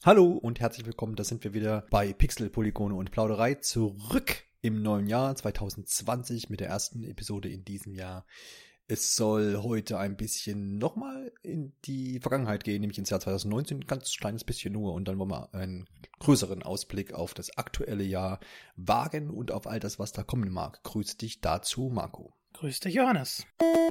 Hallo und herzlich willkommen, da sind wir wieder bei Pixel, Polygone und Plauderei zurück im neuen Jahr 2020 mit der ersten Episode in diesem Jahr. Es soll heute ein bisschen nochmal in die Vergangenheit gehen, nämlich ins Jahr 2019, ein ganz kleines bisschen nur, und dann wollen wir einen größeren Ausblick auf das aktuelle Jahr wagen und auf all das, was da kommen mag. Grüß dich dazu, Marco. Grüß dich, Johannes.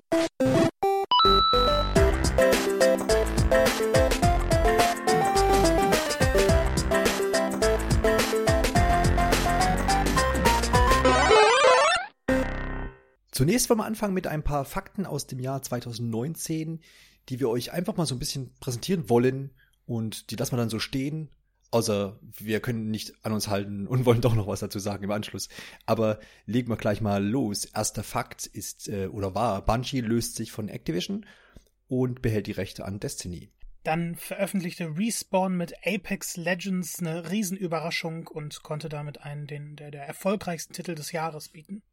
Zunächst wollen wir anfangen mit ein paar Fakten aus dem Jahr 2019, die wir euch einfach mal so ein bisschen präsentieren wollen, und die lassen wir dann so stehen, außer wir können nicht an uns halten und wollen doch noch was dazu sagen im Anschluss. Aber legen wir gleich mal los. Erster Fakt ist war, Bungie löst sich von Activision und behält die Rechte an Destiny. Dann veröffentlichte Respawn mit Apex Legends eine Riesenüberraschung und konnte damit einen der erfolgreichsten Titel des Jahres bieten.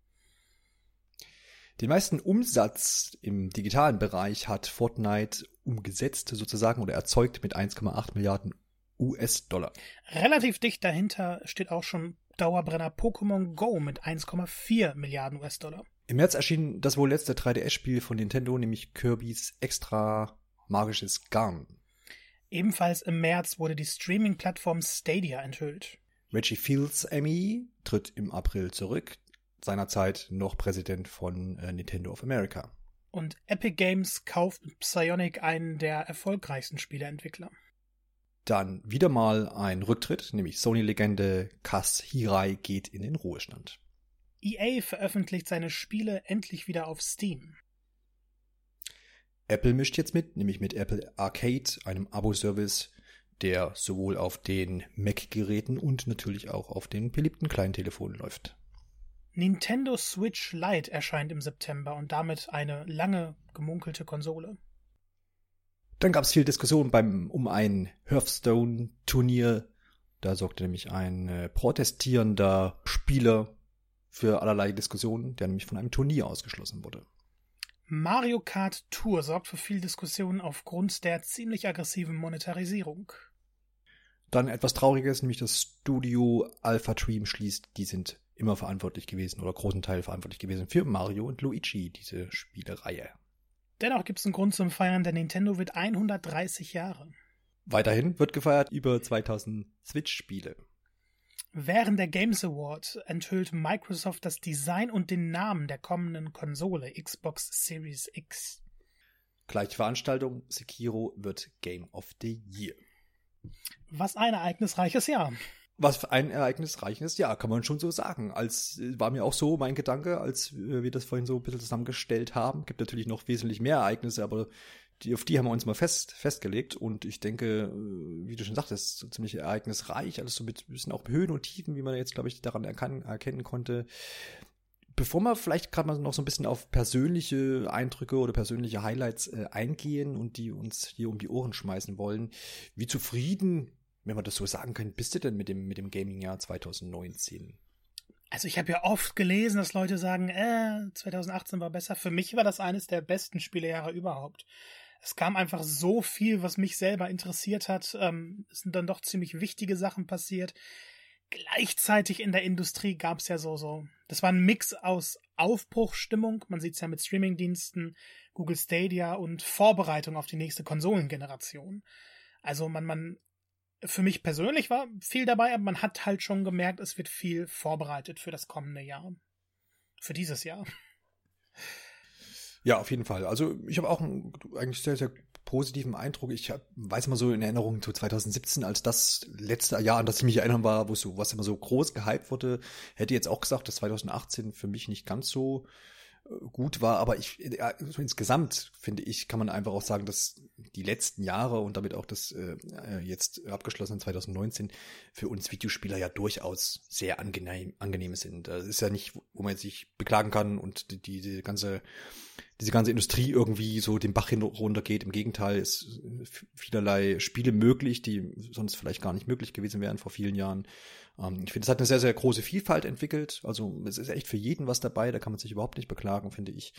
Den meisten Umsatz im digitalen Bereich hat Fortnite umgesetzt sozusagen oder erzeugt mit 1,8 Milliarden US-Dollar. Relativ dicht dahinter steht auch schon Dauerbrenner Pokémon Go mit 1,4 Milliarden US-Dollar. Im März erschien das wohl letzte 3DS-Spiel von Nintendo, nämlich Kirby's Extra Magisches Garn. Ebenfalls im März wurde die Streaming-Plattform Stadia enthüllt. Reggie Fils-Aimé tritt im April zurück, seinerzeit noch Präsident von Nintendo of America. Und Epic Games kauft mit Psyonix einen der erfolgreichsten Spieleentwickler. Dann wieder mal ein Rücktritt, nämlich Sony-Legende Kaz Hirai geht in den Ruhestand. EA veröffentlicht seine Spiele endlich wieder auf Steam. Apple mischt jetzt mit, nämlich mit Apple Arcade, einem Abo-Service, der sowohl auf den Mac-Geräten und natürlich auch auf den beliebten Kleintelefonen läuft. Nintendo Switch Lite erscheint im September und damit eine lange gemunkelte Konsole. Dann gab es viel Diskussion um ein Hearthstone-Turnier. Da sorgte nämlich ein protestierender Spieler für allerlei Diskussionen, der nämlich von einem Turnier ausgeschlossen wurde. Mario Kart Tour sorgt für viel Diskussion aufgrund der ziemlich aggressiven Monetarisierung. Dann etwas Trauriges, nämlich das Studio Alpha Dream schließt. Die sind immer verantwortlich gewesen oder großen Teil verantwortlich gewesen für Mario und Luigi, diese Spielereihe. Dennoch gibt es einen Grund zum Feiern, denn Nintendo wird 130 Jahre. Weiterhin wird gefeiert über 2000 Switch-Spiele. Während der Games Award enthüllt Microsoft das Design und den Namen der kommenden Konsole Xbox Series X. Gleiche Veranstaltung, Sekiro wird Game of the Year. Was ein ereignisreiches Jahr. Was für ein ereignisreiches Jahr, kann man schon so sagen. War mir auch so mein Gedanke, als wir das vorhin so ein bisschen zusammengestellt haben. Gibt natürlich noch wesentlich mehr Ereignisse, aber auf die haben wir uns mal festgelegt. Und ich denke, wie du schon sagtest, so ziemlich ereignisreich, alles so mit ein bisschen auch Höhen und Tiefen, wie man jetzt, glaube ich, daran erkennen konnte. Bevor wir vielleicht gerade mal noch so ein bisschen auf persönliche Eindrücke oder persönliche Highlights eingehen und die uns hier um die Ohren schmeißen wollen, wie zufrieden, wenn man das so sagen kann, bist du denn mit dem Gaming-Jahr 2019? Also ich habe ja oft gelesen, dass Leute sagen, 2018 war besser. Für mich war das eines der besten Spielejahre überhaupt. Es kam einfach so viel, was mich selber interessiert hat. Es sind dann doch ziemlich wichtige Sachen passiert. Gleichzeitig in der Industrie gab es ja so. Das war ein Mix aus Aufbruchsstimmung, man sieht es ja mit Streamingdiensten, Google Stadia und Vorbereitung auf die nächste Konsolengeneration. Also für mich persönlich war viel dabei, aber man hat halt schon gemerkt, es wird viel vorbereitet für das kommende Jahr. Für dieses Jahr. Ja, auf jeden Fall. Also ich habe auch einen eigentlich sehr, sehr positiven Eindruck. Ich weiß mal so in Erinnerung zu 2017, als das letzte Jahr, an das ich mich erinnern war, was immer so groß gehypt wurde, hätte jetzt auch gesagt, dass 2018 für mich nicht ganz so gut war, aber so insgesamt, finde ich, kann man einfach auch sagen, dass die letzten Jahre und damit auch das jetzt abgeschlossene 2019 für uns Videospieler ja durchaus sehr angenehm sind. Das ist ja nicht, wo man jetzt sich beklagen kann, und diese ganze diese ganze Industrie irgendwie so den Bach runtergeht. Im Gegenteil, ist vielerlei Spiele möglich, die sonst vielleicht gar nicht möglich gewesen wären vor vielen Jahren. Ich finde, es hat eine sehr, sehr große Vielfalt entwickelt. Also es ist echt für jeden was dabei, da kann man sich überhaupt nicht beklagen, finde ich.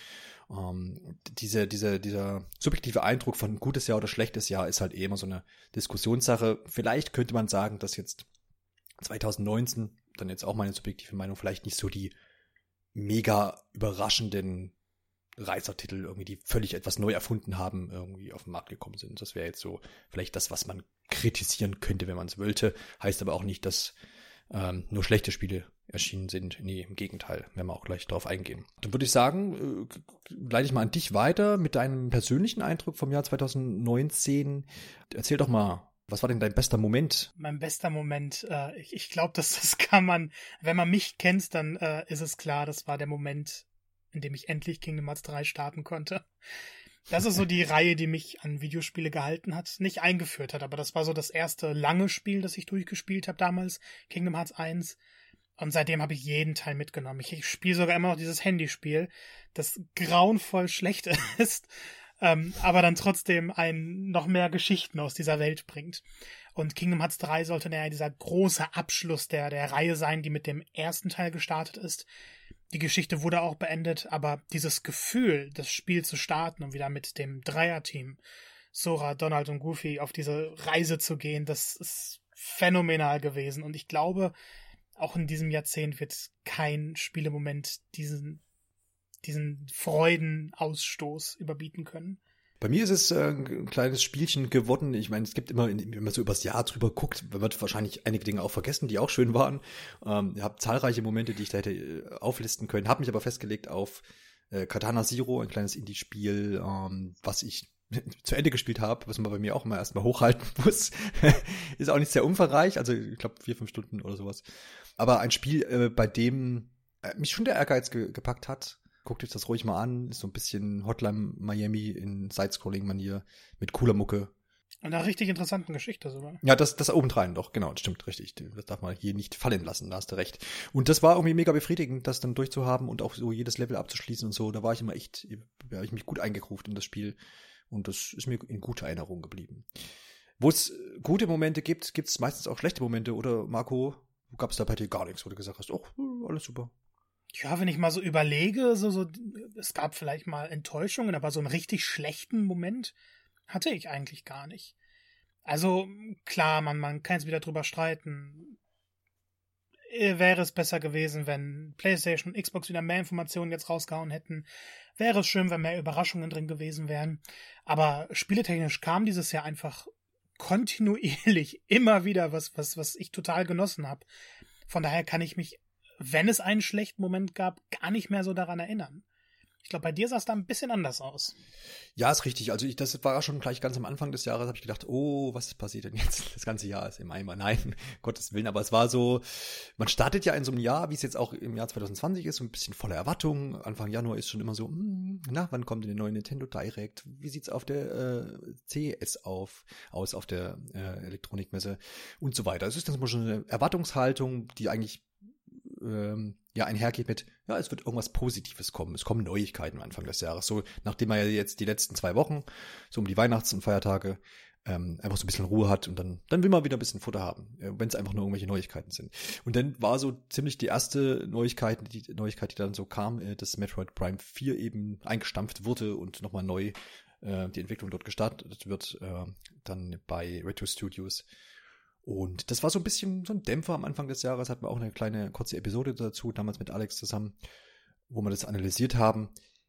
Dieser subjektive Eindruck von gutes Jahr oder schlechtes Jahr ist halt eh immer so eine Diskussionssache. Vielleicht könnte man sagen, dass jetzt 2019, dann jetzt auch meine subjektive Meinung, vielleicht nicht so die mega überraschenden Reißertitel irgendwie, die völlig etwas neu erfunden haben, irgendwie auf den Markt gekommen sind. Das wäre jetzt so vielleicht das, was man kritisieren könnte, wenn man es wollte. Heißt aber auch nicht, dass nur schlechte Spiele erschienen sind. Nee, im Gegenteil, werden wir auch gleich drauf eingehen. Dann würde ich sagen, leite ich mal an dich weiter mit deinem persönlichen Eindruck vom Jahr 2019. Erzähl doch mal, was war denn dein bester Moment? Mein bester Moment, ich glaube, das kann man, wenn man mich kennt, dann ist es klar, das war der Moment, in dem ich endlich Kingdom Hearts 3 starten konnte. Das ist so die Reihe, die mich an Videospiele gehalten hat, nicht eingeführt hat, aber das war so das erste lange Spiel, das ich durchgespielt habe damals, Kingdom Hearts 1. Und seitdem habe ich jeden Teil mitgenommen. Ich spiele sogar immer noch dieses Handyspiel, das grauenvoll schlecht ist, aber dann trotzdem noch mehr Geschichten aus dieser Welt bringt. Und Kingdom Hearts 3 sollte ja dieser große Abschluss der Reihe sein, die mit dem ersten Teil gestartet ist. Die Geschichte wurde auch beendet, aber dieses Gefühl, das Spiel zu starten und wieder mit dem Dreierteam, Sora, Donald und Goofy, auf diese Reise zu gehen, das ist phänomenal gewesen. Und ich glaube, auch in diesem Jahrzehnt wird kein Spielemoment diesen Freudenausstoß überbieten können. Bei mir ist es ein kleines Spielchen geworden. Ich meine, es gibt immer, wenn man so übers Jahr drüber guckt, man wird wahrscheinlich einige Dinge auch vergessen, die auch schön waren. Ich habe zahlreiche Momente, die ich da hätte auflisten können, habe mich aber festgelegt auf Katana Zero, ein kleines Indie-Spiel, was ich zu Ende gespielt habe, was man bei mir auch immer erstmal hochhalten muss. Ist auch nicht sehr umfangreich, also ich glaube 4-5 Stunden oder sowas. Aber ein Spiel, bei dem mich schon der Ehrgeiz gepackt hat. Guckt euch das ruhig mal an. Ist so ein bisschen Hotline Miami in Side-Scrolling-Manier mit cooler Mucke. Und einer richtig interessanten Geschichte sogar. Ja, das obendrein doch, genau, das stimmt, richtig. Das darf man hier nicht fallen lassen, da hast du recht. Und das war irgendwie mega befriedigend, das dann durchzuhaben und auch so jedes Level abzuschließen und so. Da war ich immer echt, da habe ich mich gut eingegruft in das Spiel. Und das ist mir in guter Erinnerung geblieben. Wo es gute Momente gibt, gibt es meistens auch schlechte Momente. Oder Marco, gab es da bei dir gar nichts, wo du gesagt hast, oh, alles super. Ja, wenn ich mal so überlege, es gab vielleicht mal Enttäuschungen, aber so einen richtig schlechten Moment hatte ich eigentlich gar nicht. Also, klar, man kann jetzt wieder drüber streiten. Wäre es besser gewesen, wenn PlayStation und Xbox wieder mehr Informationen jetzt rausgehauen hätten. Wäre es schön, wenn mehr Überraschungen drin gewesen wären. Aber spieletechnisch kam dieses Jahr einfach kontinuierlich immer wieder was ich total genossen habe. Von daher kann ich mich, wenn es einen schlechten Moment gab, gar nicht mehr so daran erinnern. Ich glaube, bei dir sah es da ein bisschen anders aus. Ja, ist richtig. Also das war schon gleich ganz am Anfang des Jahres, habe ich gedacht, oh, was passiert denn jetzt? Das ganze Jahr ist im Eimer. Nein, Gottes Willen. Aber es war so, man startet ja in so einem Jahr, wie es jetzt auch im Jahr 2020 ist, so ein bisschen voller Erwartungen. Anfang Januar ist schon immer so, wann kommt denn der neue Nintendo Direct? Wie sieht's auf der CES aus, auf der Elektronikmesse und so weiter. Es ist dann immer schon eine Erwartungshaltung, die eigentlich einhergeht mit, ja, es wird irgendwas Positives kommen. Es kommen Neuigkeiten am Anfang des Jahres. So, nachdem man ja jetzt die letzten 2 Wochen, so um die Weihnachts- und Feiertage, einfach so ein bisschen Ruhe hat und dann will man wieder ein bisschen Futter haben, wenn es einfach nur irgendwelche Neuigkeiten sind. Und dann war so ziemlich die erste Neuigkeit, die dann so kam, dass Metroid Prime 4 eben eingestampft wurde und nochmal neu die Entwicklung dort gestartet wird, dann bei Retro Studios. Und das war so ein bisschen so ein Dämpfer am Anfang des Jahres, hatten wir auch eine kleine kurze Episode dazu, damals mit Alex zusammen, wo wir das analysiert haben.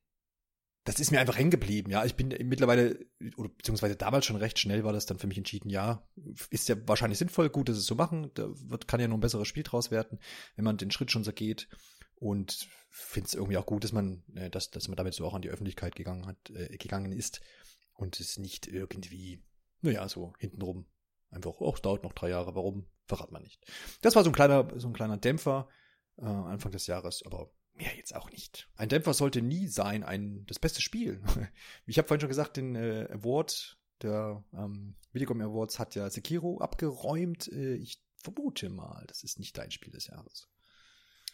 Das ist mir einfach hängen geblieben, ja. Ich bin mittlerweile, oder beziehungsweise damals schon recht schnell war das dann für mich entschieden, ja, ist ja wahrscheinlich sinnvoll, gut, das so machen, kann ja nur ein besseres Spiel draus werden, wenn man den Schritt schon so geht. Und finde es irgendwie auch gut, dass man damit so auch an die Öffentlichkeit gegangen ist und es nicht irgendwie, so hintenrum einfach, es dauert noch 3 Jahre, warum? Verrat man nicht. Das war so ein kleiner Dämpfer Anfang des Jahres, aber mehr jetzt auch nicht. Ein Dämpfer sollte nie sein, das beste Spiel. Ich habe vorhin schon gesagt, den Award der Videocom Awards hat ja Sekiro abgeräumt. Ich vermute mal, das ist nicht dein Spiel des Jahres.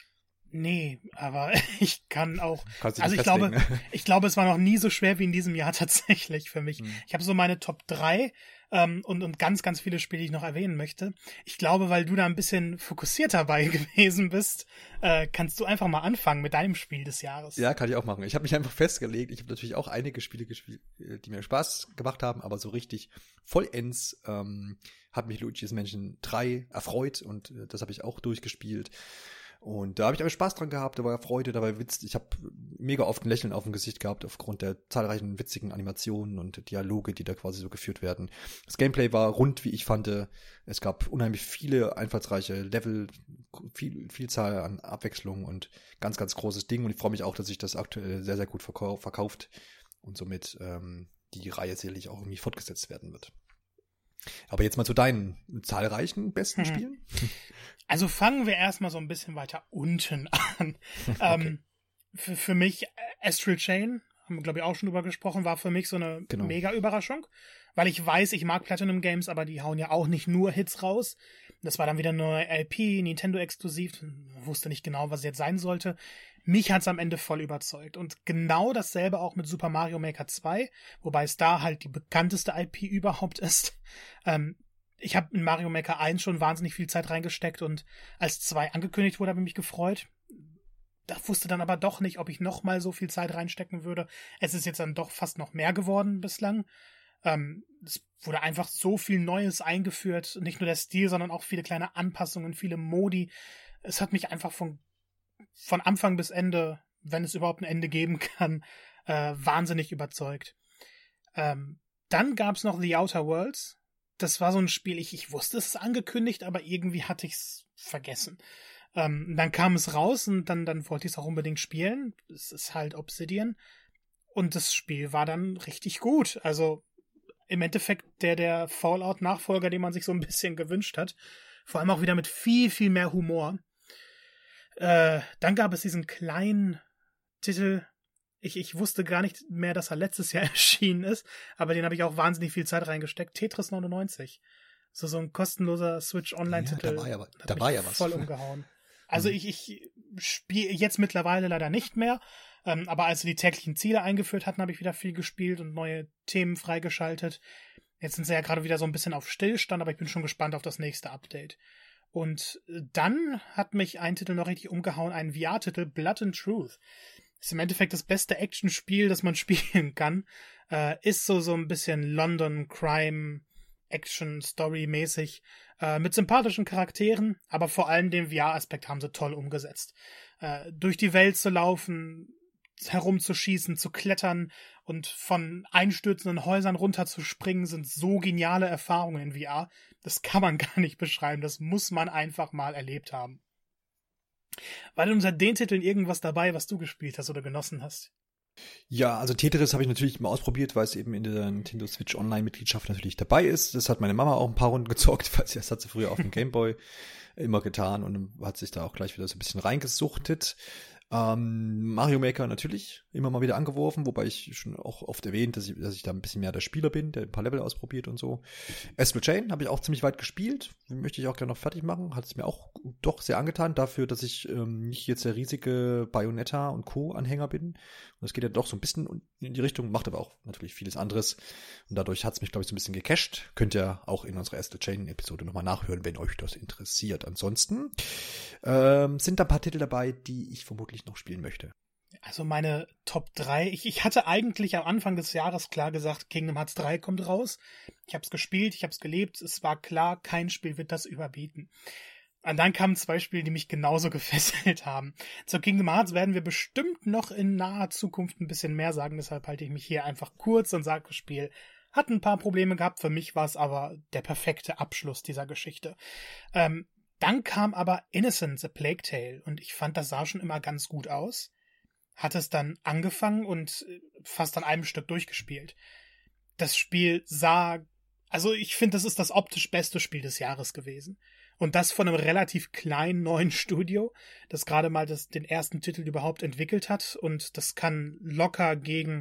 Nee, aber ich kann auch. Kannst du Also dich festlegen? ich glaube, es war noch nie so schwer wie in diesem Jahr tatsächlich für mich. Ich habe so meine Top 3 und ganz, ganz viele Spiele, die ich noch erwähnen möchte. Ich glaube, weil du da ein bisschen fokussierter bei gewesen bist, kannst du einfach mal anfangen mit deinem Spiel des Jahres. Ja, kann ich auch machen. Ich habe mich einfach festgelegt. Ich habe natürlich auch einige Spiele gespielt, die mir Spaß gemacht haben, aber so richtig vollends hat mich Luigi's Mansion 3 erfreut und das habe ich auch durchgespielt. Und da habe ich aber Spaß dran gehabt, da war Freude, da war Witz. Ich habe mega oft ein Lächeln auf dem Gesicht gehabt aufgrund der zahlreichen witzigen Animationen und Dialoge, die da quasi so geführt werden. Das Gameplay war rund, wie ich fand. Es gab unheimlich viele einfallsreiche Level, Vielzahl an Abwechslung und ganz, ganz großes Ding. Und ich freue mich auch, dass sich das aktuell sehr, sehr gut verkauft und somit die Reihe sicherlich auch irgendwie fortgesetzt werden wird. Aber jetzt mal zu deinen zahlreichen besten Spielen. Also fangen wir erstmal so ein bisschen weiter unten an. Okay. Für mich Astral Chain, haben wir glaube ich auch schon drüber gesprochen, war für mich so eine mega Überraschung, weil ich weiß, ich mag Platinum Games, aber die hauen ja auch nicht nur Hits raus. Das war dann wieder eine neue LP, Nintendo exklusiv, wusste nicht genau, was es jetzt sein sollte. Mich hat's am Ende voll überzeugt. Und genau dasselbe auch mit Super Mario Maker 2, wobei es da halt die bekannteste IP überhaupt ist. Ich habe in Mario Maker 1 schon wahnsinnig viel Zeit reingesteckt und als 2 angekündigt wurde, habe ich mich gefreut. Da wusste dann aber doch nicht, ob ich noch mal so viel Zeit reinstecken würde. Es ist jetzt dann doch fast noch mehr geworden bislang. Es wurde einfach so viel Neues eingeführt. Nicht nur der Stil, sondern auch viele kleine Anpassungen, viele Modi. Es hat mich einfach von Anfang bis Ende, wenn es überhaupt ein Ende geben kann, wahnsinnig überzeugt. Dann gab's noch The Outer Worlds. Das war so ein Spiel, ich wusste, es ist angekündigt, aber irgendwie hatte ich es vergessen. Dann kam es raus und dann wollte ich es auch unbedingt spielen. Es ist halt Obsidian. Und das Spiel war dann richtig gut. Also im Endeffekt der Fallout-Nachfolger, den man sich so ein bisschen gewünscht hat. Vor allem auch wieder mit viel, viel mehr Humor. Dann gab es diesen kleinen Titel. Ich wusste gar nicht mehr, dass er letztes Jahr erschienen ist, aber den habe ich auch wahnsinnig viel Zeit reingesteckt. Tetris 99. So ein kostenloser Switch-Online-Titel. Ja, da war ja was. Voll umgehauen. Also ich spiele jetzt mittlerweile leider nicht mehr, aber als sie die täglichen Ziele eingeführt hatten, habe ich wieder viel gespielt und neue Themen freigeschaltet. Jetzt sind sie ja gerade wieder so ein bisschen auf Stillstand, aber ich bin schon gespannt auf das nächste Update. Und dann hat mich ein Titel noch richtig umgehauen, ein VR-Titel, Blood and Truth. Ist im Endeffekt das beste Actionspiel, das man spielen kann. Ist so ein bisschen London Crime Action Story mäßig. Mit sympathischen Charakteren, aber vor allem den VR-Aspekt haben sie toll umgesetzt. Durch die Welt zu laufen, herumzuschießen, zu klettern und von einstürzenden Häusern runterzuspringen, sind so geniale Erfahrungen in VR. Das kann man gar nicht beschreiben. Das muss man einfach mal erlebt haben. War denn unter den Titeln irgendwas dabei, was du gespielt hast oder genossen hast? Ja, also Tetris habe ich natürlich mal ausprobiert, weil es eben in der Nintendo Switch Online-Mitgliedschaft natürlich dabei ist. Das hat meine Mama auch ein paar Runden gezockt, weil das hat sie früher auf dem Gameboy immer getan und hat sich da auch gleich wieder so ein bisschen reingesuchtet. Mario Maker natürlich immer mal wieder angeworfen, wobei ich schon auch oft erwähnt, dass ich da ein bisschen mehr der Spieler bin, der ein paar Level ausprobiert und so. Astral Chain habe ich auch ziemlich weit gespielt, möchte ich auch gerne noch fertig machen, hat es mir auch doch sehr angetan, dafür, dass ich nicht jetzt der riesige Bayonetta und Co. Anhänger bin. Und es geht ja doch so ein bisschen in die Richtung, macht aber auch natürlich vieles anderes. Und dadurch hat es mich, glaube ich, so ein bisschen gecached. Könnt ihr auch in unserer Astral Chain-Episode nochmal nachhören, wenn euch das interessiert. Ansonsten sind da ein paar Titel dabei, die ich vermutlich noch spielen möchte. Also meine Top 3, ich hatte eigentlich am Anfang des Jahres klar gesagt, Kingdom Hearts 3 kommt raus. Ich habe es gespielt, ich habe es gelebt, es war klar, kein Spiel wird das überbieten. Und dann kamen 2 Spiele, die mich genauso gefesselt haben. Zu Kingdom Hearts werden wir bestimmt noch in naher Zukunft ein bisschen mehr sagen, deshalb halte ich mich hier einfach kurz und sage, das Spiel hat ein paar Probleme gehabt, für mich war es aber der perfekte Abschluss dieser Geschichte. Dann kam aber Innocence, A Plague Tale und ich fand, das sah schon immer ganz gut aus. Hat es dann angefangen und fast an einem Stück durchgespielt. Das Spiel also ich finde, das ist das optisch beste Spiel des Jahres gewesen. Und das von einem relativ kleinen neuen Studio, das gerade mal den ersten Titel überhaupt entwickelt hat und das kann locker gegen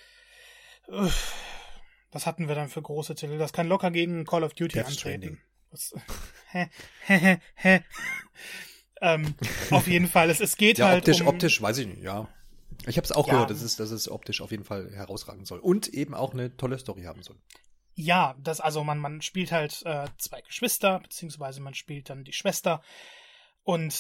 was hatten wir dann für große Titel? Das kann locker gegen Call of Duty antreten. Auf jeden Fall, es geht ja, halt optisch, weiß ich nicht, ja. Ich habe es auch gehört, dass es optisch auf jeden Fall herausragen soll. Und eben auch eine tolle Story haben soll. Ja, also man spielt halt 2 Geschwister, beziehungsweise man spielt dann die Schwester. Und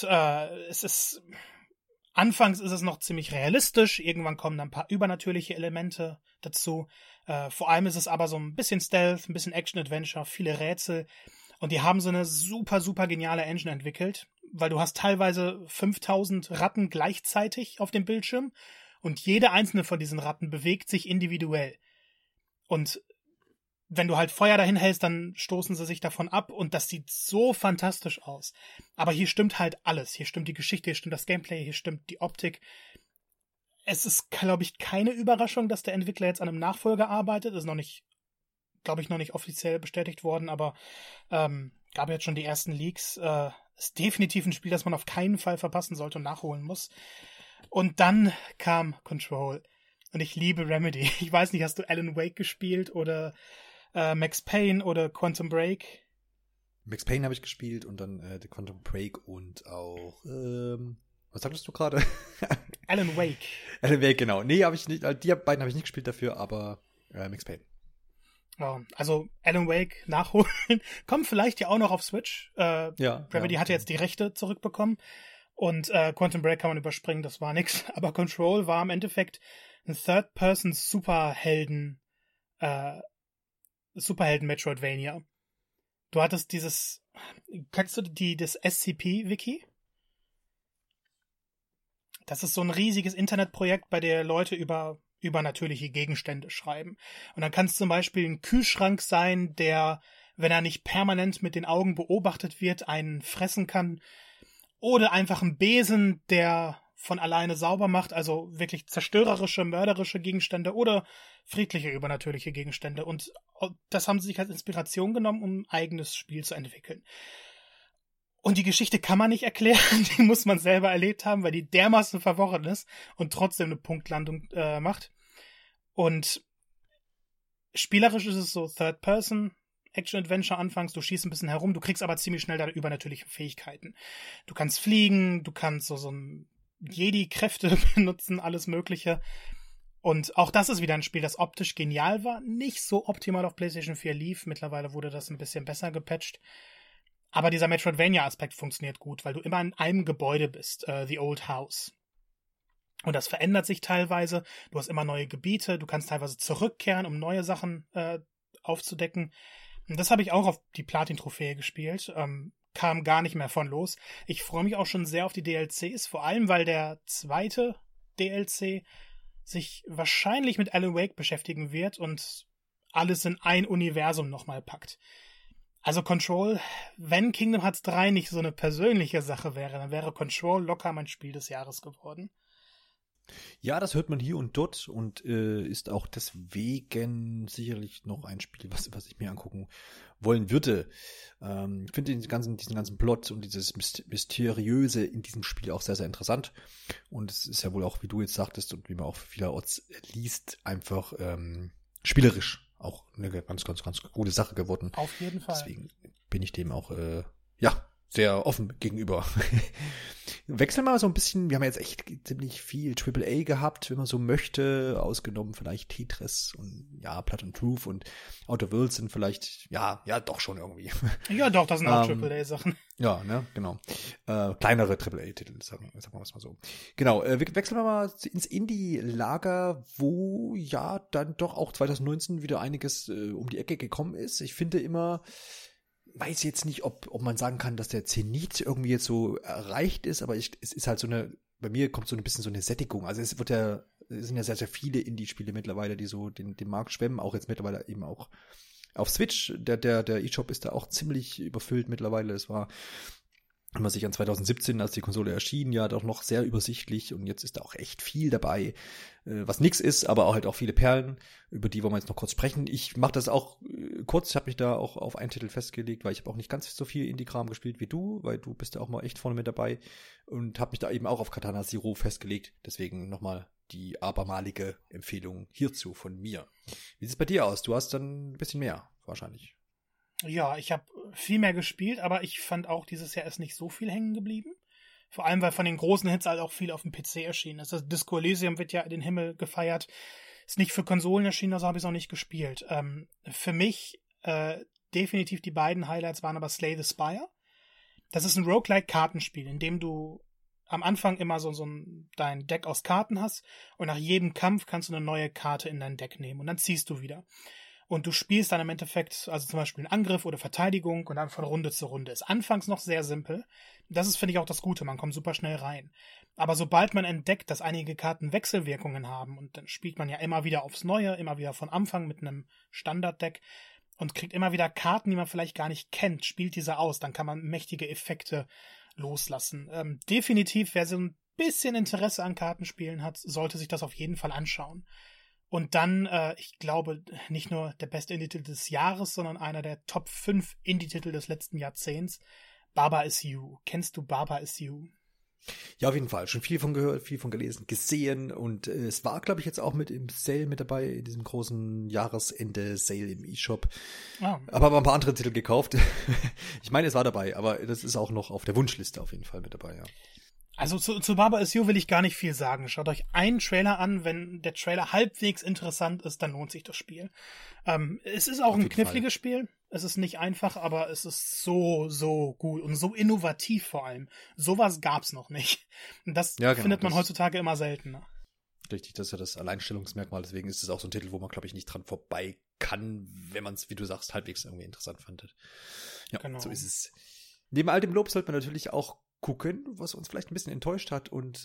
anfangs ist es noch ziemlich realistisch, irgendwann kommen dann ein paar übernatürliche Elemente dazu. Vor allem ist es aber so ein bisschen Stealth, ein bisschen Action-Adventure, viele Rätsel. Und die haben so eine super, super geniale Engine entwickelt, weil du hast teilweise 5000 Ratten gleichzeitig auf dem Bildschirm und jede einzelne von diesen Ratten bewegt sich individuell. Und wenn du halt Feuer dahin hältst, dann stoßen sie sich davon ab und das sieht so fantastisch aus. Aber hier stimmt halt alles. Hier stimmt die Geschichte, hier stimmt das Gameplay, hier stimmt die Optik. Es ist, glaube ich, keine Überraschung, dass der Entwickler jetzt an einem Nachfolger arbeitet. Ist noch nicht, glaube ich, noch nicht offiziell bestätigt worden, aber gab jetzt schon die ersten Leaks. Ist definitiv ein Spiel, das man auf keinen Fall verpassen sollte und nachholen muss. Und dann kam Control. Und ich liebe Remedy. Ich weiß nicht, hast du Alan Wake gespielt oder Max Payne oder Quantum Break? Max Payne habe ich gespielt und dann The Quantum Break und auch, was sagtest du gerade? Alan Wake. Alan Wake, genau. Nee, habe ich nicht, die beiden habe ich nicht gespielt dafür, aber Max Payne. Ja, also Alan Wake nachholen. Kommt vielleicht ja auch noch auf Switch. Remedy hatte jetzt die Rechte zurückbekommen. Und Quantum Break kann man überspringen, das war nix. Aber Control war im Endeffekt ein Third-Person Superhelden-Metroidvania. Du hattest kennst du das SCP-Wiki? Das ist so ein riesiges Internetprojekt, bei der Leute über übernatürliche Gegenstände schreiben. Und dann kann es zum Beispiel ein Kühlschrank sein, der, wenn er nicht permanent mit den Augen beobachtet wird, einen fressen kann. Oder einfach ein Besen, der von alleine sauber macht, also wirklich zerstörerische, mörderische Gegenstände oder friedliche, übernatürliche Gegenstände. Und das haben sie sich als Inspiration genommen, um ein eigenes Spiel zu entwickeln. Und die Geschichte kann man nicht erklären, die muss man selber erlebt haben, weil die dermaßen verworren ist und trotzdem eine Punktlandung macht. Und spielerisch ist es so Third-Person, Action-Adventure anfangs, du schießt ein bisschen herum, du kriegst aber ziemlich schnell deine übernatürlichen Fähigkeiten. Du kannst fliegen, du kannst so ein Jedi-Kräfte benutzen, alles Mögliche. Und auch das ist wieder ein Spiel, das optisch genial war, nicht so optimal auf PlayStation 4 lief. Mittlerweile wurde das ein bisschen besser gepatcht. Aber dieser Metroidvania-Aspekt funktioniert gut, weil du immer in einem Gebäude bist, The Old House. Und das verändert sich teilweise. Du hast immer neue Gebiete, du kannst teilweise zurückkehren, um neue Sachen aufzudecken. Und das habe ich auch auf die Platin-Trophäe gespielt. Kam gar nicht mehr von los. Ich freue mich auch schon sehr auf die DLCs, vor allem, weil der zweite DLC sich wahrscheinlich mit Alan Wake beschäftigen wird und alles in ein Universum nochmal packt. Also Control, wenn Kingdom Hearts 3 nicht so eine persönliche Sache wäre, dann wäre Control locker mein Spiel des Jahres geworden. Ja, das hört man hier und dort und ist auch deswegen sicherlich noch ein Spiel, was ich mir angucken wollen würde. Ich finde diesen ganzen Plot und dieses Mysteriöse in diesem Spiel auch sehr, sehr interessant. Und es ist ja wohl auch, wie du jetzt sagtest und wie man auch vielerorts liest, einfach spielerisch auch eine ganz, ganz, ganz gute Sache geworden. Auf jeden Fall. Deswegen bin ich dem auch, sehr offen gegenüber. Wechseln wir mal so ein bisschen, wir haben jetzt echt ziemlich viel AAA gehabt, wenn man so möchte, ausgenommen vielleicht Tetris und Blood and Truth und Outer Worlds sind vielleicht, doch schon irgendwie. Ja, doch, das sind auch AAA-Sachen. Ja, ne, genau. Kleinere AAA-Titel, sagen wir es mal so. Genau, wechseln wir mal ins Indie-Lager, wo dann doch auch 2019 wieder einiges um die Ecke gekommen ist. Ich finde immer, weiß jetzt nicht, ob man sagen kann, dass der Zenit irgendwie jetzt so erreicht ist, aber es ist halt bei mir kommt so ein bisschen so eine Sättigung. Also es sind ja sehr, sehr viele Indie-Spiele mittlerweile, die so den Markt schwemmen, auch jetzt mittlerweile eben auch auf Switch. Der eShop ist da auch ziemlich überfüllt mittlerweile. Es war, wenn man sich an 2017, als die Konsole erschien, ja doch noch sehr übersichtlich und jetzt ist da auch echt viel dabei, was nix ist, aber auch halt auch viele Perlen, über die wollen wir jetzt noch kurz sprechen. Ich mache das auch kurz, habe mich da auch auf einen Titel festgelegt, weil ich habe auch nicht ganz so viel Indie-Kram gespielt wie du, weil du bist ja auch mal echt vorne mit dabei und habe mich da eben auch auf Katana Zero festgelegt, deswegen nochmal die abermalige Empfehlung hierzu von mir. Wie sieht es bei dir aus? Du hast dann ein bisschen mehr, wahrscheinlich. Ja, ich habe viel mehr gespielt, aber ich fand auch, dieses Jahr ist nicht so viel hängen geblieben. Vor allem, weil von den großen Hits halt auch viel auf dem PC erschienen ist. Das Disco Elysium wird ja in den Himmel gefeiert. Ist nicht für Konsolen erschienen, also habe ich es auch nicht gespielt. Für mich definitiv die beiden Highlights waren aber Slay the Spire. Das ist ein Roguelike-Kartenspiel, in dem du am Anfang immer so dein Deck aus Karten hast und nach jedem Kampf kannst du eine neue Karte in dein Deck nehmen und dann ziehst du wieder. Und du spielst dann im Endeffekt, also zum Beispiel einen Angriff oder Verteidigung und dann von Runde zu Runde. Ist anfangs noch sehr simpel. Das ist, finde ich, auch das Gute. Man kommt super schnell rein. Aber sobald man entdeckt, dass einige Karten Wechselwirkungen haben und dann spielt man ja immer wieder aufs Neue, immer wieder von Anfang mit einem Standarddeck und kriegt immer wieder Karten, die man vielleicht gar nicht kennt, spielt diese aus. Dann kann man mächtige Effekte loslassen. Definitiv, wer so ein bisschen Interesse an Kartenspielen hat, sollte sich das auf jeden Fall anschauen. Und dann, ich glaube, nicht nur der beste Indie-Titel des Jahres, sondern einer der Top 5 Indie-Titel des letzten Jahrzehnts, Baba Is You. Kennst du Baba Is You? Ja, auf jeden Fall. Schon viel von gehört, viel von gelesen, gesehen. Und es war, glaube ich, jetzt auch mit im Sale mit dabei, in diesem großen Jahresende-Sale im E-Shop. Ah. Aber ein paar andere Titel gekauft. Ich meine, es war dabei, aber das ist auch noch auf der Wunschliste auf jeden Fall mit dabei, ja. Also zu Baba Is You will ich gar nicht viel sagen. Schaut euch einen Trailer an. Wenn der Trailer halbwegs interessant ist, dann lohnt sich das Spiel. Es ist auch ein kniffliges Spiel. Es ist nicht einfach, aber es ist so gut und so innovativ vor allem. Sowas gab's noch nicht. Und das findet man heutzutage immer seltener. Richtig, das ist ja das Alleinstellungsmerkmal. Deswegen ist es auch so ein Titel, wo man, glaube ich, nicht dran vorbei kann, wenn man es, wie du sagst, halbwegs irgendwie interessant fandet. Ja, genau. So ist es. Neben all dem Lob sollte man natürlich auch gucken, was uns vielleicht ein bisschen enttäuscht hat. Und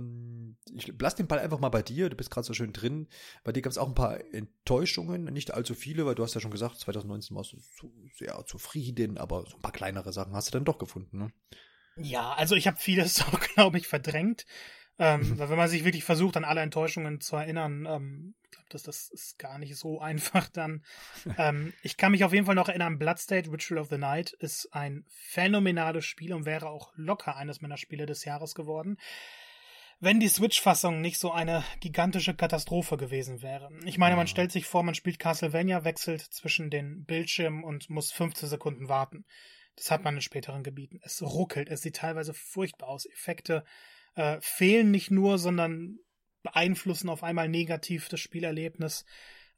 ich lasse den Ball einfach mal bei dir. Du bist gerade so schön drin. Bei dir gab es auch ein paar Enttäuschungen, nicht allzu viele, weil du hast ja schon gesagt, 2019 warst du sehr zufrieden, aber so ein paar kleinere Sachen hast du dann doch gefunden, ne? Ja, also ich habe vieles auch, glaube ich, verdrängt. Weil wenn man sich wirklich versucht, an alle Enttäuschungen zu erinnern, ich glaube, das ist gar nicht so einfach dann. Ich kann mich auf jeden Fall noch erinnern, Bloodstate, Ritual of the Night ist ein phänomenales Spiel und wäre auch locker eines meiner Spiele des Jahres geworden, wenn die Switch-Fassung nicht so eine gigantische Katastrophe gewesen wäre. Ich meine, man stellt sich vor, man spielt Castlevania, wechselt zwischen den Bildschirmen und muss 15 Sekunden warten. Das hat man in späteren Gebieten. Es ruckelt, es sieht teilweise furchtbar aus. Effekte fehlen nicht nur, sondern beeinflussen auf einmal negativ das Spielerlebnis.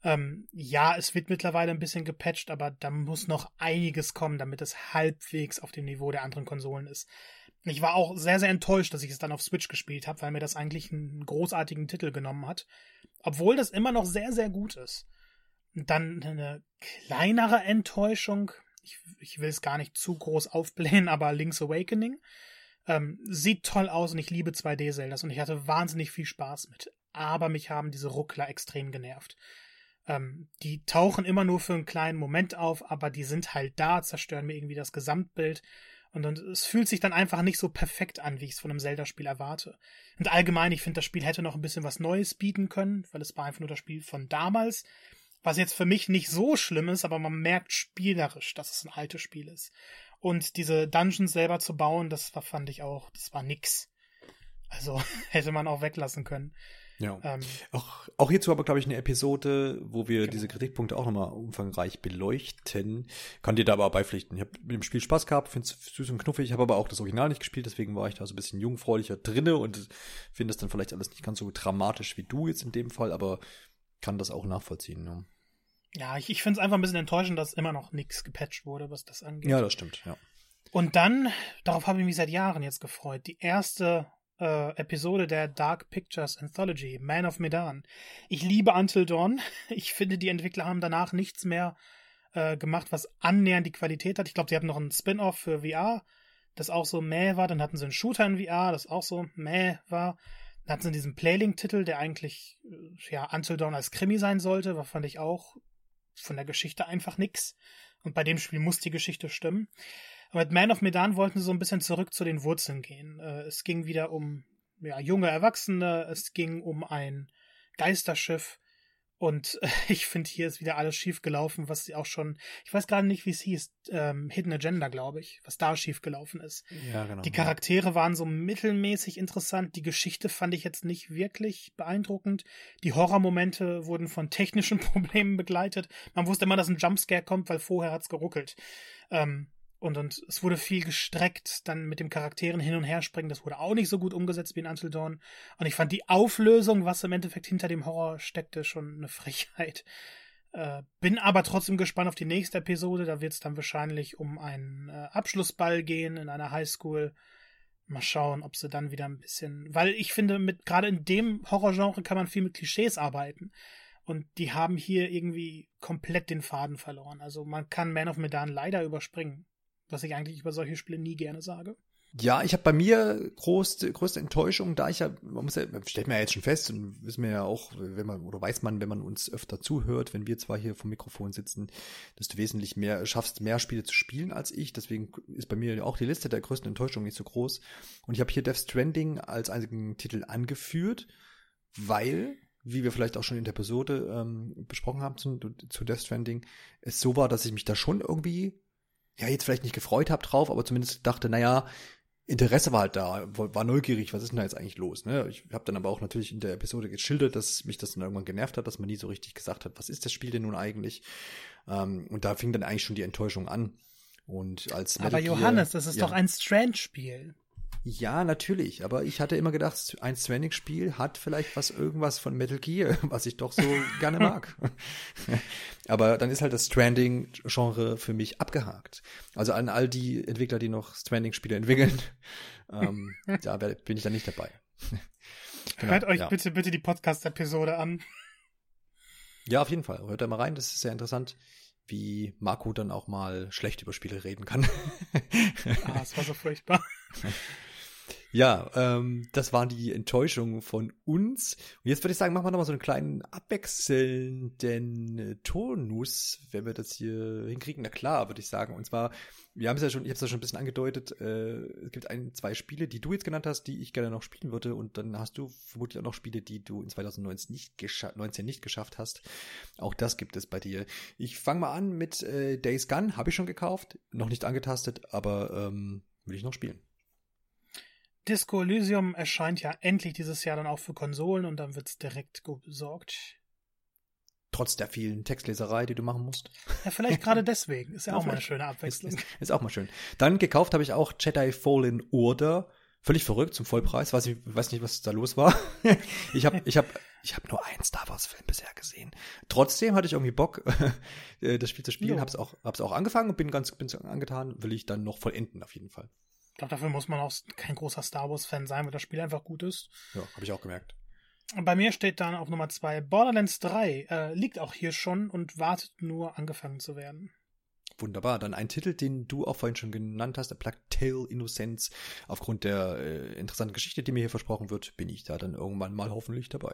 Ja, es wird mittlerweile ein bisschen gepatcht, aber da muss noch einiges kommen, damit es halbwegs auf dem Niveau der anderen Konsolen ist. Ich war auch sehr, sehr enttäuscht, dass ich es dann auf Switch gespielt habe, weil mir das eigentlich einen großartigen Titel genommen hat. Obwohl das immer noch sehr, sehr gut ist. Und dann eine kleinere Enttäuschung, ich will es gar nicht zu groß aufblähen, aber Link's Awakening sieht toll aus und ich liebe 2D-Zeldas und ich hatte wahnsinnig viel Spaß mit. Aber mich haben diese Ruckler extrem genervt. Die tauchen immer nur für einen kleinen Moment auf, aber die sind halt da, zerstören mir irgendwie das Gesamtbild. Und es fühlt sich dann einfach nicht so perfekt an, wie ich es von einem Zelda-Spiel erwarte. Und allgemein, ich finde, das Spiel hätte noch ein bisschen was Neues bieten können, weil es war einfach nur das Spiel von damals. Was jetzt für mich nicht so schlimm ist, aber man merkt spielerisch, dass es ein altes Spiel ist. Und diese Dungeons selber zu bauen, das fand ich auch, das war nix. Also hätte man auch weglassen können. Ja. Auch hierzu aber, glaube ich, eine Episode, wo wir diese Kritikpunkte auch nochmal umfangreich beleuchten. Kann dir da aber beipflichten. Ich habe mit dem Spiel Spaß gehabt, finde es süß und knuffig. Ich habe aber auch das Original nicht gespielt, deswegen war ich da so ein bisschen jungfräulicher drinne und finde es dann vielleicht alles nicht ganz so dramatisch wie du jetzt in dem Fall, aber kann das auch nachvollziehen. Ja. Ja, ich finde es einfach ein bisschen enttäuschend, dass immer noch nichts gepatcht wurde, was das angeht. Ja, das stimmt, ja. Und dann, darauf habe ich mich seit Jahren jetzt gefreut, die erste Episode der Dark Pictures Anthology, Man of Medan. Ich liebe Until Dawn. Ich finde, die Entwickler haben danach nichts mehr gemacht, was annähernd die Qualität hat. Ich glaube, sie hatten noch einen Spin-off für VR, das auch so war. Dann hatten sie einen Shooter in VR, das auch so war. Dann hatten sie diesen Playlink-Titel, der eigentlich Until Dawn als Krimi sein sollte, war, fand ich auch von der Geschichte einfach nix. Und bei dem Spiel muss die Geschichte stimmen. Aber mit Man of Medan wollten sie so ein bisschen zurück zu den Wurzeln gehen. Es ging wieder um junge Erwachsene, es ging um ein Geisterschiff und ich finde, hier ist wieder alles schief gelaufen, was sie auch schon, ich weiß gerade nicht, wie es hieß, Hidden Agenda, glaube ich, was da schief gelaufen ist. Ja, genau. Die Charaktere waren so mittelmäßig interessant, die Geschichte fand ich jetzt nicht wirklich beeindruckend, die Horrormomente wurden von technischen Problemen begleitet, man wusste immer, dass ein Jumpscare kommt, weil vorher hat's geruckelt. Und es wurde viel gestreckt, dann mit den Charakteren hin und her springen. Das wurde auch nicht so gut umgesetzt wie in Until Dawn. Und ich fand die Auflösung, was im Endeffekt hinter dem Horror steckte, schon eine Frechheit. Bin aber trotzdem gespannt auf die nächste Episode. Da wird es dann wahrscheinlich um einen Abschlussball gehen in einer Highschool. Mal schauen, ob sie dann wieder ein bisschen... Weil ich finde, gerade in dem Horrorgenre kann man viel mit Klischees arbeiten. Und die haben hier irgendwie komplett den Faden verloren. Also man kann Man of Medan leider überspringen. Was ich eigentlich über solche Spiele nie gerne sage. Ja, ich habe bei mir größte Enttäuschung, da ich stellt man ja jetzt schon fest, und wissen wir ja auch, weiß man, wenn man uns öfter zuhört, wenn wir zwar hier vom Mikrofon sitzen, dass du wesentlich schaffst, mehr Spiele zu spielen als ich. Deswegen ist bei mir auch die Liste der größten Enttäuschungen nicht so groß. Und ich habe hier Death Stranding als einzigen Titel angeführt, weil, wie wir vielleicht auch schon in der Episode besprochen haben zu Death Stranding, es so war, dass ich mich da schon irgendwie jetzt vielleicht nicht gefreut habe drauf, aber zumindest dachte, Interesse war halt da, war neugierig, was ist denn da jetzt eigentlich los, ne? Ich habe dann aber auch natürlich in der Episode geschildert, dass mich das dann irgendwann genervt hat, dass man nie so richtig gesagt hat, was ist das Spiel denn nun eigentlich? Und da fing dann eigentlich schon die Enttäuschung an. Und als aber Johannes, das ist doch ein Strange-Spiel. Ja, natürlich, aber ich hatte immer gedacht, ein Stranding-Spiel hat vielleicht irgendwas von Metal Gear, was ich doch so gerne mag. Aber dann ist halt das Stranding-Genre für mich abgehakt. Also an all die Entwickler, die noch Stranding-Spiele entwickeln, da bin ich dann nicht dabei. Genau, hört euch bitte die Podcast-Episode an. Ja, auf jeden Fall. Hört da mal rein, das ist sehr interessant, wie Marco dann auch mal schlecht über Spiele reden kann. Es war so furchtbar. Ja, das waren die Enttäuschungen von uns. Und jetzt würde ich sagen, machen wir nochmal so einen kleinen abwechselnden Turnus, wenn wir das hier hinkriegen. Na klar, würde ich sagen. Und zwar, ich habe es ja schon ein bisschen angedeutet, es gibt 2 Spiele, die du jetzt genannt hast, die ich gerne noch spielen würde. Und dann hast du vermutlich auch noch Spiele, die du in 2019 nicht geschafft hast. Auch das gibt es bei dir. Ich fange mal an mit Days Gone, habe ich schon gekauft, noch nicht angetastet, aber will ich noch spielen. Disco Elysium erscheint ja endlich dieses Jahr dann auch für Konsolen und dann wird's direkt besorgt. Trotz der vielen Textleserei, die du machen musst. Ja, vielleicht gerade deswegen. Ist ja auch mal eine schöne Abwechslung. Ist auch mal schön. Dann gekauft habe ich auch Jedi Fallen Order. Völlig verrückt, zum Vollpreis. Weiß nicht, was da los war. Ich hab nur einen Star Wars Film bisher gesehen. Trotzdem hatte ich irgendwie Bock, das Spiel zu spielen. Hab's auch angefangen und bin ganz angetan. Will ich dann noch vollenden, auf jeden Fall. Ich glaube, dafür muss man auch kein großer Star Wars-Fan sein, weil das Spiel einfach gut ist. Ja, habe ich auch gemerkt. Bei mir steht dann auf Nummer 2 Borderlands 3. Liegt auch hier schon und wartet nur, angefangen zu werden. Wunderbar. Dann ein Titel, den du auch vorhin schon genannt hast, A Plague Tale Innocence. Aufgrund der interessanten Geschichte, die mir hier versprochen wird, bin ich da dann irgendwann mal hoffentlich dabei.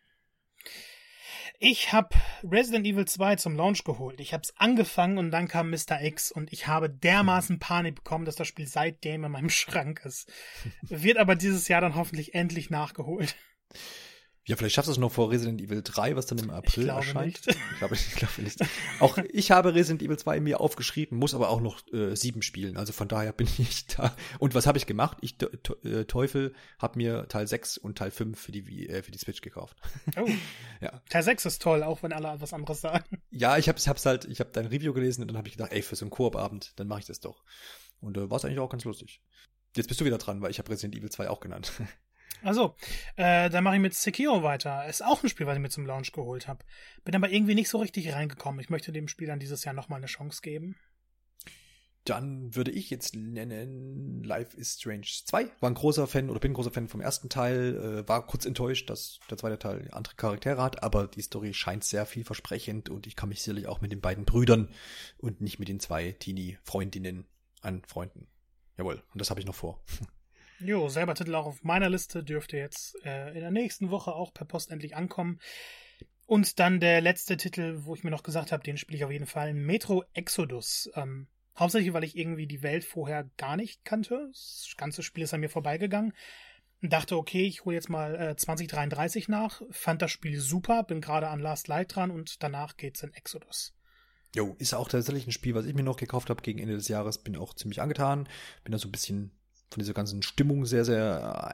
Ich habe Resident Evil 2 zum Launch geholt. Ich habe es angefangen und dann kam Mr. X und ich habe dermaßen Panik bekommen, dass das Spiel seitdem in meinem Schrank ist. Wird aber dieses Jahr dann hoffentlich endlich nachgeholt. Ja, vielleicht schaffst du es noch vor Resident Evil 3, was dann im April erscheint. Nicht. Ich glaube nicht. Auch ich habe Resident Evil 2 mir aufgeschrieben, muss aber auch noch 7 spielen. Also von daher bin ich da. Und was habe ich gemacht? Ich, Teufel, habe mir Teil 6 und Teil 5 für die Switch gekauft. Oh. Ja. Teil 6 ist toll, auch wenn alle was anderes sagen. Ja, ich habe dein Review gelesen und dann habe ich gedacht, für so einen Koop-Abend, dann mache ich das doch. Und war es eigentlich auch ganz lustig. Jetzt bist du wieder dran, weil ich habe Resident Evil 2 auch genannt. Also, dann mache ich mit Sekiro weiter. Ist auch ein Spiel, was ich mir zum Launch geholt habe. Bin aber irgendwie nicht so richtig reingekommen. Ich möchte dem Spiel dann dieses Jahr nochmal eine Chance geben. Dann würde ich jetzt nennen Life is Strange 2. War ein großer Fan oder bin ein großer Fan vom ersten Teil. War kurz enttäuscht, dass der zweite Teil andere Charaktere hat, aber die Story scheint sehr vielversprechend und ich kann mich sicherlich auch mit den beiden Brüdern und nicht mit den 2 Teenie-Freundinnen anfreunden. Jawohl, und das habe ich noch vor. Jo, selber Titel auch auf meiner Liste, dürfte jetzt in der nächsten Woche auch per Post endlich ankommen. Und dann der letzte Titel, wo ich mir noch gesagt habe, den spiele ich auf jeden Fall, Metro Exodus. Hauptsächlich, weil ich irgendwie die Welt vorher gar nicht kannte. Das ganze Spiel ist an mir vorbeigegangen. Und dachte, okay, ich hole jetzt mal 2033 nach. Fand das Spiel super, bin gerade an Last Light dran und danach geht's in Exodus. Jo, ist auch tatsächlich ein Spiel, was ich mir noch gekauft habe gegen Ende des Jahres. Bin auch ziemlich angetan. Bin da so ein bisschen von dieser ganzen Stimmung sehr, sehr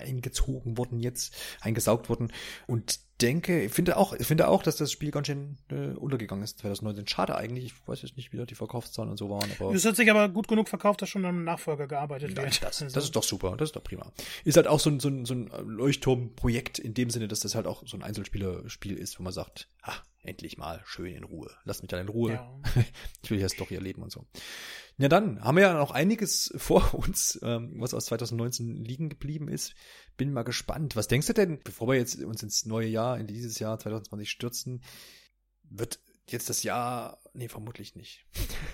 eingesaugt worden. Und ich finde auch, dass das Spiel ganz schön untergegangen ist 2019. Schade eigentlich, ich weiß jetzt nicht, wie da die Verkaufszahlen und so waren. Aber es hat sich aber gut genug verkauft, dass schon an einem Nachfolger gearbeitet wird. Das ist doch super, das ist doch prima. Ist halt auch so ein Leuchtturmprojekt in dem Sinne, dass das halt auch so ein Einzelspielerspiel ist, wo man sagt, endlich mal schön in Ruhe. Lasst mich dann in Ruhe. Ja. Ich will jetzt doch hier leben und so. Ja, dann haben wir ja noch einiges vor uns, was aus 2019 liegen geblieben ist. Bin mal gespannt. Was denkst du denn, bevor wir jetzt uns ins neue Jahr, in dieses Jahr 2020 stürzen, wird jetzt das Jahr, nee, vermutlich nicht.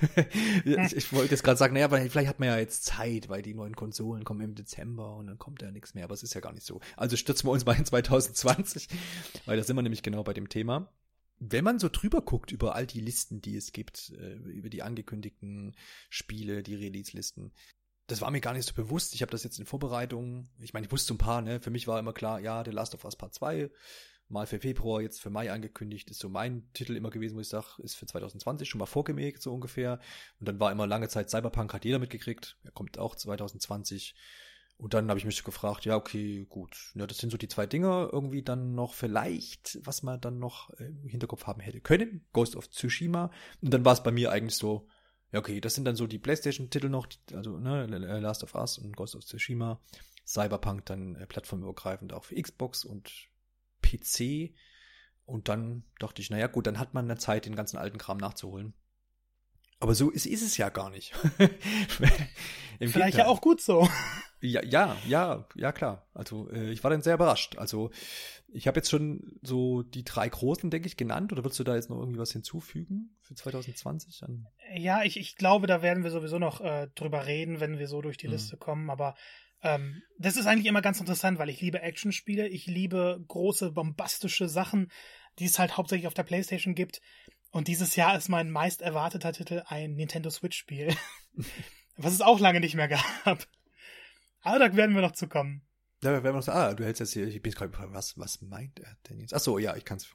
Ich wollte jetzt gerade sagen, naja, aber vielleicht hat man ja jetzt Zeit, weil die neuen Konsolen kommen im Dezember und dann kommt ja nichts mehr, aber es ist ja gar nicht so. Also stürzen wir uns mal in 2020, weil da sind wir nämlich genau bei dem Thema. Wenn man so drüber guckt über all die Listen, die es gibt, über die angekündigten Spiele, die Release-Listen, das war mir gar nicht so bewusst. Ich habe das jetzt in Vorbereitung, ich meine, ich wusste ein paar, ne? Für mich war immer klar, ja, The Last of Us Part 2, mal für Februar, jetzt für Mai angekündigt, ist so mein Titel immer gewesen, wo ich sage, ist für 2020 schon mal vorgemerkt, so ungefähr. Und dann war immer lange Zeit Cyberpunk, hat jeder mitgekriegt, er kommt auch 2020. Und dann habe ich mich so gefragt, ja, okay, gut. Ja, das sind so die zwei Dinger irgendwie dann noch vielleicht, was man dann noch im Hinterkopf haben hätte können. Ghost of Tsushima. Und dann war es bei mir eigentlich so, ja, okay, das sind dann so die PlayStation-Titel noch, also ne, Last of Us und Ghost of Tsushima. Cyberpunk dann plattformübergreifend auch für Xbox und PC. Und dann dachte ich, naja, gut, dann hat man eine Zeit, den ganzen alten Kram nachzuholen. Aber so ist es ja gar nicht. Vielleicht ja auch gut so. Ja, klar. Also ich war dann sehr überrascht. Also ich habe jetzt schon so die 3 großen, denke ich, genannt. Oder würdest du da jetzt noch irgendwie was hinzufügen für 2020? Ja, ich glaube, da werden wir sowieso noch drüber reden, wenn wir so durch die Liste kommen. Aber das ist eigentlich immer ganz interessant, weil ich liebe Actionspiele. Ich liebe große, bombastische Sachen, die es halt hauptsächlich auf der PlayStation gibt. Und dieses Jahr ist mein meist erwarteter Titel ein Nintendo Switch-Spiel. Was es auch lange nicht mehr gab. Aber da werden wir noch zu kommen. Da werden wir noch so, du hältst jetzt hier, ich bin gerade gefragt, was meint er denn jetzt? Achso, ja, ich kann's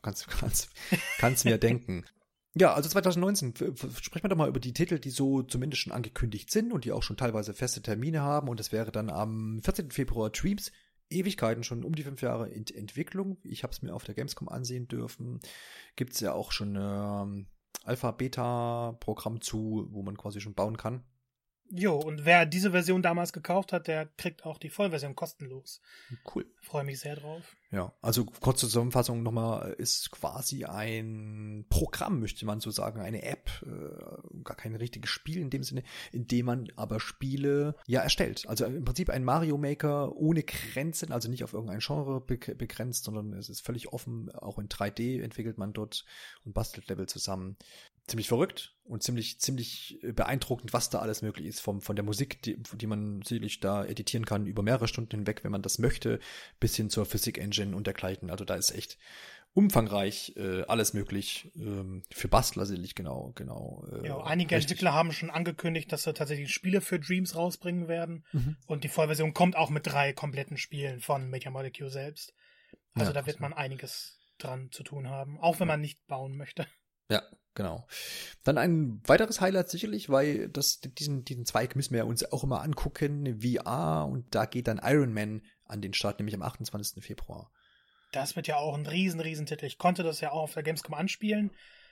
mir denken. Ja, also 2019, sprechen wir doch mal über die Titel, die so zumindest schon angekündigt sind und die auch schon teilweise feste Termine haben. Und das wäre dann am 14. Februar Dreams. Ewigkeiten, schon um die 5 Jahre in Entwicklung. Ich habe es mir auf der Gamescom ansehen dürfen. Gibt es ja auch schon Alpha-Beta-Programm zu, wo man quasi schon bauen kann. Jo, und wer diese Version damals gekauft hat, der kriegt auch die Vollversion kostenlos. Cool. Freue mich sehr drauf. Ja, also kurze Zusammenfassung nochmal, ist quasi ein Programm, möchte man so sagen, eine App, gar kein richtiges Spiel in dem Sinne, in dem man aber Spiele erstellt. Also im Prinzip ein Mario Maker ohne Grenzen, also nicht auf irgendein Genre begrenzt, sondern es ist völlig offen, auch in 3D entwickelt man dort und bastelt Level zusammen. Ziemlich verrückt und ziemlich beeindruckend, was da alles möglich ist, von der Musik, die man sicherlich da editieren kann, über mehrere Stunden hinweg, wenn man das möchte, bis hin zur Physik-Engine und dergleichen. Also da ist echt umfangreich alles möglich, für Bastler sicherlich genau. Ja, einige Entwickler haben schon angekündigt, dass sie tatsächlich Spiele für Dreams rausbringen werden. Und die Vollversion kommt auch mit 3 kompletten Spielen von Media Molecule selbst. Also da wird man einiges dran zu tun haben, auch wenn man nicht bauen möchte. Ja, genau. Dann ein weiteres Highlight sicherlich, weil diesen Zweig müssen wir ja uns auch immer angucken, VR, und da geht dann Iron Man an den Start, nämlich am 28. Februar. Das wird ja auch ein riesen Titel. Ich konnte das ja auch auf der Gamescom anspielen.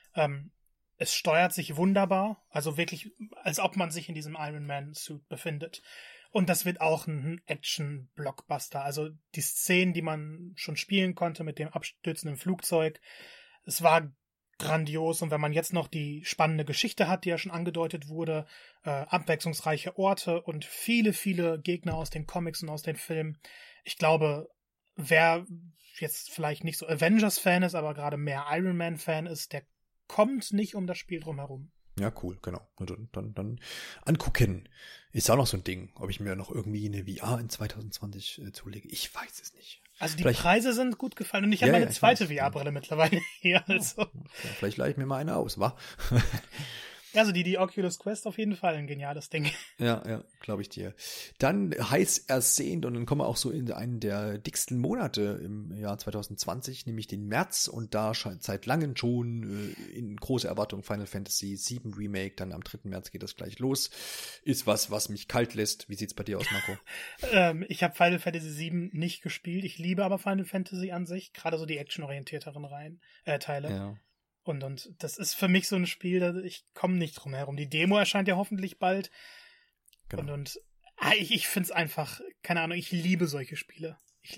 Es steuert sich wunderbar, also wirklich, als ob man sich in diesem Iron Man-Suit befindet. Und das wird auch ein Action-Blockbuster. Also die Szenen, die man schon spielen konnte mit dem abstürzenden Flugzeug, es war grandios. Und wenn man jetzt noch die spannende Geschichte hat, die ja schon angedeutet wurde, abwechslungsreiche Orte und viele Gegner aus den Comics und aus den Filmen. Ich glaube, wer jetzt vielleicht nicht so Avengers-Fan ist, aber gerade mehr Iron Man-Fan ist, der kommt nicht um das Spiel drumherum. Ja, cool, genau. Dann angucken. Ist auch noch so ein Ding, ob ich mir noch irgendwie eine VR in 2020 zulege. Ich weiß es nicht. Also die Preise sind gut gefallen und ich habe meine zweite VR-Brille mittlerweile hier. Also. Ja, vielleicht leihe ich mir mal eine aus, wa? Also die Oculus Quest auf jeden Fall ein geniales Ding. Ja, glaube ich dir. Dann heiß ersehnt und dann kommen wir auch so in einen der dicksten Monate im Jahr 2020, nämlich den März, und da scheint seit langem schon in große Erwartung Final Fantasy VII Remake, dann am 3. März geht das gleich los. Ist was mich kalt lässt. Wie sieht's bei dir aus, Marco? Ich habe Final Fantasy VII nicht gespielt. Ich liebe aber Final Fantasy an sich, gerade so die actionorientierteren Teile. Ja. Und das ist für mich so ein Spiel, ich komme nicht drum herum. Die Demo erscheint ja hoffentlich bald. Genau. Ich finde es einfach, keine Ahnung, ich liebe solche Spiele.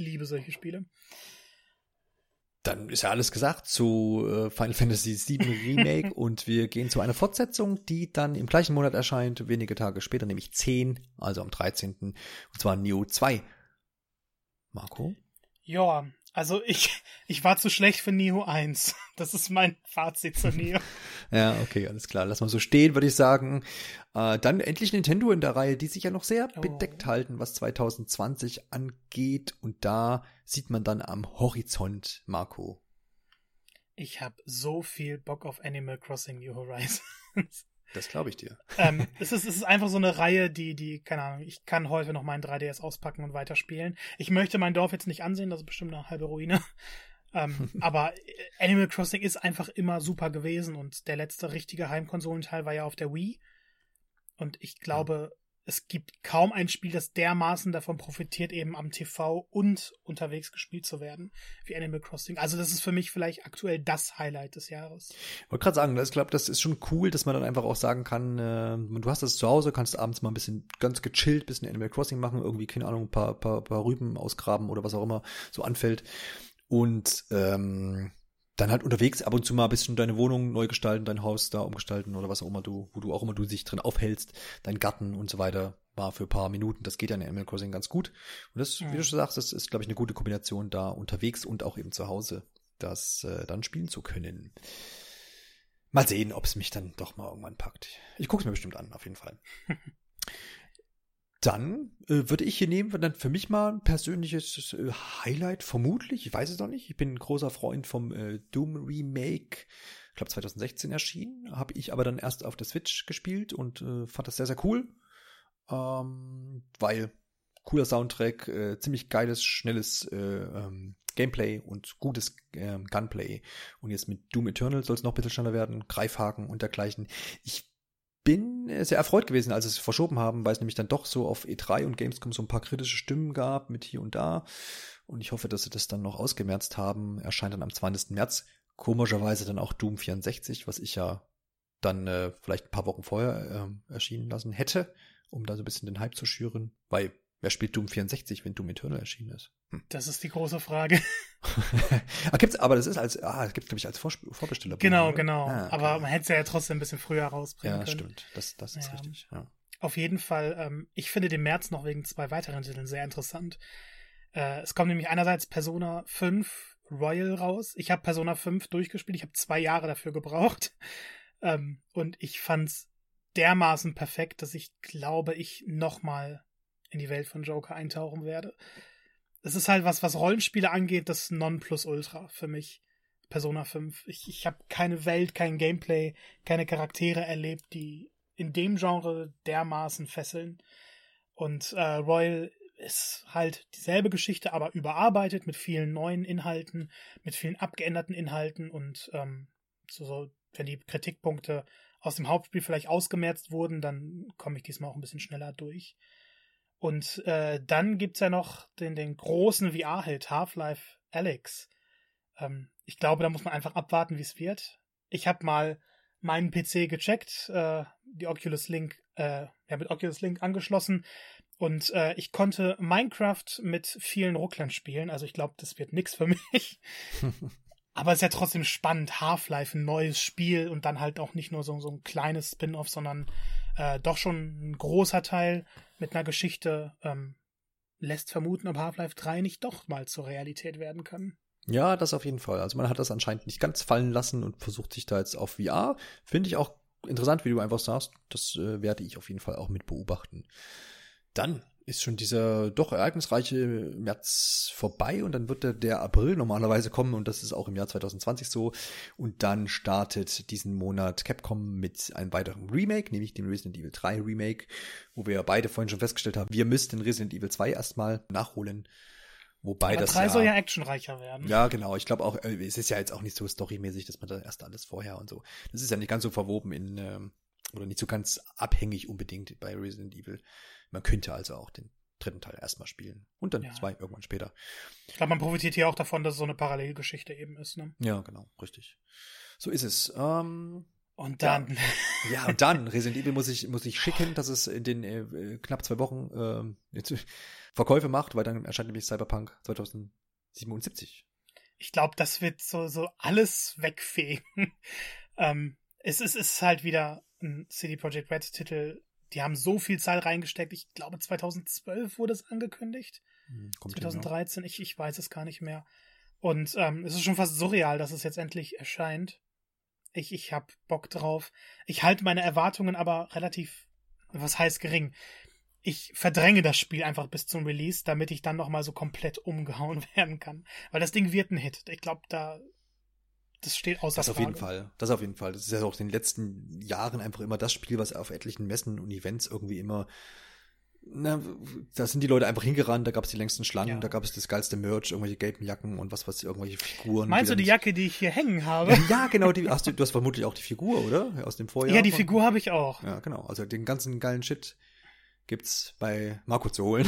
Dann ist ja alles gesagt zu Final Fantasy VII Remake und wir gehen zu einer Fortsetzung, die dann im gleichen Monat erscheint, wenige Tage später, nämlich 10, also am 13. Und zwar Nioh 2. Marco? Ja, also ich war zu schlecht für Nioh 1. Das ist mein Fazit zu Nioh. Ja, okay, alles klar. Lass mal so stehen, würde ich sagen. Dann endlich Nintendo in der Reihe, die sich ja noch sehr bedeckt halten, was 2020 angeht. Und da sieht man dann am Horizont, Marco. Ich habe so viel Bock auf Animal Crossing New Horizons. Das glaube ich dir. Es ist einfach so eine Reihe, die, keine Ahnung, ich kann heute noch meinen 3DS auspacken und weiterspielen. Ich möchte mein Dorf jetzt nicht ansehen, das ist bestimmt eine halbe Ruine. Aber Animal Crossing ist einfach immer super gewesen und der letzte richtige Heimkonsolenteil war ja auf der Wii. Und ich glaube, es gibt kaum ein Spiel, das dermaßen davon profitiert, eben am TV und unterwegs gespielt zu werden, wie Animal Crossing. Also das ist für mich vielleicht aktuell das Highlight des Jahres. Ich wollte gerade sagen, ich glaube, das ist schon cool, dass man dann einfach auch sagen kann, du hast das zu Hause, kannst abends mal ein bisschen ganz gechillt, bisschen Animal Crossing machen, irgendwie, keine Ahnung, ein paar Rüben ausgraben oder was auch immer so anfällt. Und dann halt unterwegs ab und zu mal ein bisschen deine Wohnung neu gestalten, dein Haus da umgestalten oder was auch immer wo du auch immer dich drin aufhältst, dein Garten und so weiter, war für ein paar Minuten. Das geht ja in Animal Crossing ganz gut. Und das, wie du schon sagst, das ist, glaube ich, eine gute Kombination, da unterwegs und auch eben zu Hause das dann spielen zu können. Mal sehen, ob es mich dann doch mal irgendwann packt. Ich gucke es mir bestimmt an, auf jeden Fall. Dann würde ich hier nehmen, dann für mich mal ein persönliches Highlight, vermutlich, ich weiß es noch nicht. Ich bin ein großer Freund vom Doom Remake, ich glaube 2016 erschienen, habe ich aber dann erst auf der Switch gespielt und fand das sehr, sehr cool, weil cooler Soundtrack, ziemlich geiles, schnelles Gameplay und gutes Gunplay. Und jetzt mit Doom Eternal soll es noch ein bisschen schneller werden, Greifhaken und dergleichen. Ich bin sehr erfreut gewesen, als sie es verschoben haben, weil es nämlich dann doch so auf E3 und Gamescom so ein paar kritische Stimmen gab mit hier und da. Und ich hoffe, dass sie das dann noch ausgemerzt haben. Erscheint dann am 20. März. Komischerweise dann auch Doom 64, was ich ja dann vielleicht ein paar Wochen vorher erschienen lassen hätte, um da so ein bisschen den Hype zu schüren. Weil wer spielt Doom 64, wenn Doom Eternal erschienen ist? Das ist die große Frage. Aber das ist gibt's, glaube ich, als Vorbesteller. Genau. Okay. Aber man hätte es ja trotzdem ein bisschen früher rausbringen können. Ja, stimmt. Das ist richtig, ja. Auf jeden Fall, ich finde den März noch wegen 2 weiteren Titeln sehr interessant. Es kommt nämlich einerseits Persona 5 Royal raus. Ich habe Persona 5 durchgespielt. Ich habe 2 Jahre dafür gebraucht. Und ich fand's dermaßen perfekt, dass ich glaube, ich nochmal in die Welt von Joker eintauchen werde. Es ist halt was Rollenspiele angeht, das Nonplusultra für mich. Persona 5. Ich habe keine Welt, kein Gameplay, keine Charaktere erlebt, die in dem Genre dermaßen fesseln. Und Royal ist halt dieselbe Geschichte, aber überarbeitet mit vielen neuen Inhalten, mit vielen abgeänderten Inhalten und so, wenn die Kritikpunkte aus dem Hauptspiel vielleicht ausgemerzt wurden, dann komme ich diesmal auch ein bisschen schneller durch. Und dann gibt's ja noch den großen VR-Hit, Half-Life Alyx. Ich glaube, da muss man einfach abwarten, wie es wird. Ich habe mal meinen PC gecheckt, die Oculus Link, mit Oculus Link angeschlossen und ich konnte Minecraft mit vielen Rucklern spielen. Also ich glaube, das wird nix für mich. Aber es ist ja trotzdem spannend, Half-Life, ein neues Spiel und dann halt auch nicht nur so ein kleines Spin-off, sondern doch schon ein großer Teil mit einer Geschichte lässt vermuten, ob Half-Life 3 nicht doch mal zur Realität werden kann. Ja, das auf jeden Fall. Also man hat das anscheinend nicht ganz fallen lassen und versucht sich da jetzt auf VR. Finde ich auch interessant, wie du einfach sagst. Das werde ich auf jeden Fall auch mit beobachten. Dann ist schon dieser doch ereignisreiche März vorbei und dann wird der April normalerweise kommen und das ist auch im Jahr 2020 so. Und dann startet diesen Monat Capcom mit einem weiteren Remake, nämlich dem Resident Evil 3 Remake, wo wir beide vorhin schon festgestellt haben, wir müssten Resident Evil 2 erstmal nachholen. Wobei aber das 3 soll ja actionreicher werden. Ja, genau. Ich glaube auch, es ist ja jetzt auch nicht so storymäßig, dass man da erst alles vorher und so. Das ist ja nicht ganz so verwoben oder nicht so ganz abhängig unbedingt bei Resident Evil. Man könnte also auch den dritten Teil erstmal spielen und dann 2 irgendwann später. Ich glaube, man profitiert hier auch davon, dass es so eine Parallelgeschichte eben ist, ne? Ja, genau, richtig. So ist es. Und dann. Ja, und dann, Resident Evil muss ich schicken, dass es in den knapp 2 Wochen Verkäufe macht, weil dann erscheint nämlich Cyberpunk 2077. Ich glaube, das wird so alles wegfegen. Es ist halt wieder ein CD Projekt Red Titel. Die haben so viel Zeit reingesteckt. Ich glaube, 2012 wurde es angekündigt. 2013, ich weiß es gar nicht mehr. Und es ist schon fast surreal, dass es jetzt endlich erscheint. Ich hab Bock drauf. Ich halte meine Erwartungen aber relativ, was heißt gering. Ich verdränge das Spiel einfach bis zum Release, damit ich dann nochmal so komplett umgehauen werden kann. Weil das Ding wird ein Hit. Ich glaube, das steht außer Das Frage. Das auf jeden Fall. Das ist ja auch in den letzten Jahren einfach immer das Spiel, was auf etlichen Messen und Events irgendwie immer, da sind die Leute einfach hingerannt, da gab es die längsten Schlangen, da gab es das geilste Merch, irgendwelche gelben Jacken und irgendwelche Figuren. Meinst du die Jacke, die ich hier hängen habe? Ja, genau, du hast vermutlich auch die Figur, oder? Aus dem Vorjahr. Ja, die Figur habe ich auch. Ja, genau. Also den ganzen geilen Shit gibt's bei Marco zu holen.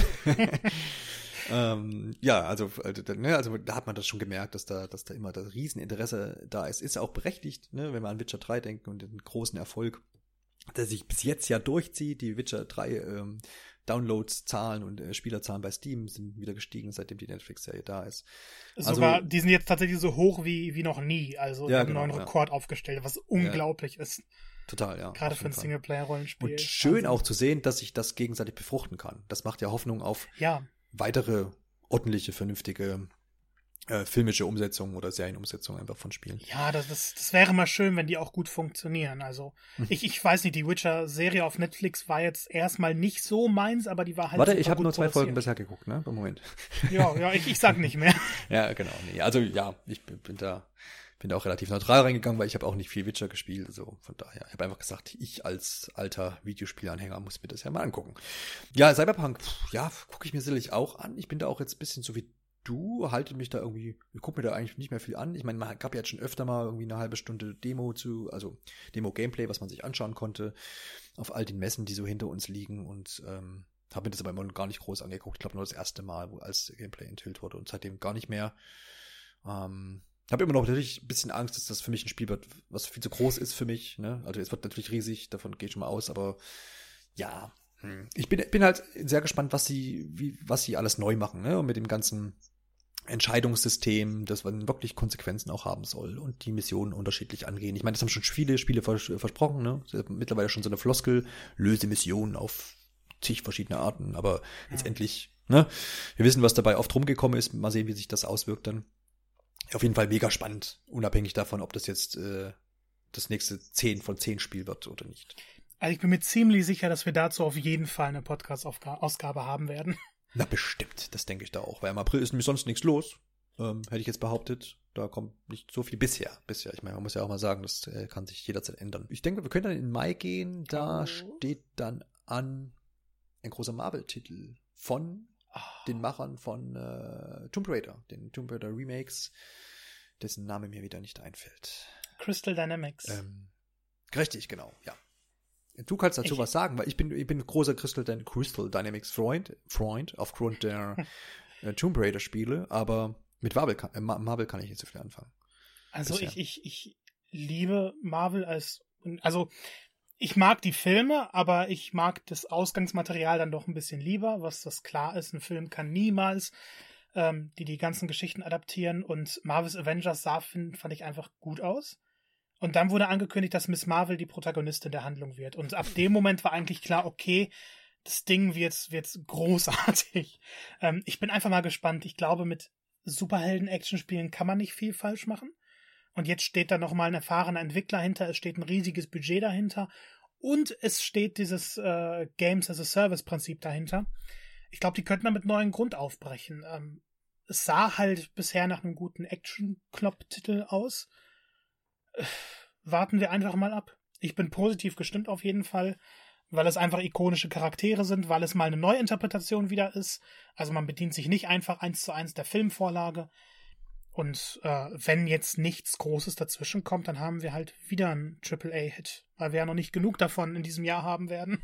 Also da hat man das schon gemerkt, dass da immer das Rieseninteresse da ist. Ist auch berechtigt, ne, wenn wir an Witcher 3 denken und den großen Erfolg, der sich bis jetzt ja durchzieht. Die Witcher 3 Downloads-Zahlen und Spielerzahlen bei Steam sind wieder gestiegen, seitdem die Netflix-Serie da ist. Sogar, die sind jetzt tatsächlich so hoch wie noch nie. Also ja, haben einen neuen Rekord aufgestellt, was unglaublich ist. Total, ja. Gerade für ein Singleplayer-Rollenspiel. Und schön auch zu sehen, dass sich das gegenseitig befruchten kann. Das macht ja Hoffnung auf weitere ordentliche, vernünftige filmische Umsetzungen oder Serienumsetzungen einfach von Spielen. Ja, das wäre mal schön, wenn die auch gut funktionieren. Also, ich weiß nicht, die Witcher-Serie auf Netflix war jetzt erstmal nicht so meins, aber die war halt. Warte, ich habe nur 2 Folgen bisher geguckt, ne? Im Moment. Ja, ich sag nicht mehr. Ja, genau. Nee. Also, ja, ich bin da auch relativ neutral reingegangen, weil ich habe auch nicht viel Witcher gespielt. Also von daher, ich habe einfach gesagt, ich als alter Videospielanhänger muss mir das ja mal angucken. Ja, Cyberpunk, gucke ich mir sicherlich auch an. Ich bin da auch jetzt ein bisschen so wie du, halte mich da irgendwie, ich gucke mir da eigentlich nicht mehr viel an. Ich meine, man gab ja jetzt schon öfter mal irgendwie eine halbe Stunde Demo-Gameplay, was man sich anschauen konnte, auf all den Messen, die so hinter uns liegen und habe mir das aber immer gar nicht groß angeguckt. Ich glaube nur das erste Mal, wo als Gameplay enthüllt wurde und seitdem gar nicht mehr. Habe immer noch natürlich ein bisschen Angst, dass das für mich ein Spiel wird, was viel zu groß ist für mich. Ne? Also es wird natürlich riesig, davon gehe ich schon mal aus, aber ja, ich bin halt sehr gespannt, was sie alles neu machen, ne? Und mit dem ganzen Entscheidungssystem, das man wirklich Konsequenzen auch haben soll und die Missionen unterschiedlich angehen. Ich meine, das haben schon viele Spiele versprochen, ne? Mittlerweile schon so eine Floskel, löse Missionen auf zig verschiedene Arten, aber letztendlich, ne? Wir wissen, was dabei oft rumgekommen ist, mal sehen, wie sich das auswirkt dann. Auf jeden Fall mega spannend, unabhängig davon, ob das jetzt das nächste 10 von 10 Spiel wird oder nicht. Also ich bin mir ziemlich sicher, dass wir dazu auf jeden Fall eine Podcast-Ausgabe haben werden. Na bestimmt, das denke ich da auch, weil im April ist nämlich sonst nichts los, hätte ich jetzt behauptet. Da kommt nicht so viel bisher. Ich meine, man muss ja auch mal sagen, das kann sich jederzeit ändern. Ich denke, wir können dann in den Mai gehen, da steht dann an ein großer Marvel-Titel von den Machern von Tomb Raider, den Tomb Raider Remakes, dessen Name mir wieder nicht einfällt. Crystal Dynamics. Richtig, genau, ja. Du kannst dazu was sagen, weil ich bin großer Crystal Dynamics Freund aufgrund der Tomb Raider Spiele, aber mit Marvel kann ich nicht so viel anfangen. Also ich liebe Marvel also ich mag die Filme, aber ich mag das Ausgangsmaterial dann doch ein bisschen lieber, was das klar ist. Ein Film kann niemals die ganzen Geschichten adaptieren und Marvel's Avengers fand ich einfach gut aus. Und dann wurde angekündigt, dass Miss Marvel die Protagonistin der Handlung wird. Und ab dem Moment war eigentlich klar, okay, das Ding wird großartig. Ich bin einfach mal gespannt. Ich glaube, mit Superhelden-Action-Spielen kann man nicht viel falsch machen. Und jetzt steht da nochmal ein erfahrener Entwickler hinter, es steht ein riesiges Budget dahinter und es steht dieses Games-as-a-Service-Prinzip dahinter. Ich glaube, die könnten damit neuen Grund aufbrechen. Es sah halt bisher nach einem guten Action-Klopp-Titel aus. Warten wir einfach mal ab. Ich bin positiv gestimmt auf jeden Fall, weil es einfach ikonische Charaktere sind, weil es mal eine Neuinterpretation wieder ist. Also man bedient sich nicht einfach 1:1 der Filmvorlage. Und wenn jetzt nichts Großes dazwischen kommt, dann haben wir halt wieder einen AAA-Hit, weil wir ja noch nicht genug davon in diesem Jahr haben werden.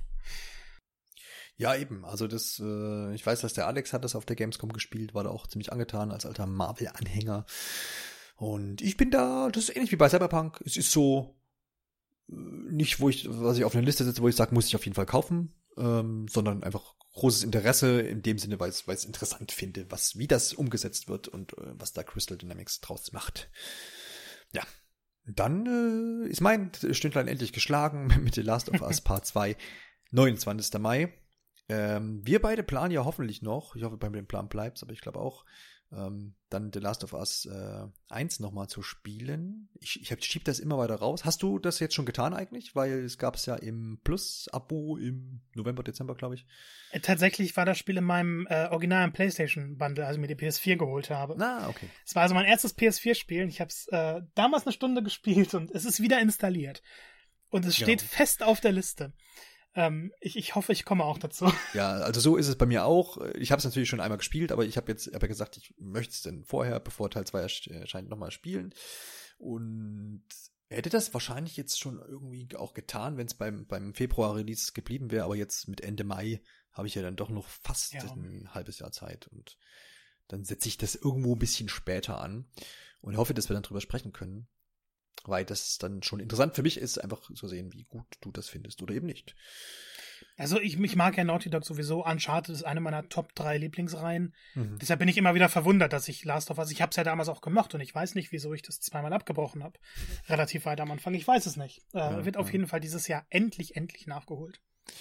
Ja, eben. Also ich weiß, dass der Alex hat das auf der Gamescom gespielt, war da auch ziemlich angetan als alter Marvel-Anhänger. Und ich bin da, das ist ähnlich wie bei Cyberpunk. Es ist so nicht, was ich auf einer Liste setze, wo ich sage, muss ich auf jeden Fall kaufen, sondern einfach großes Interesse in dem Sinne, weil ich es interessant finde, wie das umgesetzt wird und was da Crystal Dynamics draus macht. Ja. Dann ist mein Stündlein endlich geschlagen mit The Last of Us Part 2, 29. Mai. Wir beide planen ja hoffentlich noch, ich hoffe, bei dem Plan bleibt's, aber ich glaube auch, dann The Last of Us 1 nochmal zu spielen. Ich schieb das immer weiter raus. Hast du das jetzt schon getan eigentlich? Weil es gab es ja im Plus-Abo im November, Dezember, glaube ich. Tatsächlich war das Spiel in meinem originalen PlayStation-Bundle, als ich mir die PS4 geholt habe. Okay. Es war also mein erstes PS4-Spiel. Ich habe es damals eine Stunde gespielt und es ist wieder installiert. Und es steht fest auf der Liste. Ich hoffe, ich komme auch dazu. Ja, also so ist es bei mir auch. Ich habe es natürlich schon einmal gespielt, aber ich habe ja gesagt, ich möchte es denn vorher, bevor Teil 2 erscheint, nochmal spielen. Und hätte das wahrscheinlich jetzt schon irgendwie auch getan, wenn es beim Februar-Release geblieben wäre. Aber jetzt mit Ende Mai habe ich ja dann doch noch fast ein halbes Jahr Zeit. Und dann setze ich das irgendwo ein bisschen später an und hoffe, dass wir dann drüber sprechen können. Weil das dann schon interessant für mich ist, einfach zu sehen, wie gut du das findest oder eben nicht. Also ich mag ja Naughty Dog sowieso. Uncharted ist eine meiner Top 3 Lieblingsreihen. Deshalb bin ich immer wieder verwundert, dass ich Last of Us, ich habe es ja damals auch gemocht und ich weiß nicht, wieso ich das zweimal abgebrochen habe. Relativ weit am Anfang. Ich weiß es nicht. Wird auf jeden Fall dieses Jahr endlich nachgeholt.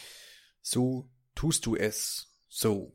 So tust du es. So.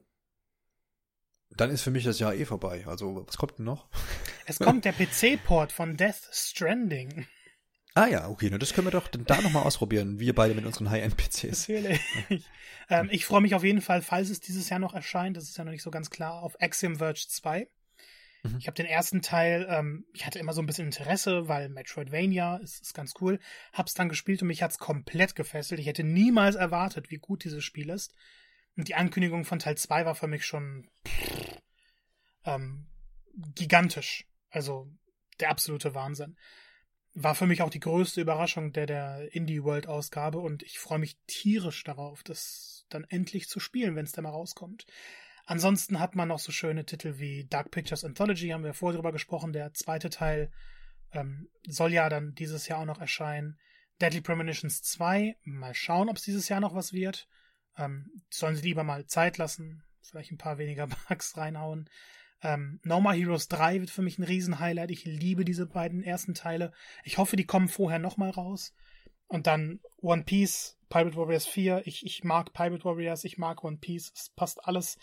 Dann ist für mich das Jahr vorbei. Also, was kommt denn noch? Es kommt der PC-Port von Death Stranding. Ah ja, okay, das können wir doch da nochmal ausprobieren. Wir beide mit unseren High-End-PCs. Natürlich. Ich freue mich auf jeden Fall, falls es dieses Jahr noch erscheint, das ist ja noch nicht so ganz klar, auf Axiom Verge 2. Ich habe den ersten Teil, ich hatte immer so ein bisschen Interesse, weil Metroidvania ist ganz cool. Hab's dann gespielt und mich hat's komplett gefesselt. Ich hätte niemals erwartet, wie gut dieses Spiel ist. Und die Ankündigung von Teil 2 war für mich schon gigantisch. Also der absolute Wahnsinn. War für mich auch die größte Überraschung der Indie-World-Ausgabe und ich freue mich tierisch darauf, das dann endlich zu spielen, wenn es dann mal rauskommt. Ansonsten hat man noch so schöne Titel wie Dark Pictures Anthology, haben wir vorher drüber gesprochen. Der zweite Teil soll ja dann dieses Jahr auch noch erscheinen. Deadly Premonitions 2, mal schauen, ob es dieses Jahr noch was wird. Sollen sie lieber mal Zeit lassen, vielleicht ein paar weniger Bugs reinhauen. No More Heroes 3 wird für mich ein Riesen-Highlight. Ich liebe diese beiden ersten Teile. Ich hoffe, die kommen vorher nochmal raus. Und dann One Piece, Pirate Warriors 4. Ich mag Pirate Warriors, ich mag One Piece. Es passt alles.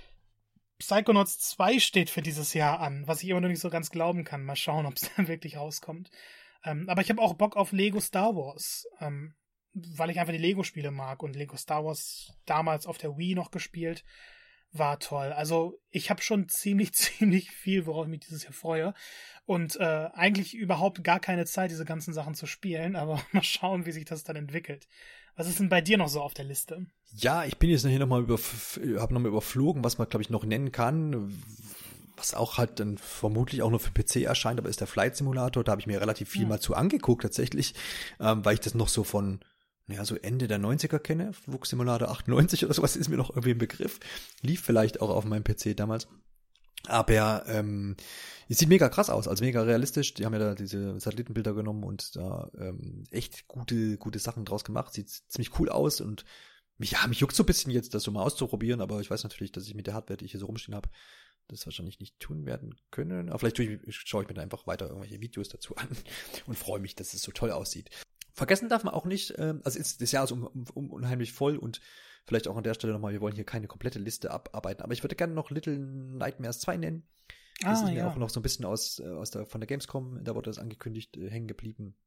Psychonauts 2 steht für dieses Jahr an, was ich immer noch nicht so ganz glauben kann. Mal schauen, ob es dann wirklich rauskommt. Aber ich habe auch Bock auf Lego Star Wars, weil ich einfach die Lego-Spiele mag. Und Lego Star Wars damals auf der Wii noch gespielt. War toll. Also ich habe schon ziemlich viel, worauf ich mich dieses Jahr freue. Und eigentlich überhaupt gar keine Zeit, diese ganzen Sachen zu spielen. Aber mal schauen, wie sich das dann entwickelt. Was ist denn bei dir noch so auf der Liste? Ja, ich bin jetzt hier nochmal überflogen, was man, glaube ich, noch nennen kann. Was auch halt dann vermutlich auch nur für PC erscheint, aber ist der Flight Simulator. Da habe ich mir relativ viel mal zu angeguckt tatsächlich, weil ich das noch so von so Ende der 90er kenne. Flug Simulator 98 oder sowas ist mir noch irgendwie ein Begriff. Lief vielleicht auch auf meinem PC damals. Aber es sieht mega krass aus, also mega realistisch. Die haben ja da diese Satellitenbilder genommen und da echt gute Sachen draus gemacht. Sieht ziemlich cool aus und mich juckt so ein bisschen jetzt, das so mal auszuprobieren, aber ich weiß natürlich, dass ich mit der Hardware, die ich hier so rumstehen habe, das wahrscheinlich nicht tun werden können. Aber vielleicht schaue ich mir da einfach weiter irgendwelche Videos dazu an und freue mich, dass es so toll aussieht. Vergessen darf man auch nicht, also das Jahr ist unheimlich voll und vielleicht auch an der Stelle nochmal, wir wollen hier keine komplette Liste abarbeiten, aber ich würde gerne noch Little Nightmares 2 nennen. Das ist mir auch noch so ein bisschen von der Gamescom, da wurde das angekündigt, hängen geblieben.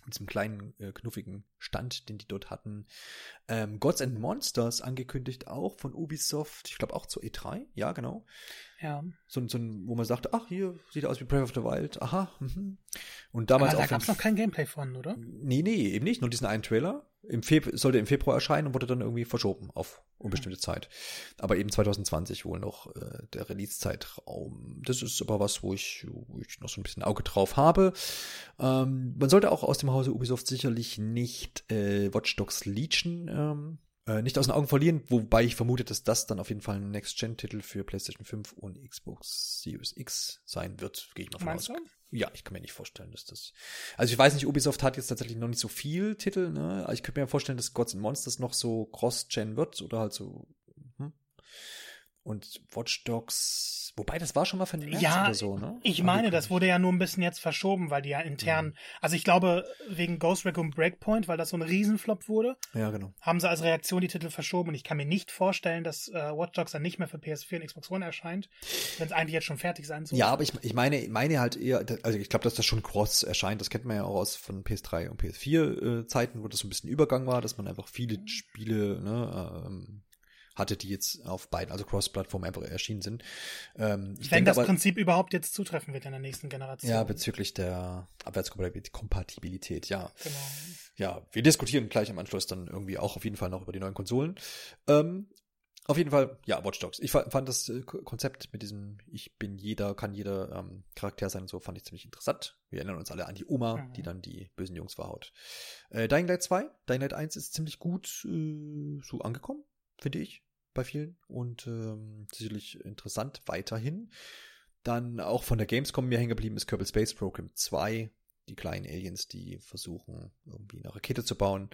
mit diesem kleinen, knuffigen Stand, den die dort hatten. Gods and Monsters angekündigt auch von Ubisoft, ich glaube auch zur E3, ja, genau. Ja. So ein, wo man sagte, ach, hier sieht aus wie Breath of the Wild, aha. Und damals aber auch. Da gab es noch kein Gameplay von, oder? Nee, eben nicht, nur diesen einen Trailer. Sollte im Februar erscheinen und wurde dann irgendwie verschoben auf unbestimmte Zeit. Aber eben 2020 wohl noch der Release-Zeitraum. Das ist aber was, wo ich noch so ein bisschen Auge drauf habe. Man sollte auch aus dem Hause Ubisoft sicherlich nicht Watch Dogs Legion nicht aus den Augen verlieren, wobei ich vermute, dass das dann auf jeden Fall ein Next-Gen-Titel für PlayStation 5 und Xbox Series X sein wird, gehe ich mal von aus. Ja, ich kann mir nicht vorstellen, dass das. Also ich weiß nicht, Ubisoft hat jetzt tatsächlich noch nicht so viel Titel, ne? Aber ich könnte mir vorstellen, dass Gods and Monsters noch so Cross-Gen wird oder halt so. Und Watch Dogs, wobei das war schon mal für den März oder so, ne? Ich meine, das wurde ja nur ein bisschen jetzt verschoben, weil die ja intern, also ich glaube, wegen Ghost Recon Breakpoint, weil das so ein Riesenflop wurde, ja, genau, haben sie als Reaktion die Titel verschoben und ich kann mir nicht vorstellen, dass Watch Dogs dann nicht mehr für PS4 und Xbox One erscheint, wenn es eigentlich jetzt schon fertig sein soll. Ja, aber ich meine halt eher, also ich glaube, dass das schon cross erscheint, das kennt man ja auch aus von PS3 und PS4 Zeiten, wo das so ein bisschen Übergang war, dass man einfach viele Spiele, ne, hatte, die jetzt auf beiden, also Cross-Plattform einfach erschienen sind. Wenn das Prinzip überhaupt jetzt zutreffen wird in der nächsten Generation. Ja, bezüglich der Abwärtskompatibilität, ja. Genau. Ja, wir diskutieren gleich im Anschluss dann irgendwie auch auf jeden Fall noch über die neuen Konsolen. Auf jeden Fall, ja, Watch Dogs. Ich fand das Konzept mit diesem kann jeder Charakter sein und so, fand ich ziemlich interessant. Wir erinnern uns alle an die Oma, die dann die bösen Jungs verhaut. Dying Light 2, Dying Light 1 ist ziemlich gut so angekommen, finde ich, bei vielen und sicherlich interessant weiterhin. Dann auch von der Gamescom mir hängen geblieben ist Kerbal Space Program 2, die kleinen Aliens, die versuchen, irgendwie eine Rakete zu bauen.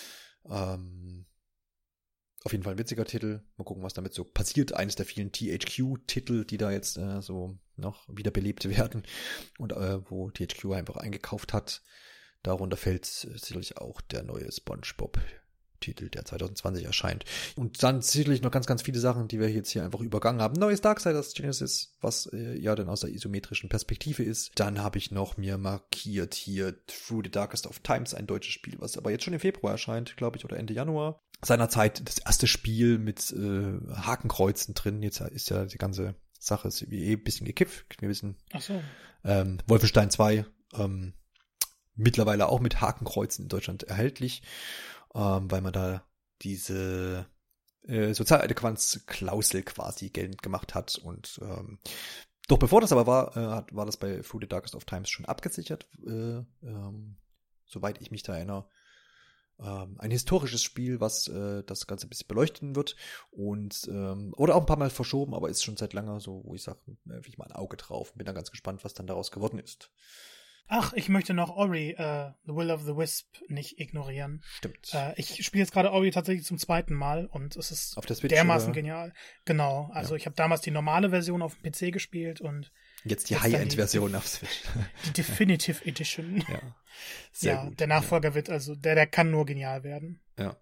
Auf jeden Fall ein witziger Titel. Mal gucken, was damit so passiert. Eines der vielen THQ-Titel, die da jetzt so noch wiederbelebt werden und wo THQ einfach eingekauft hat. Darunter fällt sicherlich auch der neue SpongeBob-Titel, der 2020 erscheint. Und dann sicherlich noch ganz, ganz viele Sachen, die wir jetzt hier einfach übergangen haben. Neues Darksiders Genesis, was ja dann aus der isometrischen Perspektive ist. Dann habe ich noch mir markiert hier Through the Darkest of Times, ein deutsches Spiel, was aber jetzt schon im Februar erscheint, glaube ich, oder Ende Januar. Seinerzeit das erste Spiel mit Hakenkreuzen drin. Jetzt ist ja die ganze Sache ein bisschen gekippt. Wir wissen. Ach so. Wolfenstein 2 mittlerweile auch mit Hakenkreuzen in Deutschland erhältlich, weil man da diese Sozialadäquanz-Klausel quasi geltend gemacht hat. Und doch bevor das aber war das bei Through the Darkest of Times schon abgesichert, soweit ich mich da erinnere. Ein historisches Spiel, was das Ganze ein bisschen beleuchten wird und oder auch ein paar Mal verschoben, aber ist schon seit langer so, wo ich sage, werfe ich mal ein Auge drauf und bin da ganz gespannt, was dann daraus geworden ist. Ach, ich möchte noch Ori, The Will of the Wisp, nicht ignorieren. Stimmt. Ich spiele jetzt gerade Ori tatsächlich zum zweiten Mal und es ist auf der Switch, dermaßen oder? Genial. Genau, also ich habe damals die normale Version auf dem PC gespielt und jetzt die High-End-Version auf Switch. Die Definitive Edition. Ja, sehr gut. Der Nachfolger wird also, der kann nur genial werden. Ja.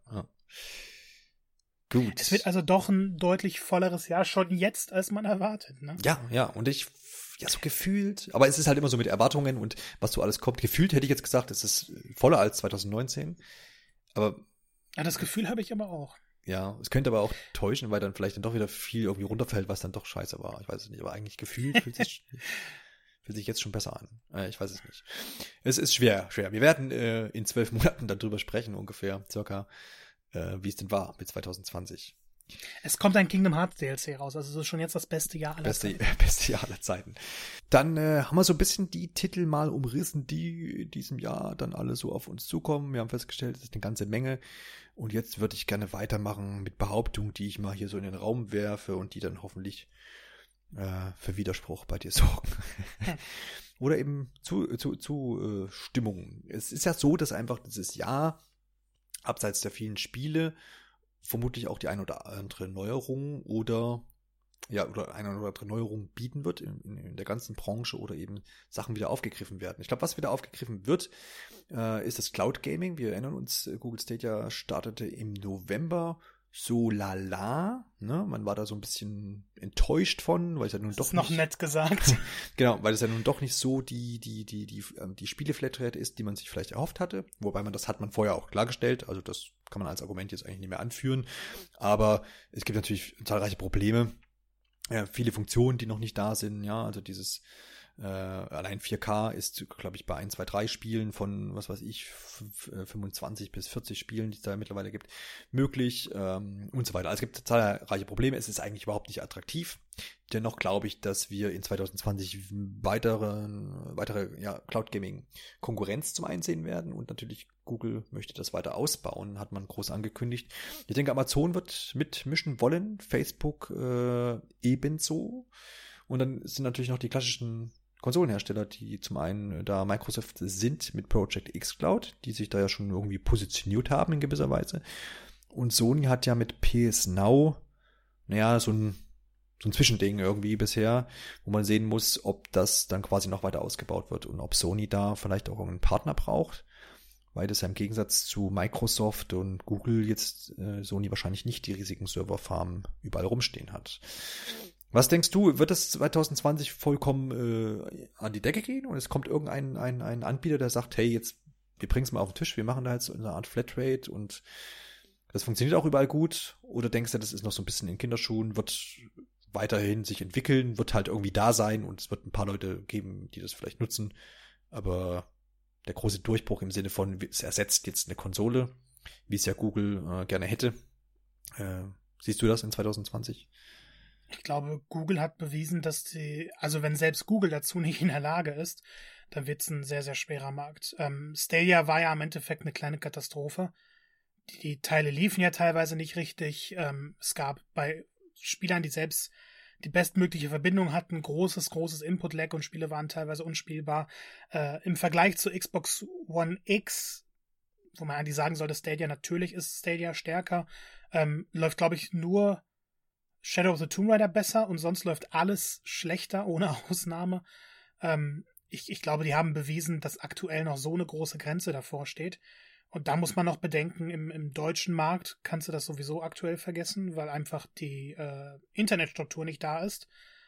Gut. Es wird also doch ein deutlich volleres Jahr schon jetzt, als man erwartet, ne? Ja, und so gefühlt, aber es ist halt immer so mit Erwartungen und was so alles kommt. Gefühlt hätte ich jetzt gesagt, es ist voller als 2019, aber ja, das Gefühl habe ich aber auch. Ja, es könnte aber auch täuschen, weil dann vielleicht dann doch wieder viel irgendwie runterfällt, was dann doch scheiße war. Ich weiß es nicht, aber eigentlich gefühlt fühlt sich jetzt schon besser an. Ich weiß es nicht. Es ist schwer. Wir werden in 12 Monaten dann drüber sprechen, ungefähr, circa, wie es denn war mit 2020. Es kommt ein Kingdom Hearts DLC raus, also es ist schon jetzt das beste Jahr aller Zeiten. Beste Jahr aller Zeiten. Dann haben wir so ein bisschen die Titel mal umrissen, die in diesem Jahr dann alle so auf uns zukommen. Wir haben festgestellt, es ist eine ganze Menge. Und jetzt würde ich gerne weitermachen mit Behauptungen, die ich mal hier so in den Raum werfe und die dann hoffentlich für Widerspruch bei dir sorgen. Oder eben zu Stimmung. Es ist ja so, dass einfach dieses Jahr, abseits der vielen Spiele, vermutlich auch die ein oder andere Neuerung oder eine oder andere Neuerung bieten wird in der ganzen Branche oder eben Sachen wieder aufgegriffen werden. Ich glaube, was wieder aufgegriffen wird, ist das Cloud Gaming. Wir erinnern uns, Google Stadia startete im November. so lala, ne? Man war da so ein bisschen enttäuscht von, weil es ja nun doch nicht... Das ist noch nett gesagt. Genau, weil es ja nun doch nicht so die Spiele-Flatrate ist, die man sich vielleicht erhofft hatte. Wobei hat man vorher auch klargestellt, also das kann man als Argument jetzt eigentlich nicht mehr anführen. Aber es gibt natürlich zahlreiche Probleme. Viele Funktionen, die noch nicht da sind, ja, also dieses allein 4K ist, glaube ich, bei 1, 2, 3 Spielen von, was weiß ich, 25 bis 40 Spielen, die es da mittlerweile gibt, möglich und so weiter. Also es gibt zahlreiche Probleme. Es ist eigentlich überhaupt nicht attraktiv. Dennoch glaube ich, dass wir in 2020 weitere Cloud Gaming Konkurrenz zum einen sehen werden und natürlich Google möchte das weiter ausbauen, hat man groß angekündigt. Ich denke, Amazon wird mitmischen wollen, Facebook ebenso. Und dann sind natürlich noch die klassischen Konsolenhersteller, die zum einen da Microsoft sind mit Project X Cloud, die sich da ja schon irgendwie positioniert haben in gewisser Weise. Und Sony hat ja mit PS Now, so ein Zwischending irgendwie bisher, wo man sehen muss, ob das dann quasi noch weiter ausgebaut wird und ob Sony da vielleicht auch einen Partner braucht, weil das ja im Gegensatz zu Microsoft und Google jetzt Sony wahrscheinlich nicht die riesigen Serverfarmen überall rumstehen hat. Was denkst du, wird das 2020 vollkommen an die Decke gehen und es kommt irgendein ein Anbieter, der sagt, hey, jetzt, wir bringen es mal auf den Tisch, wir machen da jetzt so eine Art Flatrate und das funktioniert auch überall gut? Oder denkst du, das ist noch so ein bisschen in Kinderschuhen, wird weiterhin sich entwickeln, wird halt irgendwie da sein und es wird ein paar Leute geben, die das vielleicht nutzen, aber der große Durchbruch im Sinne von, es ersetzt jetzt eine Konsole, wie es ja Google gerne hätte. Siehst du das in 2020? Ich glaube, Google hat bewiesen, dass also wenn selbst Google dazu nicht in der Lage ist, dann wird es ein sehr, sehr schwerer Markt. Stadia war ja im Endeffekt eine kleine Katastrophe. Die Teile liefen ja teilweise nicht richtig. Es gab bei Spielern, die selbst die bestmögliche Verbindung hatten, großes Input-Lag und Spiele waren teilweise unspielbar. Im Vergleich zu Xbox One X, wo man eigentlich sagen sollte, Stadia, natürlich ist Stadia stärker, läuft, glaube ich, nur Shadow of the Tomb Raider besser und sonst läuft alles schlechter, ohne Ausnahme. Ich glaube, die haben bewiesen, dass aktuell noch so eine große Grenze davor steht. Und da muss man noch bedenken, im deutschen Markt kannst du das sowieso aktuell vergessen, weil einfach die Internetstruktur nicht da ist.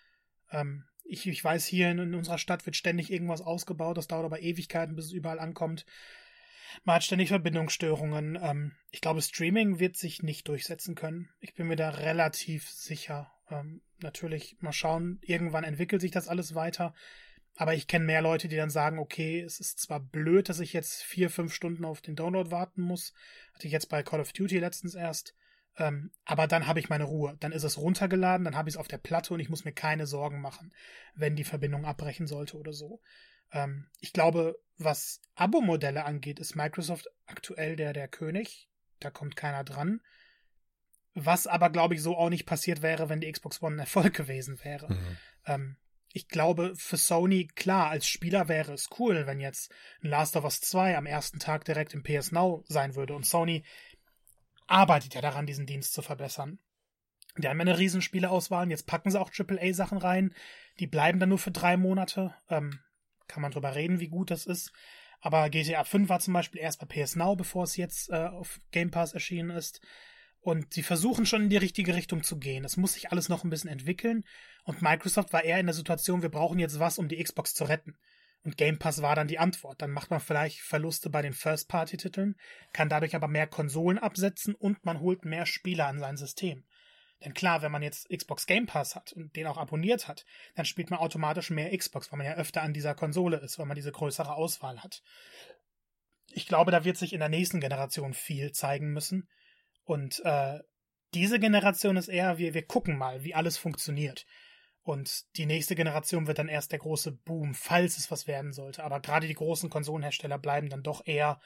Ich weiß, hier in unserer Stadt wird ständig irgendwas ausgebaut, das dauert aber Ewigkeiten, bis es überall ankommt. Man hat ständig Verbindungsstörungen. Ich glaube, Streaming wird sich nicht durchsetzen können. Ich bin mir da relativ sicher. Natürlich, mal schauen, irgendwann entwickelt sich das alles weiter. Aber ich kenne mehr Leute, die dann sagen, okay, es ist zwar blöd, dass ich jetzt 4-5 Stunden auf den Download warten muss. Hatte ich jetzt bei Call of Duty letztens erst. Aber dann habe ich meine Ruhe. Dann ist es runtergeladen, dann habe ich es auf der Platte und ich muss mir keine Sorgen machen, wenn die Verbindung abbrechen sollte oder so. Ich glaube, was Abo-Modelle angeht, ist Microsoft aktuell der König. Da kommt keiner dran. Was aber, glaube ich, so auch nicht passiert wäre, wenn die Xbox One ein Erfolg gewesen wäre. Mhm. Ich glaube, für Sony, klar, als Spieler wäre es cool, wenn jetzt ein Last of Us 2 am ersten Tag direkt im PS Now sein würde. Und Sony arbeitet ja daran, diesen Dienst zu verbessern. Die haben ja eine riesen Spieleauswahl. Jetzt packen sie auch AAA-Sachen rein. Die bleiben dann nur für 3 Monate. Kann man drüber reden, wie gut das ist. Aber GTA 5 war zum Beispiel erst bei PS Now, bevor es jetzt auf Game Pass erschienen ist. Und sie versuchen schon in die richtige Richtung zu gehen. Es muss sich alles noch ein bisschen entwickeln. Und Microsoft war eher in der Situation, wir brauchen jetzt was, um die Xbox zu retten. Und Game Pass war dann die Antwort. Dann macht man vielleicht Verluste bei den First-Party-Titeln, kann dadurch aber mehr Konsolen absetzen und man holt mehr Spieler an sein System. Denn klar, wenn man jetzt Xbox Game Pass hat und den auch abonniert hat, dann spielt man automatisch mehr Xbox, weil man ja öfter an dieser Konsole ist, weil man diese größere Auswahl hat. Ich glaube, da wird sich in der nächsten Generation viel zeigen müssen. Und diese Generation ist eher, wir gucken mal, wie alles funktioniert. Und die nächste Generation wird dann erst der große Boom, falls es was werden sollte. Aber gerade die großen Konsolenhersteller bleiben dann doch eher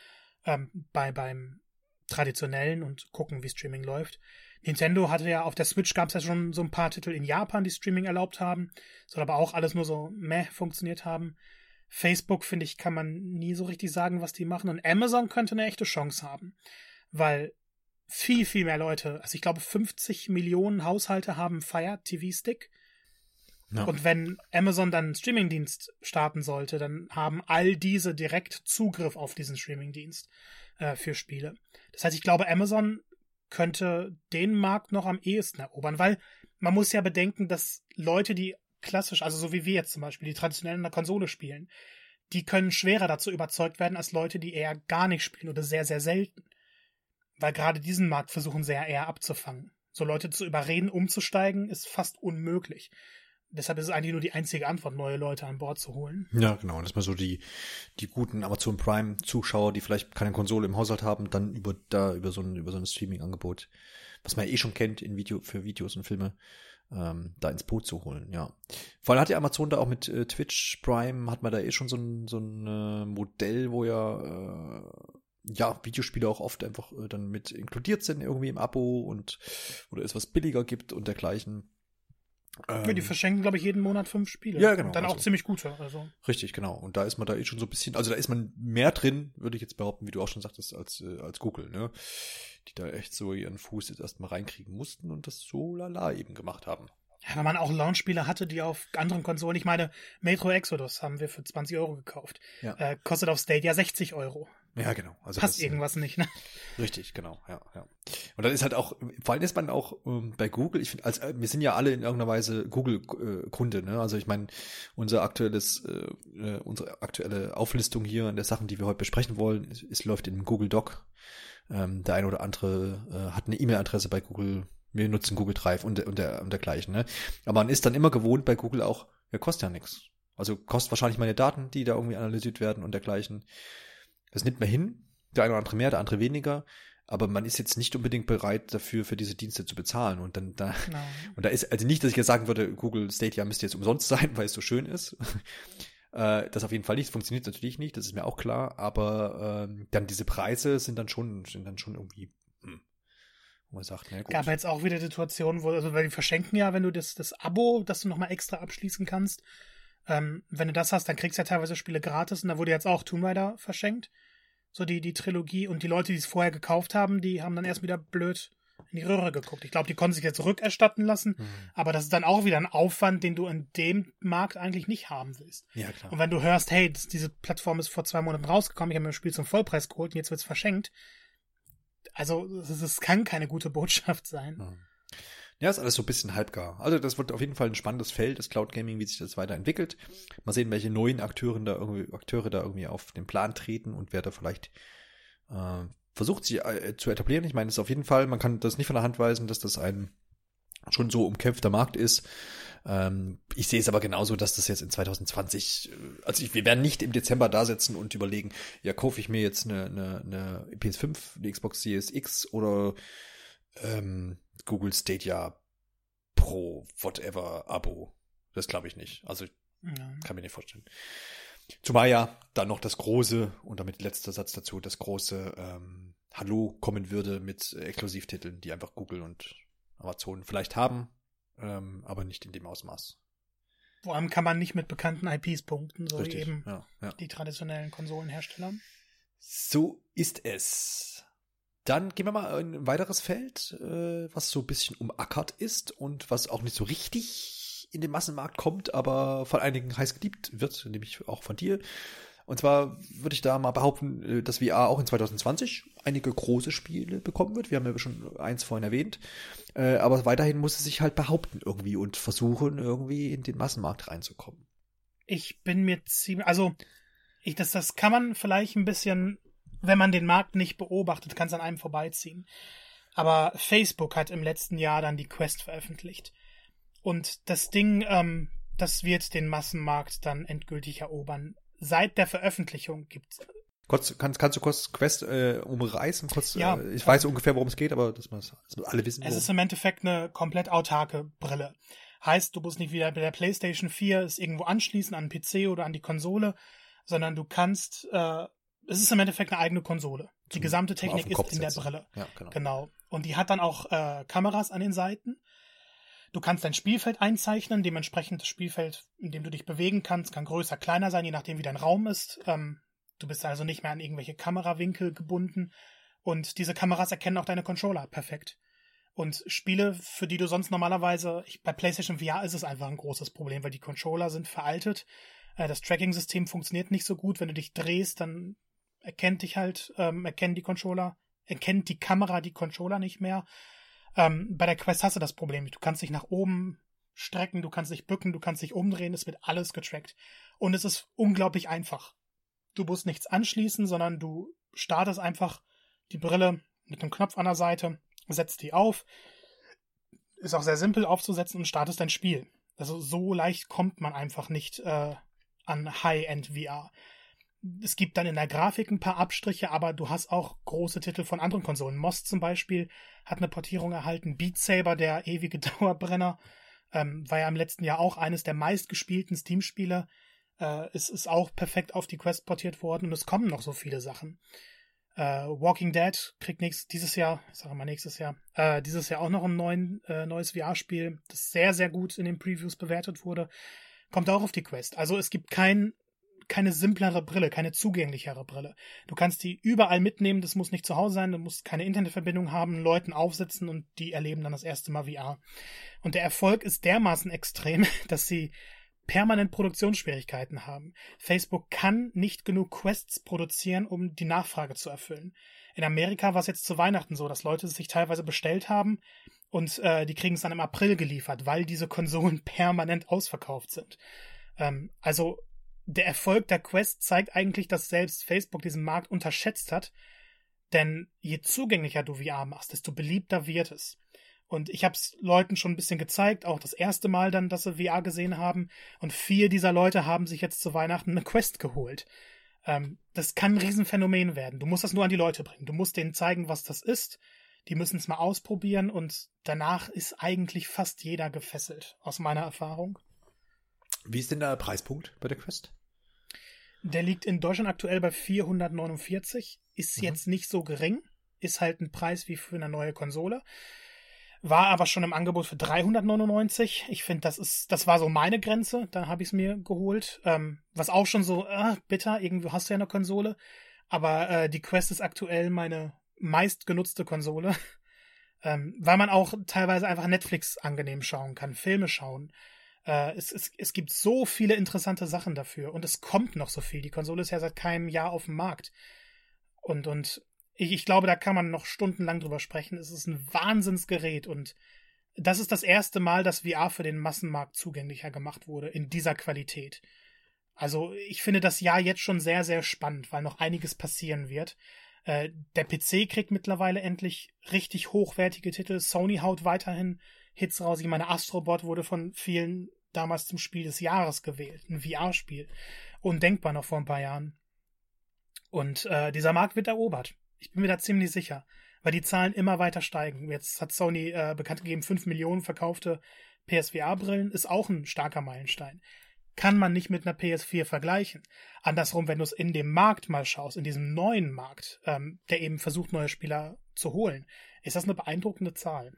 beim Traditionellen und gucken, wie Streaming läuft. Nintendo hatte ja, auf der Switch gab es ja schon so ein paar Titel in Japan, die Streaming erlaubt haben. Soll aber auch alles nur so funktioniert haben. Facebook, finde ich, kann man nie so richtig sagen, was die machen. Und Amazon könnte eine echte Chance haben. Weil viel, viel mehr Leute, also ich glaube 50 Millionen Haushalte haben Fire TV Stick. Ja. Und wenn Amazon dann einen Streamingdienst starten sollte, dann haben all diese direkt Zugriff auf diesen Streamingdienst für Spiele. Das heißt, ich glaube, Amazon könnte den Markt noch am ehesten erobern, weil man muss ja bedenken, dass Leute, die klassisch, also so wie wir jetzt zum Beispiel, die traditionell in der Konsole spielen, die können schwerer dazu überzeugt werden als Leute, die eher gar nicht spielen oder sehr, sehr selten. Weil gerade diesen Markt versuchen sie ja eher abzufangen. So Leute zu überreden, umzusteigen, ist fast unmöglich. Deshalb ist es eigentlich nur die einzige Antwort, neue Leute an Bord zu holen. Ja, genau. Dass man so die guten Amazon Prime-Zuschauer, die vielleicht keine Konsole im Haushalt haben, dann über so ein Streaming-Angebot, was man ja eh schon kennt für Videos und Filme, da ins Boot zu holen, ja. Vor allem hat ja Amazon da auch mit Twitch Prime, hat man da eh schon so ein Modell, wo ja, Videospiele auch oft einfach dann mit inkludiert sind irgendwie im Abo oder es was billiger gibt und dergleichen. Ja, die verschenken, glaube ich, jeden Monat 5 Spiele. Ja, genau. Und dann auch ziemlich gute. Also. Richtig, genau. Und da ist man da eh schon so ein bisschen, also da ist man mehr drin, würde ich jetzt behaupten, wie du auch schon sagtest, als Google, ne? Die da echt so ihren Fuß jetzt erstmal reinkriegen mussten und das so lala eben gemacht haben. Ja, weil man auch Launch-Spiele hatte, die auf anderen Konsolen, ich meine, Metro Exodus haben wir für 20 € gekauft. Ja. Kostet auf Stadia 60 €. Ja, genau. Also passt irgendwas nicht, ne? Richtig, genau, ja. Und dann ist halt auch, vor allem ist man auch bei Google, ich finde, wir sind ja alle in irgendeiner Weise Google-Kunde, ne? Also ich meine, unsere aktuelle Auflistung hier an der Sachen, die wir heute besprechen wollen, läuft in einem Google Doc. Der eine oder andere hat eine E-Mail-Adresse bei Google. Wir nutzen Google Drive und dergleichen, ne? Aber man ist dann immer gewohnt bei Google auch, ja, kostet ja nichts. Also kostet wahrscheinlich meine Daten, die da irgendwie analysiert werden und dergleichen. Das nimmt man hin, der eine oder andere mehr, der andere weniger, aber man ist jetzt nicht unbedingt bereit dafür, für diese Dienste zu bezahlen. Und dann da ist also nicht, dass ich jetzt sagen würde, Google Stadia müsste jetzt umsonst sein, weil es so schön ist. Das auf jeden Fall nicht, funktioniert natürlich nicht, das ist mir auch klar, aber dann diese Preise sind dann schon irgendwie, wo man sagt, ne, gut. Gab jetzt auch wieder Situationen, weil die verschenken ja, wenn du das Abo, das du nochmal extra abschließen kannst, wenn du das hast, dann kriegst du ja teilweise Spiele gratis und da wurde jetzt auch Tomb Raider verschenkt. So die Trilogie und die Leute, die es vorher gekauft haben, die haben dann erst wieder blöd in die Röhre geguckt. Ich glaube, die konnten sich jetzt rückerstatten lassen, aber das ist dann auch wieder ein Aufwand, den du in dem Markt eigentlich nicht haben willst. Ja, klar. Und wenn du hörst, hey, diese Plattform ist vor 2 Monaten rausgekommen, ich habe mir das Spiel zum Vollpreis geholt und jetzt wird es verschenkt. Also, das kann keine gute Botschaft sein. Ja, ist alles so ein bisschen halbgar. Also das wird auf jeden Fall ein spannendes Feld, das Cloud Gaming, wie sich das weiterentwickelt. Mal sehen, welche neuen Akteure da irgendwie auf den Plan treten und wer da vielleicht versucht, sich zu etablieren. Ich meine, es ist auf jeden Fall, man kann das nicht von der Hand weisen, dass das ein schon so umkämpfter Markt ist. Ich sehe es aber genauso, dass das jetzt in 2020, wir werden nicht im Dezember da sitzen und überlegen, ja, kaufe ich mir jetzt eine PS5, eine Xbox Series X oder Google Stadia Pro, whatever, Abo. Das glaube ich nicht. Also, kann mir nicht vorstellen. Zumal ja dann noch das große, und damit letzter Satz dazu, das große Hallo kommen würde mit Exklusivtiteln, die einfach Google und Amazon vielleicht haben, aber nicht in dem Ausmaß. Vor allem kann man nicht mit bekannten IPs punkten, so Richtig, wie eben ja. die traditionellen Konsolenhersteller. So ist es. Dann gehen wir mal in ein weiteres Feld, was so ein bisschen umackert ist und was auch nicht so richtig in den Massenmarkt kommt, aber von einigen heiß geliebt wird, nämlich auch von dir. Und zwar würde ich da mal behaupten, dass VR auch in 2020 einige große Ziele bekommen wird. Wir haben ja schon eins vorhin erwähnt. Aber weiterhin muss es sich halt behaupten irgendwie und versuchen, irgendwie in den Massenmarkt reinzukommen. Ich bin mir ziemlich, also das kann man vielleicht ein bisschen, wenn man den Markt nicht beobachtet, kann es an einem vorbeiziehen. Aber Facebook hat im letzten Jahr dann die Quest veröffentlicht. Und das Ding, das wird den Massenmarkt dann endgültig erobern. Seit der Veröffentlichung gibt's. Kannst du kurz Quest umreißen? Ja, ich weiß ungefähr, worum es geht, aber dass alle wissen. Es ist im Endeffekt eine komplett autarke Brille. Heißt, du musst nicht wieder bei der PlayStation 4 es irgendwo anschließen an den PC oder an die Konsole, sondern du kannst, es ist im Endeffekt eine eigene Konsole. Die gesamte Technik ist in der Brille. Ja, genau. Und die hat dann auch Kameras an den Seiten. Du kannst dein Spielfeld einzeichnen, dementsprechend das Spielfeld, in dem du dich bewegen kannst, kann größer, kleiner sein, je nachdem wie dein Raum ist. Du bist also nicht mehr an irgendwelche Kamerawinkel gebunden und diese Kameras erkennen auch deine Controller perfekt. Und Spiele, für die du sonst normalerweise, bei PlayStation VR ist es einfach ein großes Problem, weil die Controller sind veraltet. Das Tracking-System funktioniert nicht so gut. Wenn du dich drehst, dann erkennen die Controller erkennt die Kamera die Controller nicht mehr. Bei der Quest hast du das Problem nicht. Du kannst dich nach oben strecken, du kannst dich bücken, du kannst dich umdrehen, es wird alles getrackt. Und es ist unglaublich einfach. Du musst nichts anschließen, sondern du startest einfach die Brille mit einem Knopf an der Seite, setzt die auf. Ist auch sehr simpel aufzusetzen und startest dein Spiel. Also so leicht kommt man einfach nicht an High-End VR. Es gibt dann in der Grafik ein paar Abstriche, aber du hast auch große Titel von anderen Konsolen. Moss zum Beispiel hat eine Portierung erhalten. Beat Saber, der ewige Dauerbrenner, war ja im letzten Jahr auch eines der meistgespielten Steam-Spiele. Es ist auch perfekt auf die Quest portiert worden und es kommen noch so viele Sachen. Walking Dead kriegt dieses Jahr auch noch ein neues VR-Spiel, das sehr, sehr gut in den Previews bewertet wurde. Kommt auch auf die Quest. Also es gibt keine simplere Brille, keine zugänglichere Brille. Du kannst die überall mitnehmen, das muss nicht zu Hause sein, du musst keine Internetverbindung haben, Leuten aufsetzen und die erleben dann das erste Mal VR. Und der Erfolg ist dermaßen extrem, dass sie permanent Produktionsschwierigkeiten haben. Facebook kann nicht genug Quests produzieren, um die Nachfrage zu erfüllen. In Amerika war es jetzt zu Weihnachten so, dass Leute es sich teilweise bestellt haben und die kriegen es dann im April geliefert, weil diese Konsolen permanent ausverkauft sind. Also der Erfolg der Quest zeigt eigentlich, dass selbst Facebook diesen Markt unterschätzt hat, denn je zugänglicher du VR machst, desto beliebter wird es. Und ich habe es Leuten schon ein bisschen gezeigt, auch das erste Mal dann, dass sie VR gesehen haben. Und 4 dieser Leute haben sich jetzt zu Weihnachten eine Quest geholt. Das kann ein Riesenphänomen werden. Du musst das nur an die Leute bringen. Du musst denen zeigen, was das ist. Die müssen es mal ausprobieren und danach ist eigentlich fast jeder gefesselt, aus meiner Erfahrung. Wie ist denn der Preispunkt bei der Quest? Der liegt in Deutschland aktuell bei 449. Ist jetzt nicht so gering. Ist halt ein Preis wie für eine neue Konsole. War aber schon im Angebot für 399. Ich finde, das war so meine Grenze. Dann habe ich es mir geholt. Was auch schon so, bitter, irgendwo hast du ja eine Konsole. Aber die Quest ist aktuell meine meistgenutzte Konsole. Weil man auch teilweise einfach Netflix angenehm schauen kann, Filme schauen. Es gibt so viele interessante Sachen dafür. Und es kommt noch so viel. Die Konsole ist ja seit keinem Jahr auf dem Markt. Und ich glaube, da kann man noch stundenlang drüber sprechen. Es ist ein Wahnsinnsgerät und das ist das erste Mal, dass VR für den Massenmarkt zugänglicher gemacht wurde, in dieser Qualität. Also ich finde das Jahr jetzt schon sehr, sehr spannend, weil noch einiges passieren wird. Der PC kriegt mittlerweile endlich richtig hochwertige Titel. Sony haut weiterhin Hits raus. Ich meine, Astrobot wurde von vielen damals zum Spiel des Jahres gewählt. Ein VR-Spiel. Undenkbar noch vor ein paar Jahren. Und dieser Markt wird erobert. Ich bin mir da ziemlich sicher, weil die Zahlen immer weiter steigen. Jetzt hat Sony bekannt gegeben, 5 Millionen verkaufte PSVR-Brillen, ist auch ein starker Meilenstein. Kann man nicht mit einer PS4 vergleichen. Andersrum, wenn du es in dem Markt mal schaust, in diesem neuen Markt, der eben versucht, neue Spieler zu holen, ist das eine beeindruckende Zahl.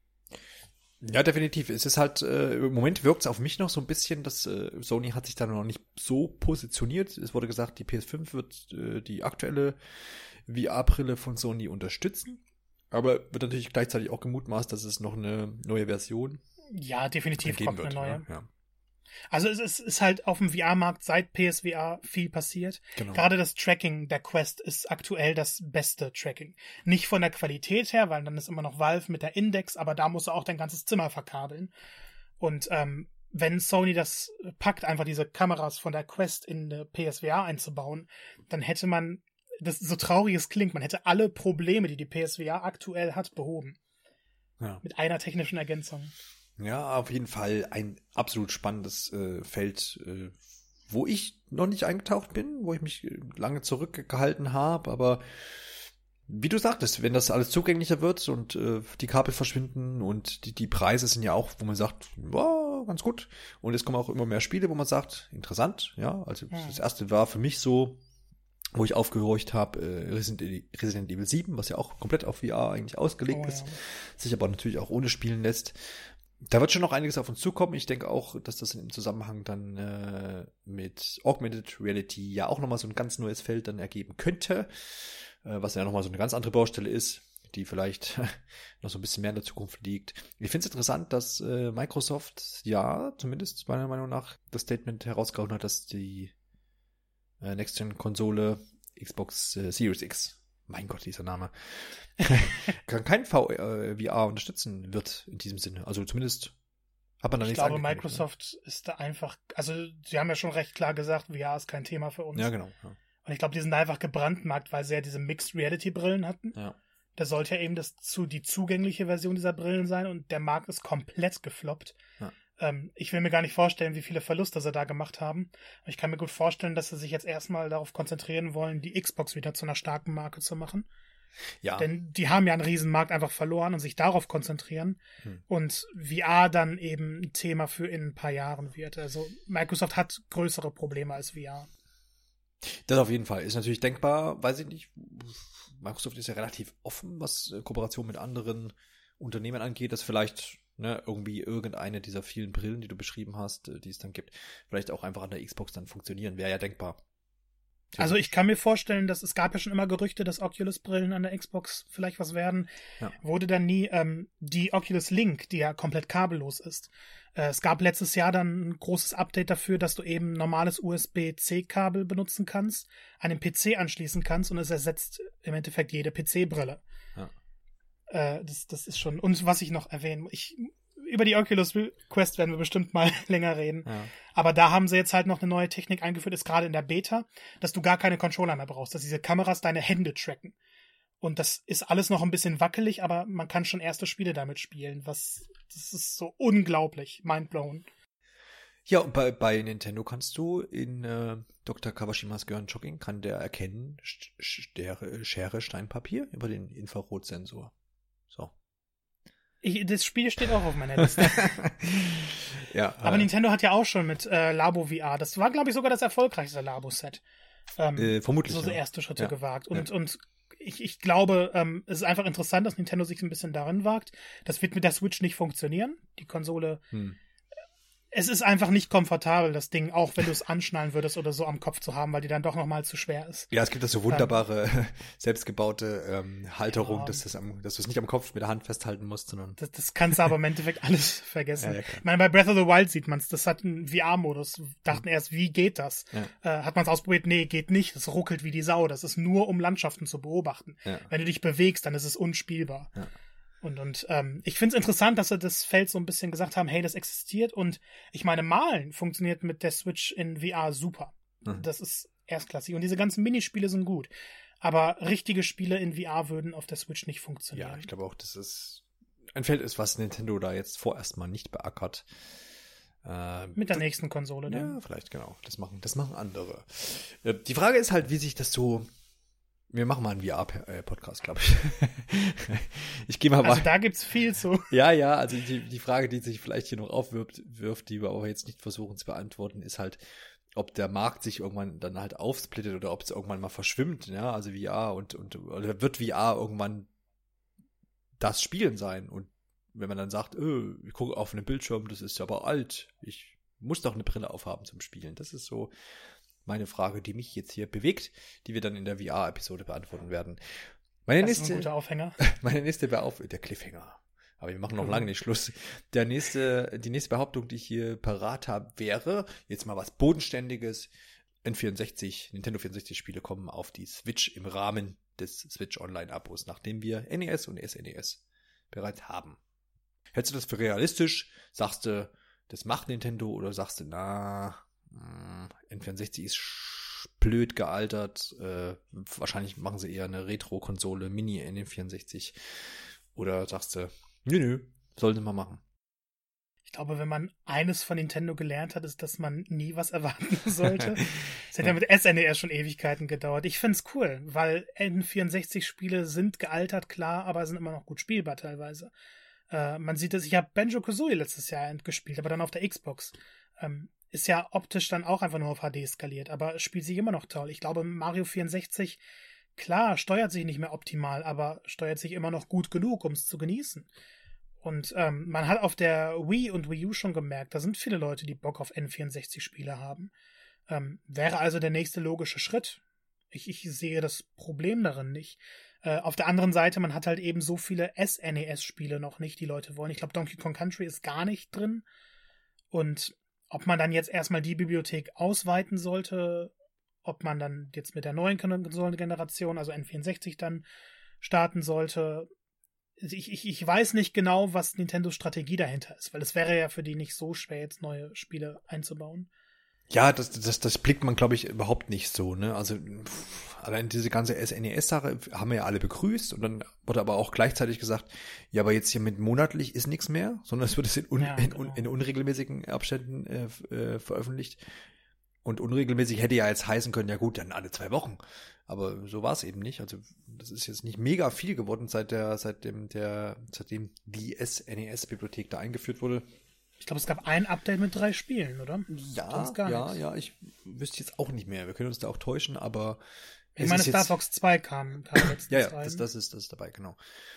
Ja, definitiv. Es ist halt, im Moment wirkt es auf mich noch so ein bisschen, dass Sony hat sich da noch nicht so positioniert. Es wurde gesagt, die PS5 wird die aktuelle VR-Brille von Sony unterstützen. Aber wird natürlich gleichzeitig auch gemutmaßt, dass es noch eine neue Version ja, definitiv kommt eine neue. Ja. Also es ist halt auf dem VR-Markt seit PSVR viel passiert. Genau. Gerade das Tracking der Quest ist aktuell das beste Tracking. Nicht von der Qualität her, weil dann ist immer noch Valve mit der Index, aber da musst du auch dein ganzes Zimmer verkabeln. Und wenn Sony das packt, einfach diese Kameras von der Quest in eine PSVR einzubauen, dann hätte man, das so traurig es klingt, man hätte alle Probleme, die die PSVR aktuell hat, behoben. Ja. Mit einer technischen Ergänzung. Ja, auf jeden Fall ein absolut spannendes Feld, wo ich noch nicht eingetaucht bin, wo ich mich lange zurückgehalten habe, aber wie du sagtest, wenn das alles zugänglicher wird und die Kabel verschwinden und die Preise sind ja auch, wo man sagt, wow, ganz gut, und es kommen auch immer mehr Spiele, wo man sagt, interessant, ja, also das erste war für mich so, wo ich aufgehorcht habe, Resident Evil 7, was ja auch komplett auf VR eigentlich ausgelegt ist, sich aber natürlich auch ohne spielen lässt. Da wird schon noch einiges auf uns zukommen. Ich denke auch, dass das im Zusammenhang dann mit Augmented Reality ja auch nochmal so ein ganz neues Feld dann ergeben könnte, was ja nochmal so eine ganz andere Baustelle ist, die vielleicht noch so ein bisschen mehr in der Zukunft liegt. Ich finde es interessant, dass Microsoft ja, zumindest meiner Meinung nach, das Statement herausgehauen hat, dass die Next-Gen-Konsole Xbox Series X mein Gott, dieser Name, kein VR unterstützen wird in diesem Sinne. Also zumindest hat man da nichts glaube, angekündigt, Microsoft ist da einfach, also sie haben ja schon recht klar gesagt, VR ist kein Thema für uns. Ja, genau. Ja. Und ich glaube, die sind da einfach gebrandmarkt, weil sie ja diese Mixed Reality Brillen hatten. Ja. Das sollte ja eben die zugängliche Version dieser Brillen sein und der Markt ist komplett gefloppt. Ja. Ich will mir gar nicht vorstellen, wie viele Verluste sie da gemacht haben. Aber ich kann mir gut vorstellen, dass sie sich jetzt erstmal darauf konzentrieren wollen, die Xbox wieder zu einer starken Marke zu machen. Ja. Denn die haben ja einen Riesenmarkt einfach verloren und sich darauf konzentrieren. Und VR dann eben ein Thema für in ein paar Jahren wird. Also Microsoft hat größere Probleme als VR. Das auf jeden Fall. Ist natürlich denkbar, weiß ich nicht. Microsoft ist ja relativ offen, was Kooperation mit anderen Unternehmen angeht, dass vielleicht irgendwie irgendeine dieser vielen Brillen, die du beschrieben hast, die es dann gibt, vielleicht auch einfach an der Xbox dann funktionieren. Wäre ja denkbar. Also ich kann mir vorstellen, dass es gab ja schon immer Gerüchte, dass Oculus-Brillen an der Xbox vielleicht was werden. Ja. Wurde dann nie. Die Oculus Link, die ja komplett kabellos ist. Es gab letztes Jahr dann ein großes Update dafür, dass du eben normales USB-C-Kabel benutzen kannst, an den PC anschließen kannst und es ersetzt im Endeffekt jede PC-Brille. Ja. Das ist schon. Und was ich noch erwähnen, über die Oculus Quest werden wir bestimmt mal länger reden. Ja. Aber da haben sie jetzt halt noch eine neue Technik eingeführt, ist gerade in der Beta, dass du gar keine Controller mehr brauchst, dass diese Kameras deine Hände tracken. Und das ist alles noch ein bisschen wackelig, aber man kann schon erste Spiele damit spielen. Das ist so unglaublich mindblown. Ja, und bei Nintendo kannst du in Dr. Kawashimas Girl Jogging, kann der erkennen, Schere, Stein, Papier über den Infrarotsensor. So. Das Spiel steht auch auf meiner Liste. Ja, aber Nintendo hat ja auch schon mit Labo VR, das war, glaube ich, sogar das erfolgreichste Labo-Set. Vermutlich. So erste Schritte gewagt. Und ich glaube, es ist einfach interessant, dass Nintendo sich ein bisschen darin wagt. Das wird mit der Switch nicht funktionieren. Die Konsole es ist einfach nicht komfortabel, das Ding, auch wenn du es anschnallen würdest oder so am Kopf zu haben, weil die dann doch nochmal zu schwer ist. Ja, es gibt da so wunderbare, selbstgebaute Halterung, dass du es nicht am Kopf mit der Hand festhalten musst, sondern... Das kannst du aber im Endeffekt alles vergessen. Ja, ich meine, bei Breath of the Wild sieht man es, das hat einen VR-Modus. Dachten erst, wie geht das? Ja. Hat man es ausprobiert? Nee, geht nicht. Das ruckelt wie die Sau. Das ist nur, um Landschaften zu beobachten. Ja. Wenn du dich bewegst, dann ist es unspielbar. Ja. Und ich finde es interessant, dass sie das Feld so ein bisschen gesagt haben, hey, das existiert. Und ich meine, Malen funktioniert mit der Switch in VR super. Das ist erstklassig. Und diese ganzen Minispiele sind gut. Aber richtige Spiele in VR würden auf der Switch nicht funktionieren. Ja, ich glaube auch, dass es ein Feld ist, was Nintendo da jetzt vorerst mal nicht beackert. Mit der nächsten Konsole dann. Ja, vielleicht, genau. Das machen andere. Die Frage ist halt, wie sich das so... Wir machen mal einen VR-Podcast, glaube ich. Ich gehe mal Also da gibt's viel zu. Ja, also die Frage, die sich vielleicht hier noch aufwirft, die wir aber jetzt nicht versuchen zu beantworten, ist halt, ob der Markt sich irgendwann dann halt aufsplittet oder ob es irgendwann mal verschwimmt, ja, also VR oder wird VR irgendwann das Spielen sein? Und wenn man dann sagt, ich gucke auf einen Bildschirm, das ist aber alt, ich muss doch eine Brille aufhaben zum Spielen. Das ist so meine Frage, die mich jetzt hier bewegt, die wir dann in der VR-Episode beantworten werden. Das ist ein guter Aufhänger. Meine nächste der Cliffhanger. Aber wir machen noch lange nicht Schluss. Die nächste Behauptung, die ich hier parat habe, wäre, jetzt mal was Bodenständiges. Nintendo 64-Spiele kommen auf die Switch im Rahmen des Switch Online-Abos, nachdem wir NES und SNES bereits haben. Hältst du das für realistisch? Sagst du, das macht Nintendo, oder sagst du, N64 ist blöd gealtert, wahrscheinlich machen sie eher eine Retro-Konsole, Mini-N64, oder sagst du, nö, sollen sie mal machen. Ich glaube, wenn man eines von Nintendo gelernt hat, ist, dass man nie was erwarten sollte. Es hat ja mit SNES schon Ewigkeiten gedauert. Ich find's cool, weil N64-Spiele sind gealtert, klar, aber sind immer noch gut spielbar teilweise. Man sieht es, ich habe Banjo-Kazooie letztes Jahr gespielt, aber dann auf der Xbox. Ist ja optisch dann auch einfach nur auf HD skaliert, aber spielt sich immer noch toll. Ich glaube, Mario 64, klar, steuert sich nicht mehr optimal, aber steuert sich immer noch gut genug, um es zu genießen. Und man hat auf der Wii und Wii U schon gemerkt, da sind viele Leute, die Bock auf N64-Spiele haben. Wäre also der nächste logische Schritt. Ich sehe das Problem darin nicht. Auf der anderen Seite, man hat halt eben so viele SNES-Spiele noch nicht, die Leute wollen. Ich glaube, Donkey Kong Country ist gar nicht drin. Und ob man dann jetzt erstmal die Bibliothek ausweiten sollte ob man dann jetzt mit der neuen Konsolengeneration, also N64 dann starten sollte. Ich weiß nicht genau, was Nintendos Strategie dahinter ist, weil es wäre ja für die nicht so schwer, jetzt neue Spiele einzubauen. Ja, das blickt man, glaube ich, überhaupt nicht so, ne? Also, allein diese ganze SNES-Sache haben wir ja alle begrüßt und dann wurde aber auch gleichzeitig gesagt, ja, aber jetzt hier mit monatlich ist nichts mehr, sondern es wird es in unregelmäßigen Abständen veröffentlicht. Und unregelmäßig hätte ja jetzt heißen können, ja gut, dann alle 2 Wochen. Aber so war es eben nicht. Also, das ist jetzt nicht mega viel geworden, seitdem die SNES-Bibliothek da eingeführt wurde. Ich glaube, es gab ein Update mit 3 Spielen, oder? Ja, ich wüsste jetzt auch nicht mehr. Wir können uns da auch täuschen, aber ich meine, Star Fox 2 kam letztens ja, rein. das ist dabei, genau.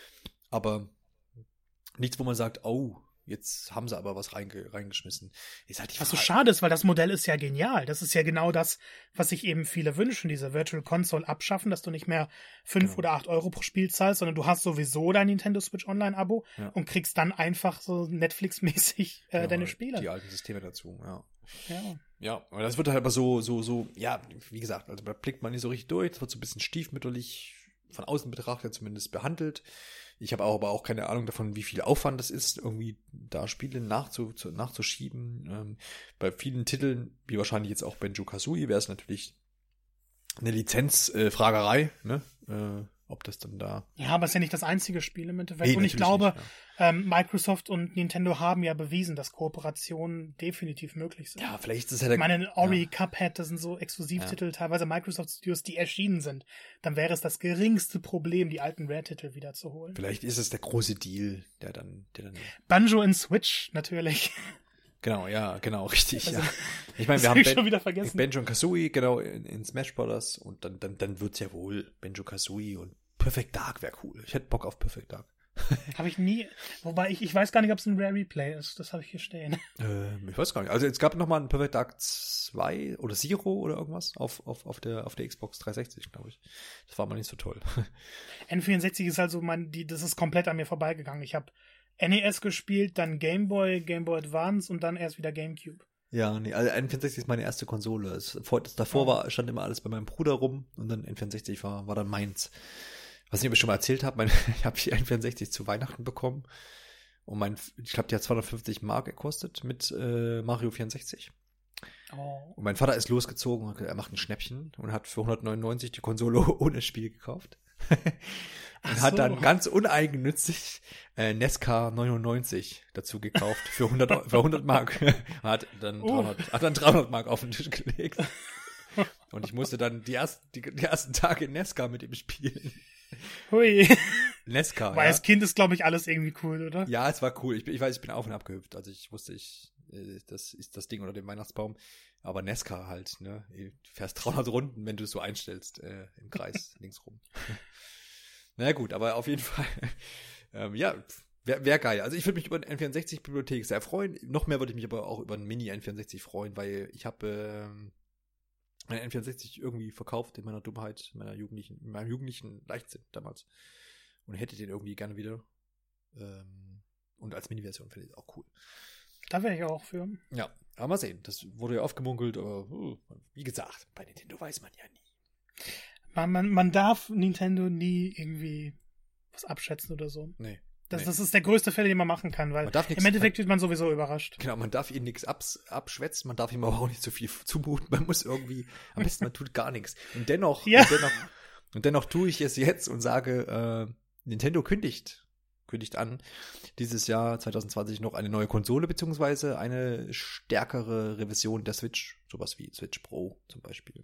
Aber nichts, wo man sagt, oh, jetzt haben sie aber was reingeschmissen. Ist halt was so schade ist, weil das Modell ist ja genial. Das ist ja genau das, was sich eben viele wünschen, diese Virtual Console abschaffen, dass du nicht mehr 5 oder 8 Euro pro Spiel zahlst, sondern du hast sowieso dein Nintendo Switch Online-Abo und kriegst dann einfach so Netflix-mäßig deine Spiele. Die alten Systeme dazu, ja. Ja, aber das wird halt aber so, ja, wie gesagt, also da blickt man nicht so richtig durch, das wird so ein bisschen stiefmütterlich von außen betrachtet zumindest behandelt. Ich habe aber auch keine Ahnung davon, wie viel Aufwand das ist, irgendwie da Spiele nachzuschieben. Bei vielen Titeln, wie wahrscheinlich jetzt auch Banjo-Kazooie, wäre es natürlich eine Lizenzfragerei, ne? Ob das dann da... Ja, aber es ist ja nicht das einzige Spiel im Endeffekt. Und ich glaube, nicht, Microsoft und Nintendo haben ja bewiesen, dass Kooperationen definitiv möglich sind. Ja, vielleicht ist es ja... Ich meine, Ori, Cuphead, das sind so Exklusivtitel, teilweise Microsoft Studios, die erschienen sind. Dann wäre es das geringste Problem, die alten Rare-Titel wiederzuholen. Vielleicht ist es der große Deal, der dann... Banjo in Switch, natürlich. Genau, ja, genau, richtig. Also, ja. Ich meine, wir haben schon wieder vergessen. Banjo und Kazooie, genau, in Smash Brothers und dann wird's ja wohl Banjo Kazooie und Perfect Dark wäre cool. Ich hätte Bock auf Perfect Dark. Habe ich nie, wobei ich weiß gar nicht, ob es ein Rare Replay ist. Das habe ich hier stehen. Ich weiß gar nicht. Also es gab noch mal ein Perfect Dark 2 oder Zero oder irgendwas auf der Xbox 360, glaube ich. Das war mal nicht so toll. N64 ist halt so das ist komplett an mir vorbeigegangen. Ich habe NES gespielt, dann Game Boy Advance und dann erst wieder GameCube. Ja, nee, also N64 ist meine erste Konsole. Davor stand immer alles bei meinem Bruder rum und dann N64 war dann meins. Was ich aber schon mal erzählt habe, ich habe die N64 zu Weihnachten bekommen und ich glaube, die hat 250 Mark gekostet mit Mario 64. Oh. Und mein Vater ist losgezogen und er macht ein Schnäppchen und hat für 199 die Konsole ohne Spiel gekauft. Und hat dann ganz uneigennützig Nesca 99 dazu gekauft für 100 Mark. Hat dann 300 Mark auf den Tisch gelegt. Und ich musste dann die ersten Tage Nesca mit ihm spielen. Hui. Nesca, weil als Kind ist, glaube ich, alles irgendwie cool, oder? Ja, es war cool. Ich weiß, ich bin auf und ab gehüpft. Also ich wusste, das ist das Ding unter dem Weihnachtsbaum. Aber Nesca halt, ne? Du fährst 300 Runden, wenn du es so einstellst, im Kreis, links rum. Na gut, aber auf jeden Fall, ja, wäre geil. Also ich würde mich über eine N64-Bibliothek sehr freuen. Noch mehr würde ich mich aber auch über einen Mini-N64 freuen, weil ich habe eine N64 irgendwie verkauft in meiner Dummheit, in meinem jugendlichen Leichtsinn damals. Und hätte den irgendwie gerne wieder. Und als Mini-Version finde ich es auch cool. Da wäre ich auch für. Ja, aber mal sehen. Das wurde ja aufgemunkelt, aber wie gesagt, bei Nintendo weiß man ja nie. Man darf Nintendo nie irgendwie was abschätzen oder so. Nee. Das ist der größte Fehler, den man machen kann, weil im Endeffekt wird man sowieso überrascht. Genau, man darf ihnen nichts abschwätzen, man darf ihm aber auch nicht so viel zumuten. Man muss irgendwie, am besten man tut gar nichts. Und dennoch tue ich es jetzt und sage, Nintendo kündigt an, dieses Jahr 2020 noch eine neue Konsole beziehungsweise eine stärkere Revision der Switch, sowas wie Switch Pro zum Beispiel.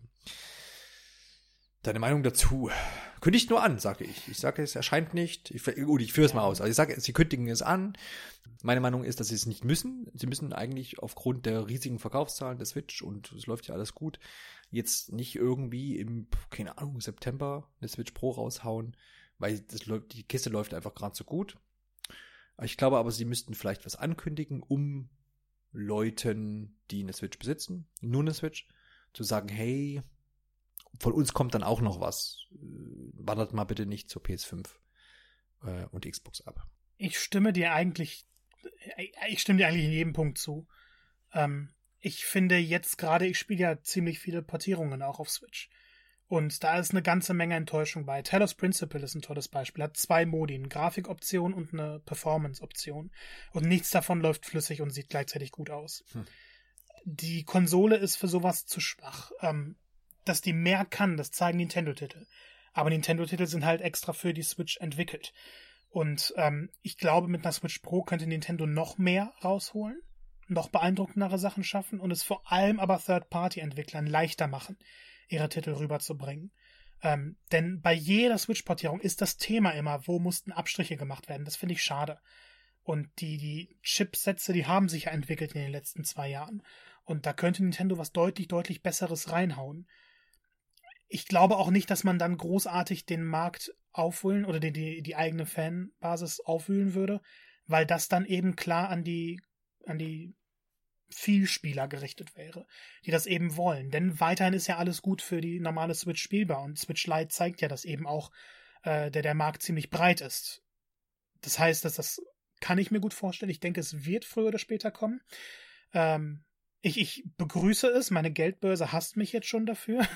Deine Meinung dazu? Kündigt nur an, sage ich. Ich sage, es erscheint nicht. Ich führe es mal aus. Also ich sage, sie kündigen es an. Meine Meinung ist, dass sie es nicht müssen. Sie müssen eigentlich aufgrund der riesigen Verkaufszahlen der Switch und es läuft ja alles gut, jetzt nicht irgendwie im, keine Ahnung, September eine Switch Pro raushauen, weil die Kiste läuft einfach gerade so gut. Ich glaube aber, sie müssten vielleicht was ankündigen, um Leuten, die eine Switch besitzen, nur eine Switch, zu sagen, hey, von uns kommt dann auch noch was. Wandert mal bitte nicht zur PS5 und Xbox ab. Ich stimme dir eigentlich in jedem Punkt zu. ich finde jetzt gerade, ich spiele ja ziemlich viele Portierungen auch auf Switch. Und da ist eine ganze Menge Enttäuschung bei. Talos Principle ist ein tolles Beispiel. Hat 2 Modi, eine Grafikoption und eine Performance-Option. Und nichts davon läuft flüssig und sieht gleichzeitig gut aus. Die Konsole ist für sowas zu schwach. Dass die mehr kann, das zeigen Nintendo-Titel. Aber Nintendo-Titel sind halt extra für die Switch entwickelt. Und ich glaube, mit einer Switch Pro könnte Nintendo noch mehr rausholen, noch beeindruckendere Sachen schaffen und es vor allem aber Third-Party-Entwicklern leichter machen, ihre Titel rüberzubringen. Denn bei jeder Switch-Portierung ist das Thema immer, wo mussten Abstriche gemacht werden. Das finde ich schade. Und die Chipsätze, die haben sich ja entwickelt in den letzten 2 Jahren. Und da könnte Nintendo was deutlich, deutlich Besseres reinhauen. Ich glaube auch nicht, dass man dann großartig den Markt aufwühlen oder die eigene Fanbasis aufwühlen würde, weil das dann eben klar an die Vielspieler gerichtet wäre, die das eben wollen. Denn weiterhin ist ja alles gut für die normale Switch spielbar und Switch Lite zeigt ja, dass eben auch der Markt ziemlich breit ist. Das heißt, dass das kann ich mir gut vorstellen. Ich denke, es wird früher oder später kommen. Ich begrüße es. Meine Geldbörse hasst mich jetzt schon dafür.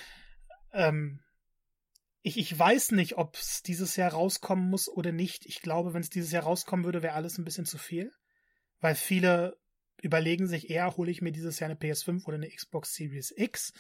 Ich weiß nicht, ob es dieses Jahr rauskommen muss oder nicht. Ich glaube, wenn es dieses Jahr rauskommen würde, wäre alles ein bisschen zu viel. Weil viele überlegen sich eher, hole ich mir dieses Jahr eine PS5 oder eine Xbox Series X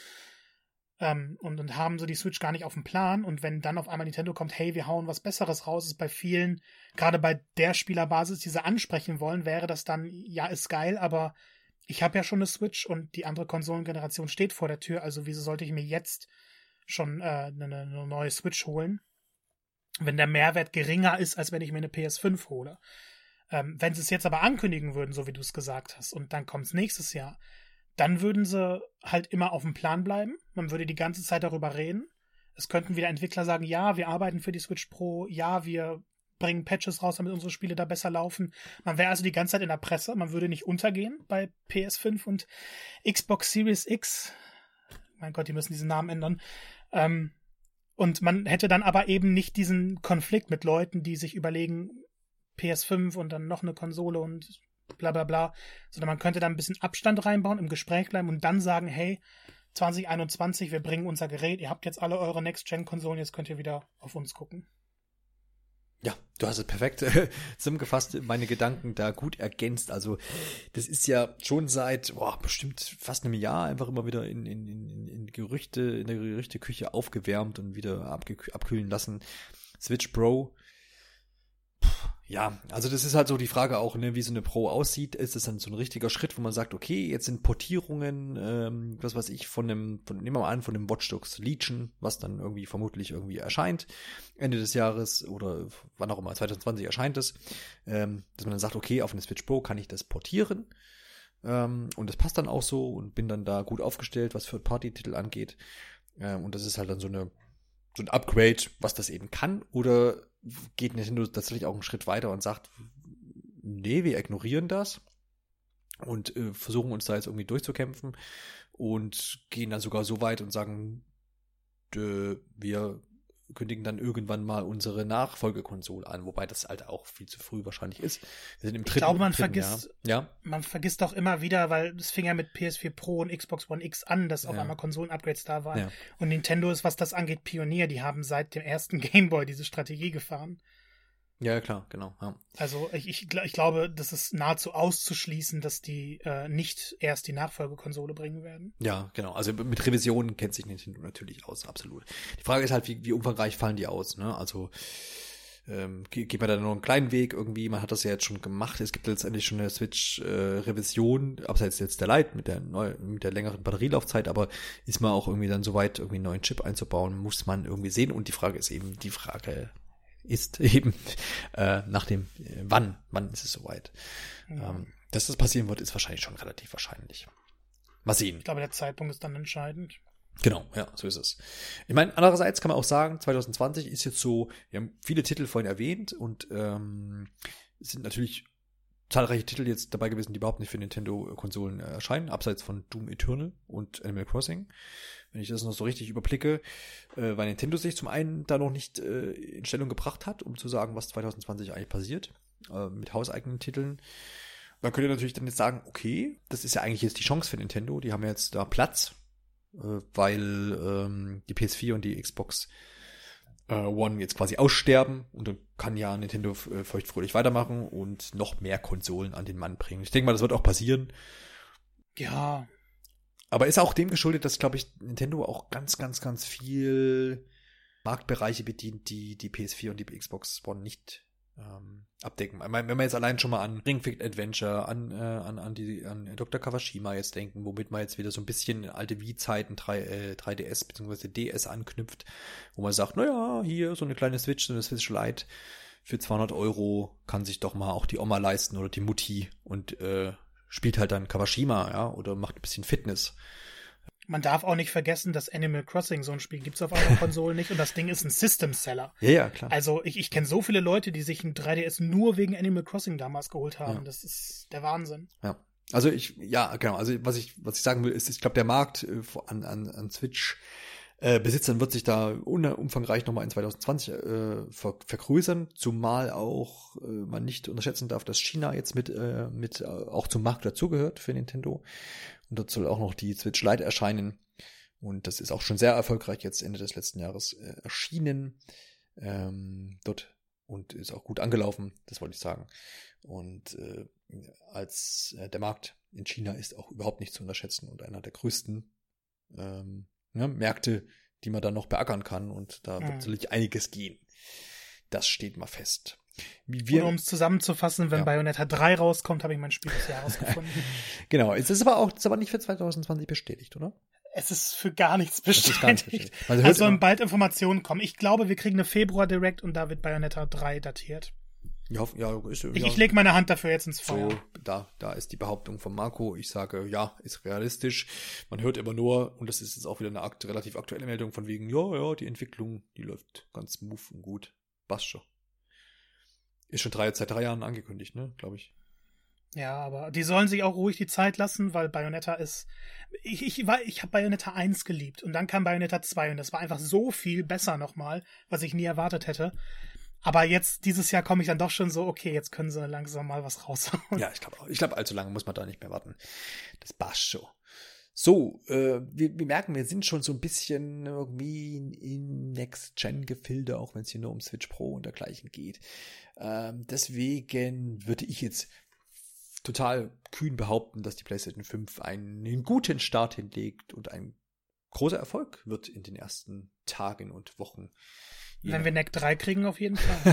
und haben so die Switch gar nicht auf dem Plan. Und wenn dann auf einmal Nintendo kommt, hey, wir hauen was Besseres raus, ist bei vielen, gerade bei der Spielerbasis, die sie ansprechen wollen, wäre das dann, ja, ist geil, aber ich habe ja schon eine Switch und die andere Konsolengeneration steht vor der Tür, also wieso sollte ich mir jetzt schon eine neue Switch holen, wenn der Mehrwert geringer ist, als wenn ich mir eine PS5 hole. Wenn sie es jetzt aber ankündigen würden, so wie du es gesagt hast, und dann kommt es nächstes Jahr, dann würden sie halt immer auf dem Plan bleiben. Man würde die ganze Zeit darüber reden. Es könnten wieder Entwickler sagen, ja, wir arbeiten für die Switch Pro, ja, wir bringen Patches raus, damit unsere Spiele da besser laufen. Man wäre also die ganze Zeit in der Presse, man würde nicht untergehen bei PS5 und Xbox Series X. Mein Gott, die müssen diesen Namen ändern. Und man hätte dann aber eben nicht diesen Konflikt mit Leuten, die sich überlegen, PS5 und dann noch eine Konsole und bla bla bla, sondern man könnte da ein bisschen Abstand reinbauen, im Gespräch bleiben und dann sagen, hey, 2021, wir bringen unser Gerät, ihr habt jetzt alle eure Next-Gen-Konsolen, jetzt könnt ihr wieder auf uns gucken. Ja, du hast es perfekt zusammengefasst, meine Gedanken da gut ergänzt. Also das ist ja schon seit bestimmt fast einem Jahr einfach immer wieder in der Gerüchteküche aufgewärmt und wieder abkühlen lassen. Switch Pro. Ja, also das ist halt so die Frage auch, ne, wie so eine Pro aussieht. Ist das dann so ein richtiger Schritt, wo man sagt, okay, jetzt sind Portierungen, was weiß ich, nehmen wir mal an, von dem Watch Dogs Legion, was dann irgendwie vermutlich irgendwie erscheint, Ende des Jahres oder wann auch immer, 2020 erscheint es, dass man dann sagt, okay, auf eine Switch Pro kann ich das portieren und das passt dann auch so und bin dann da gut aufgestellt, was Third-Party-Titel angeht und das ist halt dann so ein Upgrade, was das eben kann, oder geht Nintendo tatsächlich auch einen Schritt weiter und sagt, nee, wir ignorieren das und versuchen uns da jetzt irgendwie durchzukämpfen und gehen dann sogar so weit und sagen, wir kündigen dann irgendwann mal unsere Nachfolgekonsole an, wobei das halt auch viel zu früh wahrscheinlich ist. Wir sind im dritten, ich glaube, man vergisst doch immer wieder, weil es fing ja mit PS4 Pro und Xbox One X an, dass auf einmal Konsolen-Upgrades da waren. Ja. Und Nintendo ist, was das angeht, Pionier. Die haben seit dem ersten Game Boy diese Strategie gefahren. Ja, klar, genau. Ja. Also ich glaube, das ist nahezu auszuschließen, dass die nicht erst die Nachfolgekonsole bringen werden. Ja, genau. Also mit Revisionen kennt sich Nintendo natürlich aus, absolut. Die Frage ist halt, wie umfangreich fallen die aus, ne? Also geht man da nur einen kleinen Weg irgendwie, man hat das ja jetzt schon gemacht, es gibt letztendlich schon eine Switch-Revision, abseits jetzt der Lite mit der längeren Batterielaufzeit, aber ist man auch irgendwie dann so weit, irgendwie einen neuen Chip einzubauen, muss man irgendwie sehen und die Frage ist eben, nach dem wann ist es soweit. Ja. Dass das passieren wird, ist wahrscheinlich schon relativ wahrscheinlich. Mal sehen. Ich glaube, der Zeitpunkt ist dann entscheidend. Genau, ja, so ist es. Ich meine, andererseits kann man auch sagen, 2020 ist jetzt so, wir haben viele Titel vorhin erwähnt und es sind natürlich zahlreiche Titel jetzt dabei gewesen, die überhaupt nicht für Nintendo-Konsolen erscheinen, abseits von Doom Eternal und Animal Crossing. Wenn ich das noch so richtig überblicke, weil Nintendo sich zum einen da noch nicht in Stellung gebracht hat, um zu sagen, was 2020 eigentlich passiert, mit hauseigenen Titeln. Man könnte natürlich dann jetzt sagen, okay, das ist ja eigentlich jetzt die Chance für Nintendo, die haben ja jetzt da Platz, weil die PS4 und die Xbox One jetzt quasi aussterben und dann kann ja Nintendo feuchtfröhlich weitermachen und noch mehr Konsolen an den Mann bringen. Ich denke mal, das wird auch passieren. Ja. Aber ist auch dem geschuldet, dass, glaube ich, Nintendo auch ganz, ganz, ganz viel Marktbereiche bedient, die die PS4 und die Xbox One nicht abdecken. Wenn wir jetzt allein schon mal an Ring Fit Adventure, an Dr. Kawashima jetzt denken, womit man jetzt wieder so ein bisschen in alte Wii-Zeiten 3DS bzw. DS anknüpft, wo man sagt, naja, hier so eine kleine Switch, so eine Switch Lite für 200 € kann sich doch mal auch die Oma leisten oder die Mutti und spielt halt dann Kawashima, ja, oder macht ein bisschen Fitness. Man darf auch nicht vergessen, dass Animal Crossing, so ein Spiel, gibt's auf anderen Konsolen nicht und das Ding ist ein System-Seller. Ja, klar. Also ich kenne so viele Leute, die sich ein 3DS nur wegen Animal Crossing damals geholt haben. Ja. Das ist der Wahnsinn. Ja. Also genau. Also was ich sagen will, ist, ich glaube, der Markt an Switch Besitzern wird sich da umfangreich nochmal in 2020 vergrößern, zumal auch man nicht unterschätzen darf, dass China jetzt mit auch zum Markt dazugehört für Nintendo. Und dort soll auch noch die Switch Lite erscheinen. Und das ist auch schon sehr erfolgreich jetzt Ende des letzten Jahres erschienen dort und ist auch gut angelaufen, das wollte ich sagen. Und als der Markt in China ist auch überhaupt nicht zu unterschätzen und einer der größten Märkte, die man dann noch beackern kann. Und da wird sicherlich einiges gehen. Das steht mal fest. Und um es zusammenzufassen, wenn Bayonetta 3 rauskommt, habe ich mein Spiel des Jahres gefunden. Genau, es ist aber nicht für 2020 bestätigt, oder? Es ist für gar nichts bestätigt. Also sollen bald Informationen kommen. Ich glaube, wir kriegen eine Februar-Direct und da wird Bayonetta 3 datiert. Ich lege meine Hand dafür jetzt ins Feuer. So, da ist die Behauptung von Marco. Ich sage, ja, ist realistisch. Man hört immer nur, und das ist jetzt auch wieder eine relativ aktuelle Meldung von wegen, ja, die Entwicklung, die läuft ganz smooth und gut. Passt schon. Ist schon seit 3 Jahren angekündigt, ne, glaube ich. Ja, aber die sollen sich auch ruhig die Zeit lassen, weil Bayonetta ist... Ich habe Bayonetta 1 geliebt und dann kam Bayonetta 2 und das war einfach so viel besser nochmal, was ich nie erwartet hätte. Aber jetzt, dieses Jahr komme ich dann doch schon so, okay, jetzt können sie langsam mal was raushauen. Ja, ich glaube, allzu lange muss man da nicht mehr warten. Das passt schon. So, wir merken, wir sind schon so ein bisschen irgendwie in Next-Gen-Gefilde, auch wenn es hier nur um Switch Pro und dergleichen geht. Deswegen würde ich jetzt total kühn behaupten, dass die PlayStation 5 einen guten Start hinlegt und ein großer Erfolg wird in den ersten Tagen und Wochen. Wenn wir NEC 3 kriegen, auf jeden Fall.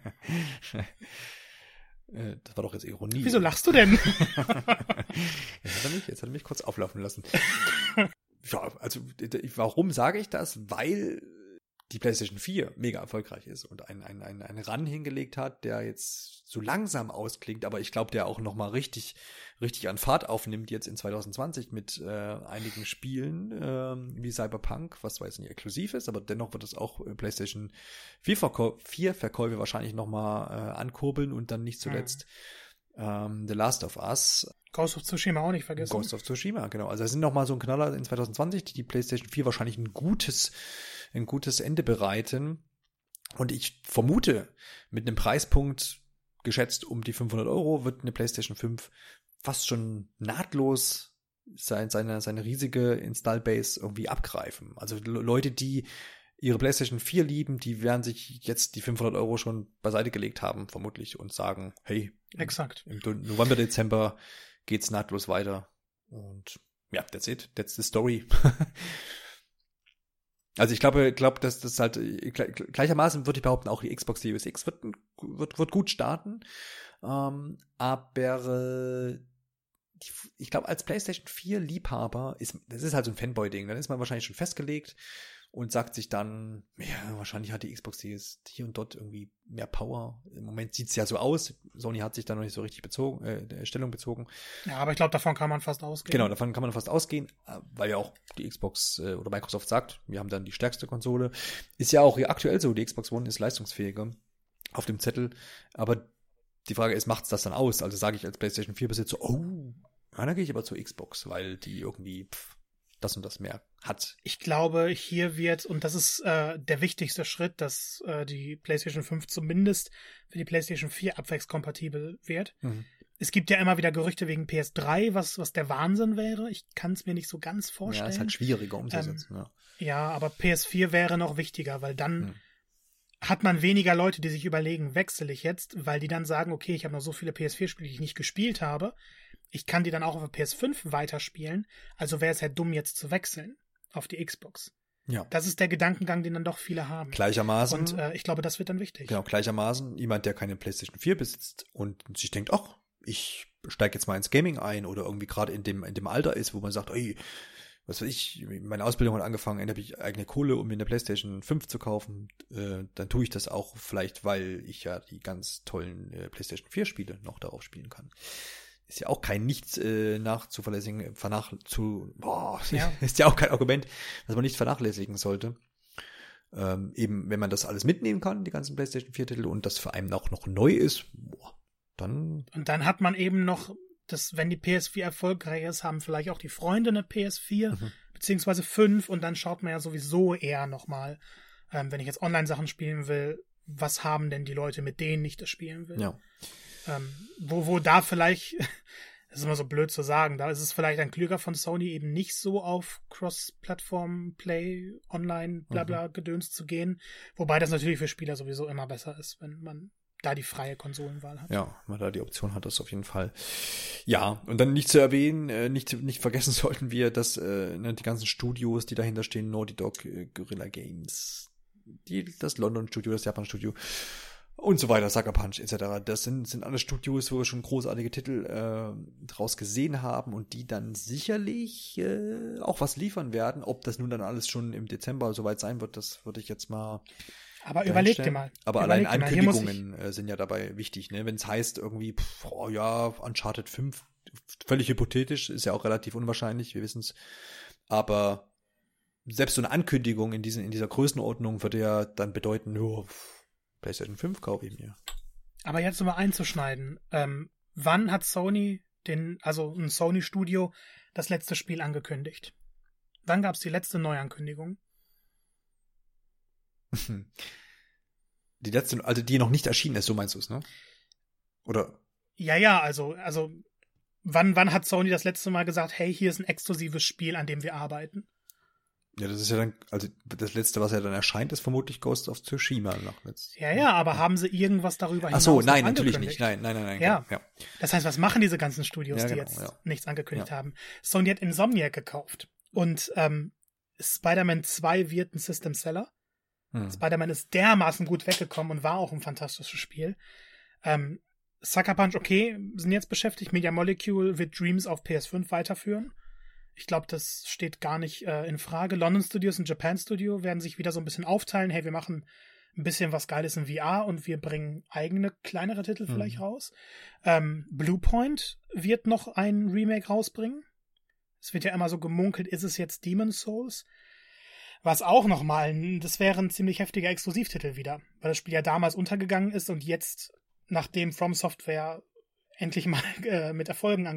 Das war doch jetzt Ironie. Wieso lachst du denn? Jetzt hat er mich kurz auflaufen lassen. Ja, also warum sage ich das? Weil die PlayStation 4 mega erfolgreich ist und einen Run hingelegt hat, der jetzt so langsam ausklingt, aber ich glaube, der auch nochmal richtig an Fahrt aufnimmt jetzt in 2020 mit einigen Spielen wie Cyberpunk, was zwar jetzt nicht exklusiv ist, aber dennoch wird es auch PlayStation 4 Verkäufe wahrscheinlich nochmal ankurbeln und dann nicht zuletzt The Last of Us. Ghost of Tsushima auch nicht vergessen. Ghost of Tsushima, genau. Also es sind nochmal so ein Knaller in 2020, die PlayStation 4 wahrscheinlich ein gutes Ende bereiten. Und ich vermute, mit einem Preispunkt geschätzt um die 500 € wird eine PlayStation 5 fast schon nahtlos seine riesige Install-Base irgendwie abgreifen. Also Leute, die ihre PlayStation 4 lieben, die werden sich jetzt die 500 € schon beiseite gelegt haben, vermutlich, und sagen, hey, exakt. Im November, Dezember geht's nahtlos weiter. Und ja, that's it. That's the story. Also ich glaube, dass das halt gleichermaßen würde ich behaupten, auch die Xbox Series X wird gut starten. Aber ich glaube, als PlayStation 4 Liebhaber das ist halt so ein Fanboy-Ding. Dann ist man wahrscheinlich schon festgelegt und sagt sich dann, ja, wahrscheinlich hat die Xbox Series hier und dort irgendwie mehr Power. Im Moment sieht es ja so aus. Sony hat sich da noch nicht so richtig Stellung bezogen. Ja, aber ich glaube, davon kann man fast ausgehen. Genau, davon kann man fast ausgehen, weil ja auch die Xbox oder Microsoft sagt, wir haben dann die stärkste Konsole. Ist ja auch aktuell so, die Xbox One ist leistungsfähiger auf dem Zettel. Aber die Frage ist, macht's das dann aus? Also sage ich als PlayStation 4 Besitzer, dann gehe ich aber zur Xbox, weil die irgendwie das und das mehr hat. Ich glaube, hier wird, und das ist der wichtigste Schritt, dass die PlayStation 5 zumindest für die PlayStation 4 abwärtskompatibel wird. Es gibt ja immer wieder Gerüchte wegen PS3, was der Wahnsinn wäre. Ich kann es mir nicht so ganz vorstellen. Ja, ist halt schwieriger umzusetzen. Ja, aber PS4 wäre noch wichtiger, weil dann hat man weniger Leute, die sich überlegen, wechsle ich jetzt, weil die dann sagen, okay, ich habe noch so viele PS4-Spiele, die ich nicht gespielt habe. Ich kann die dann auch auf der PS5 weiterspielen. Also wäre es ja dumm, jetzt zu wechseln auf die Xbox. Ja. Das ist der Gedankengang, den dann doch viele haben. Gleichermaßen. Und ich glaube, das wird dann wichtig. Genau, gleichermaßen jemand, der keine PlayStation 4 besitzt und sich denkt, ach, ich steige jetzt mal ins Gaming ein oder irgendwie gerade in dem Alter ist, wo man sagt, ey, was weiß ich, meine Ausbildung hat angefangen, dann habe ich eigene Kohle, um mir eine PlayStation 5 zu kaufen, dann tue ich das auch vielleicht, weil ich ja die ganz tollen PlayStation 4 Spiele noch darauf spielen kann. Ist ja auch kein nichts nachzuverlässigen, ist ja auch kein Argument, dass man nicht vernachlässigen sollte. Eben, wenn man das alles mitnehmen kann, die ganzen PlayStation 4 Titel, und das für einen auch noch neu ist, dann. Und dann hat man eben noch, wenn die PS4 erfolgreich ist, haben vielleicht auch die Freunde eine PS4, beziehungsweise 5, und dann schaut man ja sowieso eher nochmal, wenn ich jetzt Online-Sachen spielen will, was haben denn die Leute, mit denen ich das spielen will. Ja. Wo da vielleicht, das ist immer so blöd zu sagen, da ist es vielleicht ein klüger von Sony, eben nicht so auf Cross-Plattform-Play, Online, blabla, Gedöns zu gehen. Wobei das natürlich für Spieler sowieso immer besser ist, wenn man da die freie Konsolenwahl hat. Ja, wenn man da die Option hat, das auf jeden Fall. Ja, und dann nicht zu erwähnen, nicht vergessen sollten wir, dass die ganzen Studios, die dahinter stehen, Naughty Dog, Guerrilla Games, das London-Studio, das Japan-Studio und so weiter, Sucker Punch etc. Das sind alle Studios, wo wir schon großartige Titel draus gesehen haben und die dann sicherlich auch was liefern werden. Ob das nun dann alles schon im Dezember soweit sein wird, das würde ich jetzt mal. Aber überleg dir mal. Aber allein Ankündigungen sind ja dabei wichtig, ne? Wenn es heißt irgendwie, Uncharted 5, völlig hypothetisch, ist ja auch relativ unwahrscheinlich, wir wissen es. Aber selbst so eine Ankündigung in dieser Größenordnung würde ja dann bedeuten, PlayStation 5 kaufe ich mir. Aber jetzt mal einzuschneiden. Wann hat Sony ein Sony-Studio, das letzte Spiel angekündigt? Wann gab es die letzte Neuankündigung? Die letzte, also die noch nicht erschienen ist, so meinst du es, ne? Oder? Ja, also wann hat Sony das letzte Mal gesagt, hey, hier ist ein exklusives Spiel, an dem wir arbeiten? Ja, das ist ja dann, also das letzte, was ja dann erscheint, ist vermutlich Ghost of Tsushima noch jetzt. Ja, aber haben sie irgendwas darüber hinaus? Ach so, nein, natürlich nicht. Nein. Ja. Das heißt, was machen diese ganzen Studios, die jetzt nichts angekündigt haben? Sony hat Insomniac gekauft und Spider-Man 2 wird ein System Seller. Spider-Man ist dermaßen gut weggekommen und war auch ein fantastisches Spiel. Sucker Punch, okay, sind jetzt beschäftigt. Media Molecule wird Dreams auf PS5 weiterführen. Ich glaube, das steht gar nicht in Frage. London Studios und Japan Studio werden sich wieder so ein bisschen aufteilen. Hey, wir machen ein bisschen was Geiles in VR und wir bringen eigene, kleinere Titel vielleicht raus. Bluepoint wird noch ein Remake rausbringen. Es wird ja immer so gemunkelt, ist es jetzt Demon's Souls? Was auch nochmal, das wäre ein ziemlich heftiger Exklusivtitel wieder, weil das Spiel ja damals untergegangen ist und jetzt, nachdem From Software endlich mal mit Erfolgen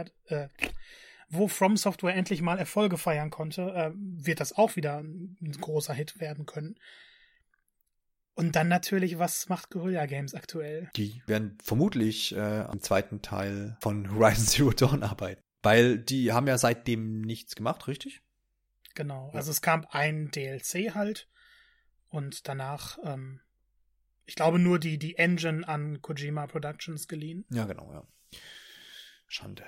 wo From Software endlich mal Erfolge feiern konnte, wird das auch wieder ein großer Hit werden können. Und dann natürlich, was macht Guerrilla Games aktuell? Die werden vermutlich am zweiten Teil von Horizon Zero Dawn arbeiten, weil die haben ja seitdem nichts gemacht, richtig? Genau, also es kam ein DLC halt und danach, ich glaube, nur die Engine an Kojima Productions geliehen. Ja, genau, ja. Schande.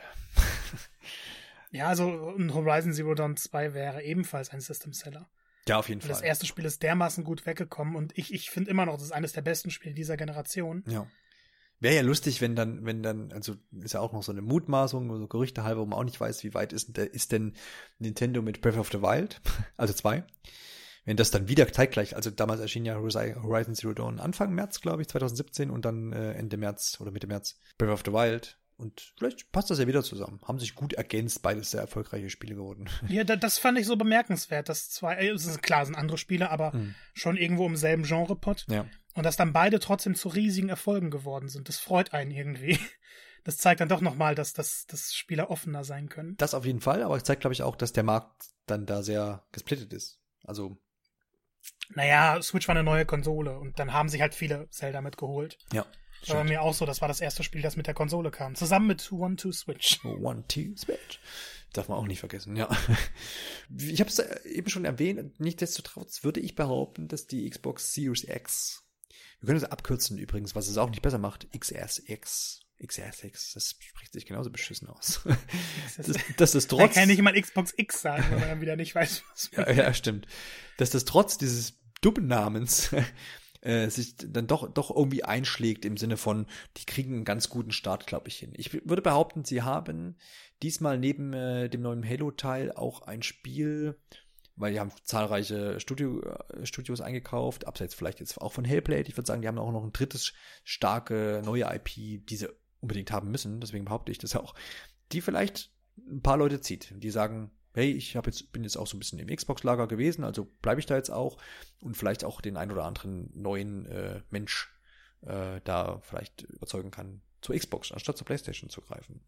Ja, also ein Horizon Zero Dawn 2 wäre ebenfalls ein System Seller. Ja, auf jeden Fall. Das erste Spiel ist dermaßen gut weggekommen und ich finde immer noch, das ist eines der besten Spiele dieser Generation. Ja. Wäre ja lustig, wenn dann, also ist ja auch noch so eine Mutmaßung, so Gerüchte halber, wo man auch nicht weiß, wie weit ist denn Nintendo mit Breath of the Wild, also 2, wenn das dann wieder zeitgleich, also damals erschien ja Horizon Zero Dawn Anfang März, glaube ich, 2017 und dann Ende März oder Mitte März Breath of the Wild. Und vielleicht passt das ja wieder zusammen. Haben sich gut ergänzt, beides sehr erfolgreiche Spiele geworden. Ja, das fand ich so bemerkenswert, dass klar, sind andere Spiele, aber schon irgendwo im selben Genre-Pot. Ja. Und dass dann beide trotzdem zu riesigen Erfolgen geworden sind. Das freut einen irgendwie. Das zeigt dann doch nochmal, dass Spieler offener sein können. Das auf jeden Fall, aber es zeigt, glaube ich, auch, dass der Markt dann da sehr gesplittet ist. Also. Naja, Switch war eine neue Konsole und dann haben sich halt viele Zelda mitgeholt. Ja. War bei mir auch so, das war das erste Spiel, das mit der Konsole kam. Zusammen mit One-Two-Switch. One-Two-Switch. Darf man auch nicht vergessen, ja. Ich habe es eben schon erwähnt, nichtsdestotrotz würde ich behaupten, dass die Xbox Series X, wir können es abkürzen übrigens, was es auch nicht besser macht, XSX, das spricht sich genauso beschissen aus. Dass das trotz... Man kann nicht mal Xbox X sagen, wenn man dann wieder nicht weiß, was man ja, stimmt. Dass das trotz dieses dummen Namens sich dann doch irgendwie einschlägt im Sinne von, die kriegen einen ganz guten Start, glaube ich, hin. Ich würde behaupten, sie haben diesmal neben dem neuen Halo-Teil auch ein Spiel, weil die haben zahlreiche Studios eingekauft, abseits vielleicht jetzt auch von Hellblade. Ich würde sagen, die haben auch noch ein drittes starke neue IP, die sie unbedingt haben müssen. Deswegen behaupte ich das auch, die vielleicht ein paar Leute zieht. Die sagen, hey, bin jetzt auch so ein bisschen im Xbox-Lager gewesen, also bleibe ich da jetzt auch und vielleicht auch den ein oder anderen neuen Mensch da vielleicht überzeugen kann, zur Xbox anstatt zur PlayStation zu greifen.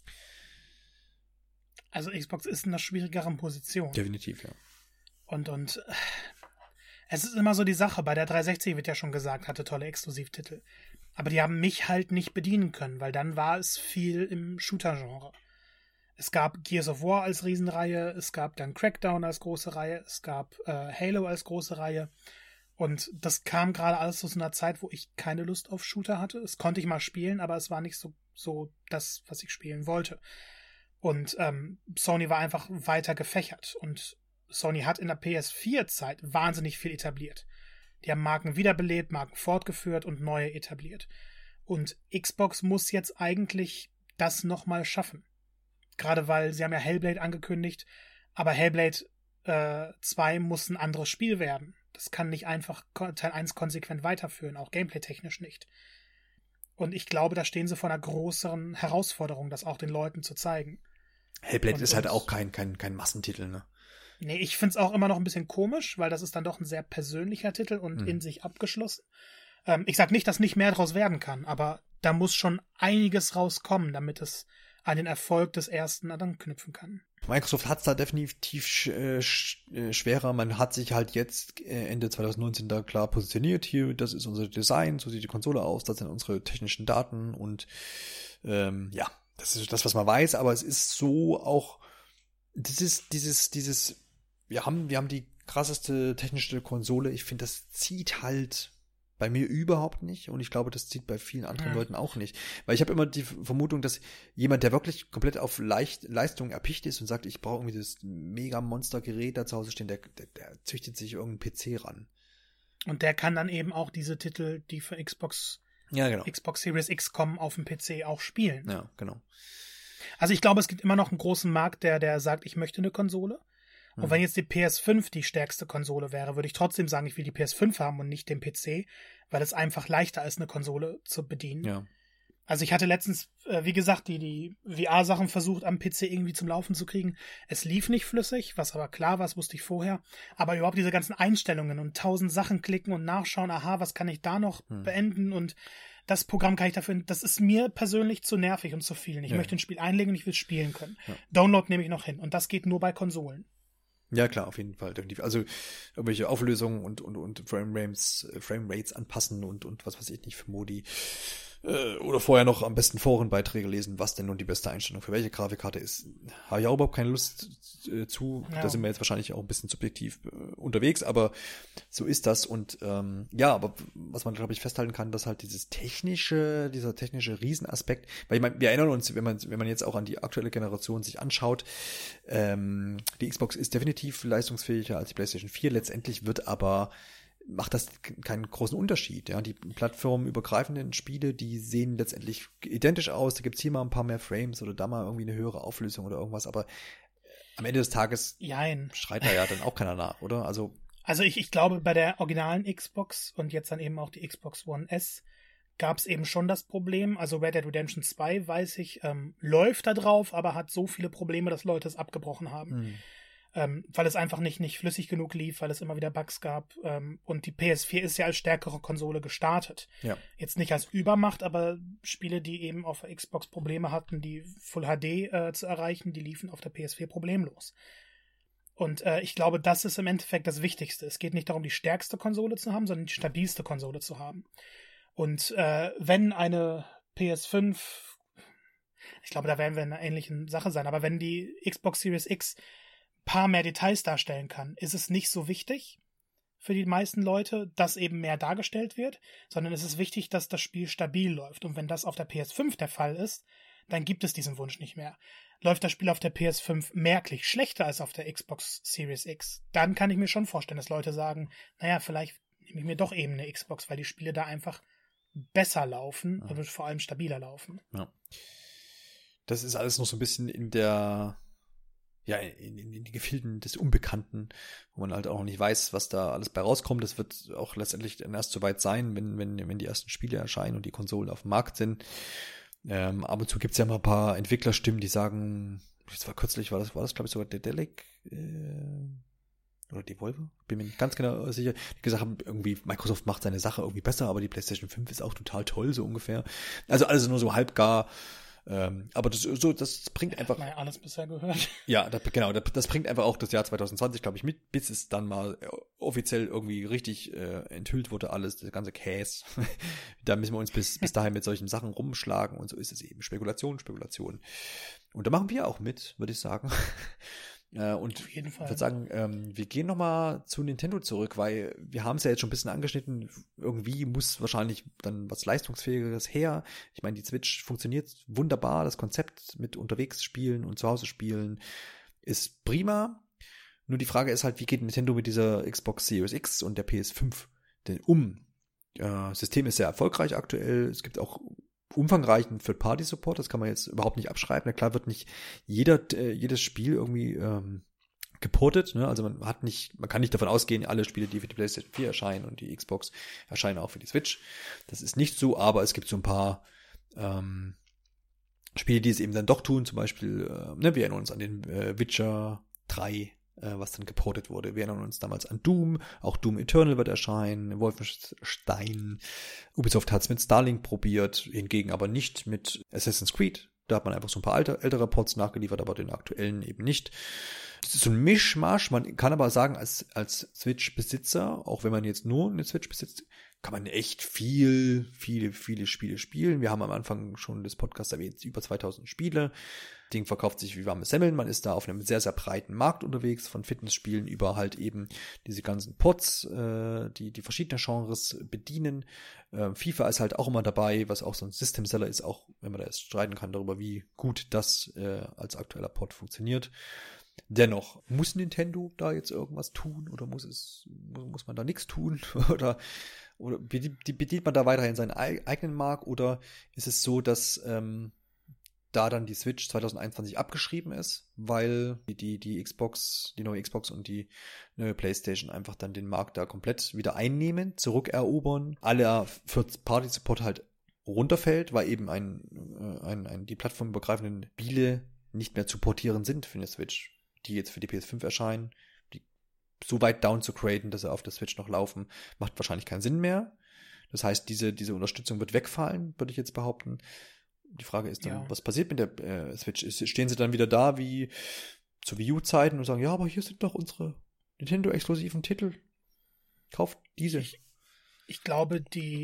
Also Xbox ist in einer schwierigeren Position. Definitiv, ja. Und es ist immer so die Sache, bei der 360 wird ja schon gesagt, hatte tolle Exklusivtitel. Aber die haben mich halt nicht bedienen können, weil dann war es viel im Shooter-Genre. Es gab Gears of War als Riesenreihe, es gab dann Crackdown als große Reihe, es gab Halo als große Reihe. Und das kam gerade alles aus einer Zeit, wo ich keine Lust auf Shooter hatte. Es konnte ich mal spielen, aber es war nicht so das, was ich spielen wollte. Und Sony war einfach weiter gefächert. Und Sony hat in der PS4-Zeit wahnsinnig viel etabliert. Die haben Marken wiederbelebt, Marken fortgeführt und neue etabliert. Und Xbox muss jetzt eigentlich das nochmal schaffen. Gerade weil sie haben ja Hellblade angekündigt, aber Hellblade 2 muss ein anderes Spiel werden. Das kann nicht einfach Teil 1 konsequent weiterführen, auch gameplay-technisch nicht. Und ich glaube, da stehen sie vor einer größeren Herausforderung, das auch den Leuten zu zeigen. Hellblade ist halt auch kein Massentitel, ne? Nee, ich find's auch immer noch ein bisschen komisch, weil das ist dann doch ein sehr persönlicher Titel und in sich abgeschlossen. Ich sag nicht, dass nicht mehr draus werden kann, aber da muss schon einiges rauskommen, damit es an den Erfolg des ersten anknüpfen kann. Microsoft hat es da definitiv schwerer. Man hat sich halt jetzt Ende 2019 da klar positioniert. Hier, das ist unser Design, so sieht die Konsole aus, das sind unsere technischen Daten und ja, das ist das, was man weiß, aber es ist so auch wir haben die krasseste technische Konsole. Ich finde, das zieht halt bei mir überhaupt nicht und ich glaube, das zieht bei vielen anderen Leuten auch nicht. Weil ich habe immer die Vermutung, dass jemand, der wirklich komplett auf Leistung erpicht ist und sagt, ich brauche irgendwie das Mega-Monster-Gerät da zu Hause stehen, der züchtet sich irgendeinen PC ran. Und der kann dann eben auch diese Titel, die für Xbox Series X kommen, auf dem PC auch spielen. Ja, genau. Also ich glaube, es gibt immer noch einen großen Markt, der sagt, ich möchte eine Konsole. Und wenn jetzt die PS5 die stärkste Konsole wäre, würde ich trotzdem sagen, ich will die PS5 haben und nicht den PC, weil es einfach leichter ist, eine Konsole zu bedienen. Ja. Also ich hatte letztens, wie gesagt, die VR-Sachen versucht, am PC irgendwie zum Laufen zu kriegen. Es lief nicht flüssig, was aber klar war, das wusste ich vorher. Aber überhaupt diese ganzen Einstellungen und 1000 Sachen klicken und nachschauen, aha, was kann ich da noch beenden und das Programm kann ich dafür, das ist mir persönlich zu nervig und zu viel. Ich möchte ein Spiel einlegen und ich will spielen können. Ja. Download nehme ich noch hin und das geht nur bei Konsolen. Ja, klar, auf jeden Fall, definitiv. Also irgendwelche Auflösungen und Framerates anpassen und was weiß ich nicht für Modi. Oder vorher noch am besten Forenbeiträge lesen, was denn nun die beste Einstellung für welche Grafikkarte ist. Habe ich auch überhaupt keine Lust zu. Ja. Da sind wir jetzt wahrscheinlich auch ein bisschen subjektiv unterwegs, aber so ist das. Und ja, aber was man, glaube ich, festhalten kann, dass halt dieser technische Riesenaspekt, weil ich meine, wir erinnern uns, wenn man jetzt auch an die aktuelle Generation sich anschaut, die Xbox ist definitiv leistungsfähiger als die PlayStation 4. Letztendlich macht das keinen großen Unterschied. Ja, die plattformübergreifenden Spiele, die sehen letztendlich identisch aus. Da gibt's hier mal ein paar mehr Frames oder da mal irgendwie eine höhere Auflösung oder irgendwas. Aber am Ende des Tages schreit da ja dann auch keiner nach, oder? Also ich glaube, bei der originalen Xbox und jetzt dann eben auch die Xbox One S gab's eben schon das Problem. Also Red Dead Redemption 2, weiß ich, läuft da drauf, aber hat so viele Probleme, dass Leute es abgebrochen haben. Weil es einfach nicht flüssig genug lief, weil es immer wieder Bugs gab. Und die PS4 ist ja als stärkere Konsole gestartet. Ja. Jetzt nicht als Übermacht, aber Spiele, die eben auf der Xbox Probleme hatten, die Full HD zu erreichen, die liefen auf der PS4 problemlos. Und ich glaube, das ist im Endeffekt das Wichtigste. Es geht nicht darum, die stärkste Konsole zu haben, sondern die stabilste Konsole zu haben. Und wenn eine PS5, ich glaube, da werden wir in einer ähnlichen Sache sein, aber wenn die Xbox Series X ein paar mehr Details darstellen kann, ist es nicht so wichtig für die meisten Leute, dass eben mehr dargestellt wird, sondern es ist wichtig, dass das Spiel stabil läuft. Und wenn das auf der PS5 der Fall ist, dann gibt es diesen Wunsch nicht mehr. Läuft das Spiel auf der PS5 merklich schlechter als auf der Xbox Series X, dann kann ich mir schon vorstellen, dass Leute sagen, naja, vielleicht nehme ich mir doch eben eine Xbox, weil die Spiele da einfach besser laufen und vor allem stabiler laufen. Ja. Das ist alles noch so ein bisschen in der, ja, in die Gefilden des Unbekannten, wo man halt auch noch nicht weiß, was da alles bei rauskommt. Das wird auch letztendlich dann erst soweit sein, wenn die ersten Spiele erscheinen und die Konsolen auf dem Markt sind. Ab und zu gibt es ja mal ein paar Entwicklerstimmen, die sagen, das war kürzlich, war das glaube ich sogar Dedelic oder Devolver, bin mir nicht ganz genau sicher, die gesagt haben, irgendwie Microsoft macht seine Sache irgendwie besser, aber die PlayStation 5 ist auch total toll, so ungefähr. Also alles nur so halbgar. Aber das bringt einfach. Hat man ja alles bisher gehört. Ja, das bringt einfach auch das Jahr 2020, glaube ich, mit, bis es dann mal offiziell irgendwie richtig enthüllt wurde, alles, das ganze Käse. Da müssen wir uns bis dahin mit solchen Sachen rumschlagen und so ist es eben. Spekulation. Und da machen wir auch mit, würde ich sagen. Und auf jeden Fall. Ich würde sagen, wir gehen nochmal zu Nintendo zurück, weil wir haben es ja jetzt schon ein bisschen angeschnitten. Irgendwie muss wahrscheinlich dann was Leistungsfähigeres her. Ich meine, die Switch funktioniert wunderbar. Das Konzept mit unterwegs spielen und zu Hause spielen ist prima. Nur die Frage ist halt, wie geht Nintendo mit dieser Xbox Series X und der PS5 denn um? Das System ist sehr erfolgreich aktuell. Es gibt auch umfangreichen Third-Party-Support, das kann man jetzt überhaupt nicht abschreiben. Na klar wird nicht jedes Spiel irgendwie geportet, ne? Also man kann nicht davon ausgehen, alle Spiele, die für die PlayStation 4 erscheinen und die Xbox erscheinen auch für die Switch. Das ist nicht so, aber es gibt so ein paar Spiele, die es eben dann doch tun, zum Beispiel, wir erinnern uns an den Witcher 3, was dann geportet wurde. Wir erinnern uns damals an Doom, auch Doom Eternal wird erscheinen, Wolfenstein. Ubisoft hat es mit Starlink probiert, hingegen aber nicht mit Assassin's Creed. Da hat man einfach so ein paar ältere Ports nachgeliefert, aber den aktuellen eben nicht. Das ist so ein Mischmasch. Man kann aber sagen, als Switch-Besitzer, auch wenn man jetzt nur eine Switch besitzt, kann man echt viele Spiele spielen. Wir haben am Anfang schon des Podcasts erwähnt, über 2000 Spiele. Das Ding verkauft sich wie warme Semmeln. Man ist da auf einem sehr, sehr breiten Markt unterwegs, von Fitnessspielen über halt eben diese ganzen Pods, die verschiedene Genres bedienen. FIFA ist halt auch immer dabei, was auch so ein System-Seller ist, auch wenn man da jetzt streiten kann darüber, wie gut das als aktueller Pod funktioniert. Dennoch, muss Nintendo da jetzt irgendwas tun oder muss man da nichts tun oder bedient man da weiterhin seinen eigenen Markt oder ist es so, dass da dann die Switch 2021 abgeschrieben ist, weil die Xbox, die neue Xbox und die neue PlayStation einfach dann den Markt da komplett wieder einnehmen, zurückerobern, aller Third-Party-Support halt runterfällt, weil eben die plattformübergreifenden Spiele nicht mehr zu portieren sind für eine Switch, die jetzt für die PS5 erscheinen, die so weit down zu graden, dass sie auf der Switch noch laufen, macht wahrscheinlich keinen Sinn mehr. Das heißt, diese Unterstützung wird wegfallen, würde ich jetzt behaupten. Die Frage ist dann, was passiert mit der Switch? Stehen sie dann wieder da wie zu Wii U-Zeiten und sagen, ja, aber hier sind doch unsere Nintendo-exklusiven Titel. Kauft diese. Ich glaube,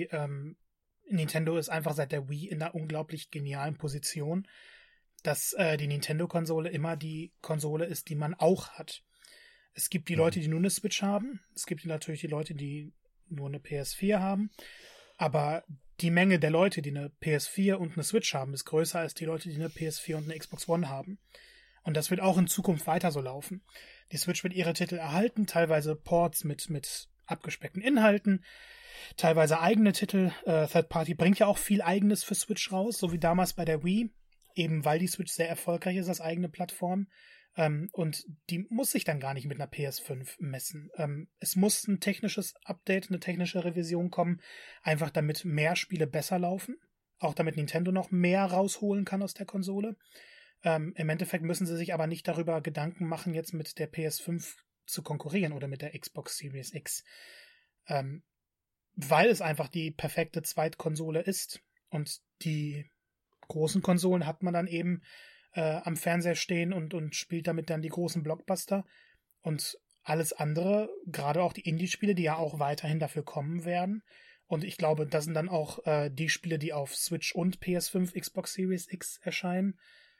Nintendo ist einfach seit der Wii in einer unglaublich genialen Position, dass die Nintendo-Konsole immer die Konsole ist, die man auch hat. Es gibt die Leute, die nur eine Switch haben. Es gibt natürlich die Leute, die nur eine PS4 haben. Aber die Menge der Leute, die eine PS4 und eine Switch haben, ist größer als die Leute, die eine PS4 und eine Xbox One haben. Und das wird auch in Zukunft weiter so laufen. Die Switch wird ihre Titel erhalten, teilweise Ports mit abgespeckten Inhalten, teilweise eigene Titel. Third Party bringt ja auch viel Eigenes für Switch raus, so wie damals bei der Wii, eben weil die Switch sehr erfolgreich ist als eigene Plattform. Und die muss sich dann gar nicht mit einer PS5 messen. Es muss ein technisches Update, eine technische Revision kommen, einfach damit mehr Spiele besser laufen, auch damit Nintendo noch mehr rausholen kann aus der Konsole. Im Endeffekt müssen sie sich aber nicht darüber Gedanken machen, jetzt mit der PS5 zu konkurrieren oder mit der Xbox Series X, weil es einfach die perfekte Zweitkonsole ist. Und die großen Konsolen hat man dann eben am Fernseher stehen und spielt damit dann die großen Blockbuster. Und alles andere, gerade auch die Indie-Spiele, die ja auch weiterhin dafür kommen werden Und ich glaube, das sind dann auch die Spiele, die auf Switch und PS5, Xbox Series X erscheinen.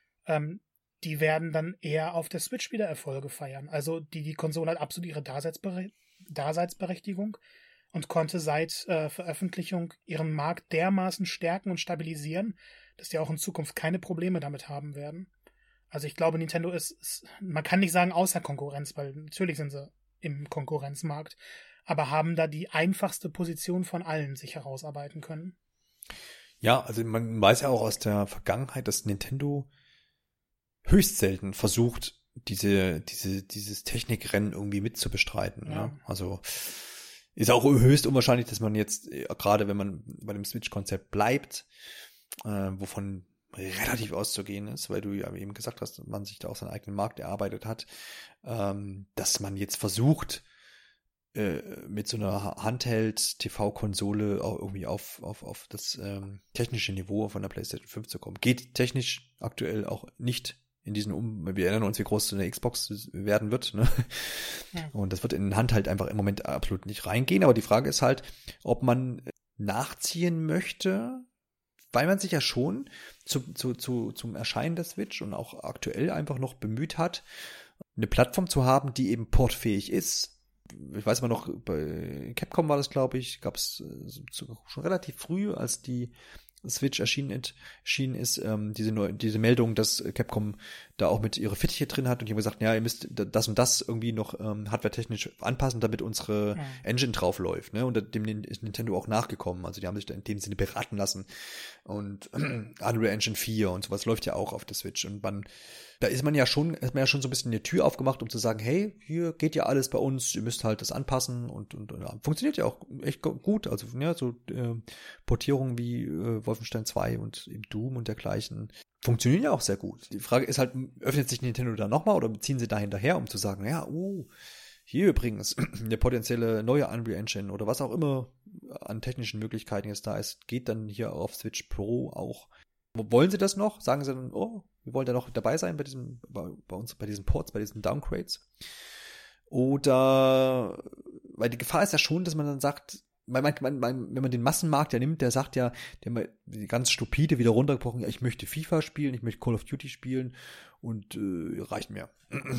Die werden dann eher auf der Switch wieder Erfolge feiern. Also die Konsole hat absolut ihre Daseinsberechtigung und konnte seit Veröffentlichung ihren Markt dermaßen stärken und stabilisieren, dass die auch in Zukunft keine Probleme damit haben werden. Also ich glaube, Nintendo ist man kann nicht sagen außer Konkurrenz, weil natürlich sind sie im Konkurrenzmarkt, aber haben da die einfachste Position von allen sich herausarbeiten können. Ja, also man weiß ja auch aus der Vergangenheit, dass Nintendo höchst selten versucht, dieses Technikrennen irgendwie mitzubestreiten. Ja. Ne? Also ist auch höchst unwahrscheinlich, dass man jetzt, gerade wenn man bei dem Switch-Konzept bleibt, wovon relativ auszugehen ist, weil du ja eben gesagt hast, man sich da auch seinen eigenen Markt erarbeitet hat, dass man jetzt versucht, mit so einer Handheld-TV-Konsole auch irgendwie auf das technische Niveau von der PlayStation 5 zu kommen. Geht technisch aktuell auch nicht in diesen wir erinnern uns, wie groß so eine Xbox werden wird, ne? Ja. Und das wird in Handheld einfach im Moment absolut nicht reingehen, aber die Frage ist halt, ob man nachziehen möchte, weil man sich ja schon zum Erscheinen der Switch und auch aktuell einfach noch bemüht hat, eine Plattform zu haben, die eben portfähig ist. Ich weiß immer noch, bei Capcom war das, glaube ich, gab es schon relativ früh, als die Switch erschienen ist, diese Meldung, dass Capcom da auch mit ihre Fittiche drin hat und die haben gesagt, ja, ihr müsst das und das irgendwie noch hardwaretechnisch anpassen, damit unsere Engine drauf läuft, ne? Und dem ist Nintendo auch nachgekommen, also die haben sich da in dem Sinne beraten lassen und Unreal Engine 4 und sowas läuft ja auch auf der Switch und da ist man ja schon so ein bisschen eine Tür aufgemacht, um zu sagen, hey, hier geht ja alles bei uns, ihr müsst halt das anpassen und funktioniert ja auch echt gut. Also ja, so Portierungen wie Wolfenstein 2 und eben Doom und dergleichen funktionieren ja auch sehr gut. Die Frage ist halt, öffnet sich Nintendo da nochmal oder ziehen sie da hinterher, um zu sagen, ja, hier übrigens eine potenzielle neue Unreal Engine oder was auch immer an technischen Möglichkeiten jetzt da ist, geht dann hier auf Switch Pro auch. Wollen sie das noch? Sagen sie dann, wir wollen da noch dabei sein bei diesen Ports, bei diesen Downgrades? Oder, weil die Gefahr ist ja schon, dass man dann sagt, wenn man den Massenmarkt ja nimmt, der sagt ja, die ganz stupide wieder runtergebrochen, ja, ich möchte FIFA spielen, ich möchte Call of Duty spielen und reicht mir.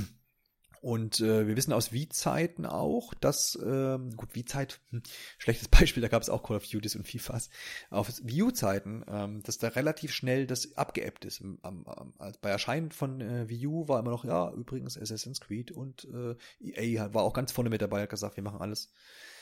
Und wir wissen aus Wii-Zeiten auch, dass, Wii-Zeit, schlechtes Beispiel, da gab es auch Call of Duty und FIFAs, auf Wii U-Zeiten, dass da relativ schnell das abgeebbt ist. Bei Erscheinen von Wii U war immer noch, ja, übrigens Assassin's Creed und EA war auch ganz vorne mit dabei, hat gesagt, wir machen alles.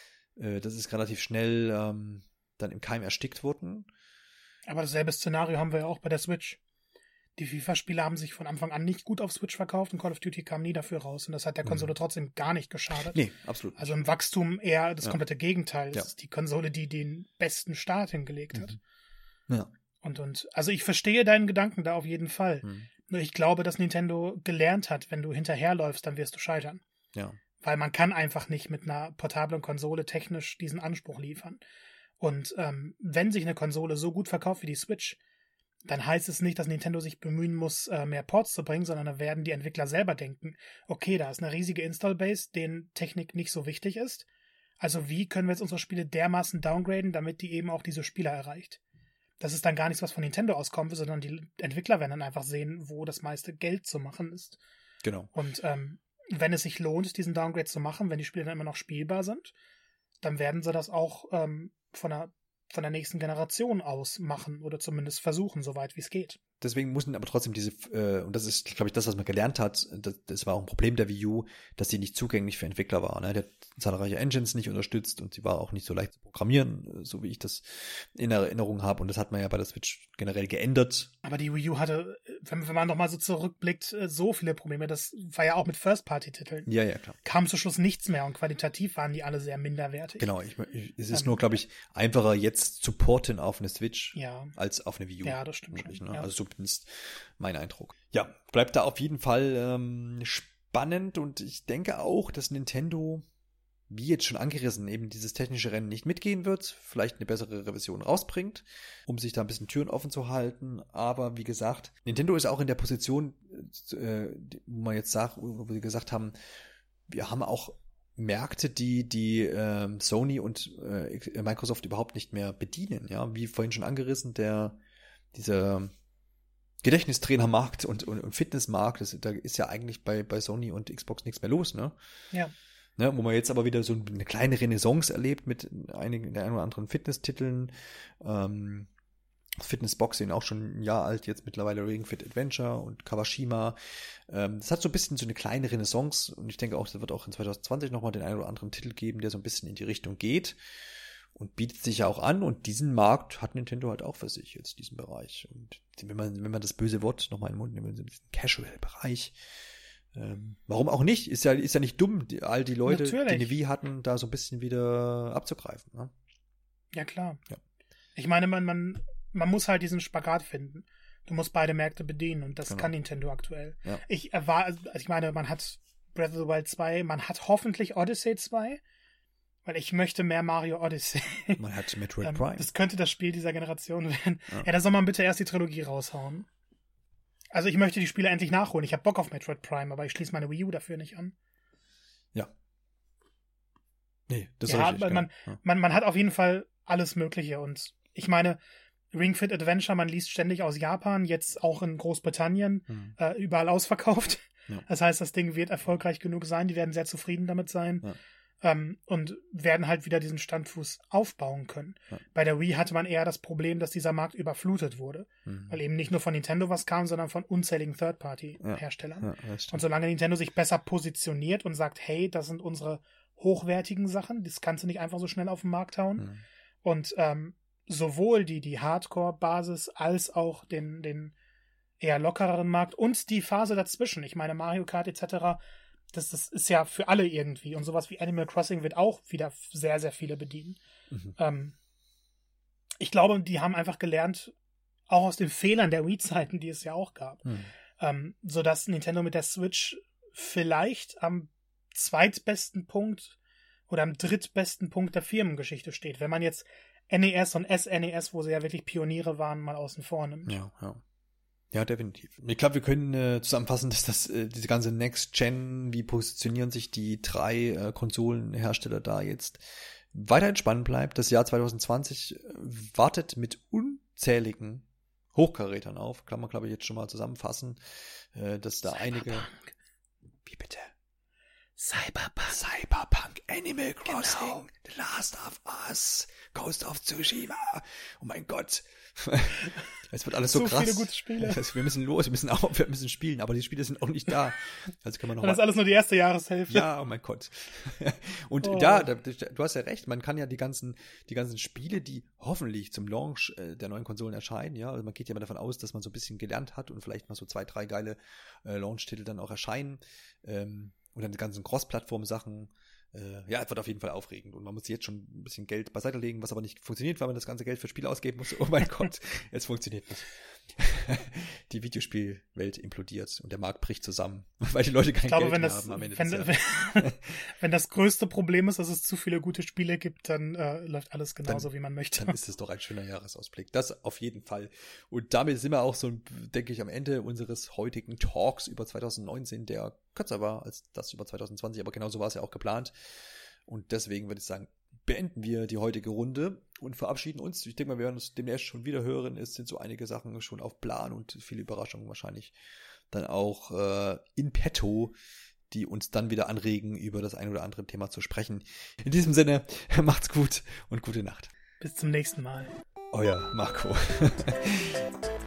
Das ist relativ schnell dann im Keim erstickt worden. Aber dasselbe Szenario haben wir ja auch bei der Switch. Die FIFA-Spiele haben sich von Anfang an nicht gut auf Switch verkauft und Call of Duty kam nie dafür raus. Und das hat der Konsole trotzdem gar nicht geschadet. Nee, absolut nicht. Also im Wachstum eher das komplette Gegenteil. Das ist die Konsole, die den besten Start hingelegt hat. Ja. Und also ich verstehe deinen Gedanken da auf jeden Fall. Nur ich glaube, dass Nintendo gelernt hat, wenn du hinterherläufst, dann wirst du scheitern. Ja. Weil man kann einfach nicht mit einer portablen Konsole technisch diesen Anspruch liefern. Und wenn sich eine Konsole so gut verkauft wie die Switch, dann heißt es nicht, dass Nintendo sich bemühen muss, mehr Ports zu bringen, sondern dann werden die Entwickler selber denken, okay, da ist eine riesige Install-Base, denen Technik nicht so wichtig ist. Also wie können wir jetzt unsere Spiele dermaßen downgraden, damit die eben auch diese Spieler erreicht? Das ist dann gar nichts, was von Nintendo auskommen will, sondern die Entwickler werden dann einfach sehen, wo das meiste Geld zu machen ist. Genau. Und wenn es sich lohnt, diesen Downgrade zu machen, wenn die Spiele dann immer noch spielbar sind, dann werden sie das auch von der nächsten Generation aus machen oder zumindest versuchen, soweit wie es geht. Deswegen mussten aber trotzdem und das ist, glaube ich, das, was man gelernt hat, das war auch ein Problem der Wii U, dass sie nicht zugänglich für Entwickler war. Ne? Der hat zahlreiche Engines nicht unterstützt und sie war auch nicht so leicht zu programmieren, so wie ich das in Erinnerung habe. Und das hat man ja bei der Switch generell geändert. Aber die Wii U hatte, wenn man nochmal so zurückblickt, so viele Probleme. Das war ja auch mit First-Party-Titeln. Ja, klar. Kam zum Schluss nichts mehr und qualitativ waren die alle sehr minderwertig. Genau, es ist nur, glaube ich, einfacher jetzt zu porten auf eine Switch als auf eine Wii U. Ja, das stimmt wirklich, schon. Ne? Ja. Also zumindest mein Eindruck. Ja, bleibt da auf jeden Fall spannend und ich denke auch, dass Nintendo, wie jetzt schon angerissen, eben dieses technische Rennen nicht mitgehen wird, vielleicht eine bessere Revision rausbringt, um sich da ein bisschen Türen offen zu halten. Aber wie gesagt, Nintendo ist auch in der Position, wo man jetzt sagt, wo sie gesagt haben, wir haben auch Märkte, die Sony und Microsoft überhaupt nicht mehr bedienen. Ja, wie vorhin schon angerissen, dieser Gedächtnistrainermarkt und Fitnessmarkt, da ist ja eigentlich bei Sony und Xbox nichts mehr los, ne? Ja. Ne, wo man jetzt aber wieder so eine kleine Renaissance erlebt mit der einen oder anderen Fitnesstiteln. Fitnessbox sind auch schon ein Jahr alt, jetzt mittlerweile Ring Fit Adventure und Kawashima. Das hat so ein bisschen so eine kleine Renaissance und ich denke auch, es wird auch in 2020 nochmal den einen oder anderen Titel geben, der so ein bisschen in die Richtung geht und bietet sich ja auch an und diesen Markt hat Nintendo halt auch für sich jetzt, diesen Bereich. Und wenn man das böse Wort nochmal in den Mund nimmt, so diesen Casual-Bereich, warum auch nicht? Ist ja nicht dumm, all die Leute, Natürlich. die eine Wii hatten, da so ein bisschen wieder abzugreifen. Ne? Ja, klar. Ja. Ich meine, man muss halt diesen Spagat finden. Du musst beide Märkte bedienen und das kann Nintendo aktuell. Ja. Ich meine, man hat Breath of the Wild 2, man hat hoffentlich Odyssey 2, weil ich möchte mehr Mario Odyssey. Man hat Metroid Prime. Das könnte das Spiel dieser Generation werden. Ja, da soll man bitte erst die Trilogie raushauen. Also ich möchte die Spiele endlich nachholen. Ich habe Bock auf Metroid Prime, aber ich schließe meine Wii U dafür nicht an. Ja. Nee, das ist richtig. Man hat auf jeden Fall alles Mögliche und ich meine, Ring Fit Adventure, man liest ständig aus Japan, jetzt auch in Großbritannien, überall ausverkauft. Ja. Das heißt, das Ding wird erfolgreich genug sein, die werden sehr zufrieden damit sein. Ja. Und werden halt wieder diesen Standfuß aufbauen können. Ja. Bei der Wii hatte man eher das Problem, dass dieser Markt überflutet wurde, weil eben nicht nur von Nintendo was kam, sondern von unzähligen Third-Party-Herstellern. Ja, und solange Nintendo sich besser positioniert und sagt, hey, das sind unsere hochwertigen Sachen, das kannst du nicht einfach so schnell auf den Markt hauen. Und sowohl die Hardcore-Basis als auch den eher lockereren Markt und die Phase dazwischen. Ich meine, Mario Kart etc., das ist ja für alle irgendwie. Und sowas wie Animal Crossing wird auch wieder sehr, sehr viele bedienen. Ich glaube, die haben einfach gelernt, auch aus den Fehlern der Wii-Zeiten, die es ja auch gab, sodass Nintendo mit der Switch vielleicht am zweitbesten Punkt oder am drittbesten Punkt der Firmengeschichte steht. Wenn man jetzt NES und SNES, wo sie ja wirklich Pioniere waren, mal außen vor nimmt. Ja, definitiv. Ich glaube, wir können zusammenfassen, dass diese ganze Next-Gen, wie positionieren sich die 3 Konsolenhersteller da jetzt, weiterhin spannend bleibt. Das Jahr 2020 wartet mit unzähligen Hochkarätern auf. Kann man, glaube ich, jetzt schon mal zusammenfassen, dass da einige... Wie bitte? Cyberpunk, Animal Crossing, The Last of Us, Ghost of Tsushima. Oh mein Gott. Es wird alles so krass. So viele gute Spiele. Wir müssen los, wir müssen spielen, aber die Spiele sind auch nicht da. Also kann man noch das ist alles nur die erste Jahreshälfte. Ja, oh mein Gott. Und du hast ja recht, man kann ja die ganzen Spiele, die hoffentlich zum Launch der neuen Konsolen erscheinen, ja, also man geht ja mal davon aus, dass man so ein bisschen gelernt hat und vielleicht mal so 2, 3 geile Launch-Titel dann auch erscheinen. Und dann die ganzen Cross-Plattform-Sachen. Ja, es wird auf jeden Fall aufregend. Und man muss jetzt schon ein bisschen Geld beiseite legen, was aber nicht funktioniert, weil man das ganze Geld für Spiele ausgeben muss. Oh mein Gott, es funktioniert nicht. Die Videospielwelt implodiert und der Markt bricht zusammen, weil die Leute kein Geld mehr haben am Ende des Jahres. Wenn das größte Problem ist, dass es zu viele gute Spiele gibt, dann läuft alles genauso, wie man möchte. Dann ist es doch ein schöner Jahresausblick. Das auf jeden Fall. Und damit sind wir auch so, denke ich, am Ende unseres heutigen Talks über 2019, der kürzer war als das über 2020, aber genauso war es ja auch geplant. Und deswegen würde ich sagen, beenden wir die heutige Runde und verabschieden uns. Ich denke mal, wir werden uns demnächst schon wieder hören. Es sind so einige Sachen schon auf Plan und viele Überraschungen wahrscheinlich dann auch in petto, die uns dann wieder anregen, über das ein oder andere Thema zu sprechen. In diesem Sinne, macht's gut und gute Nacht. Bis zum nächsten Mal. Euer Marco.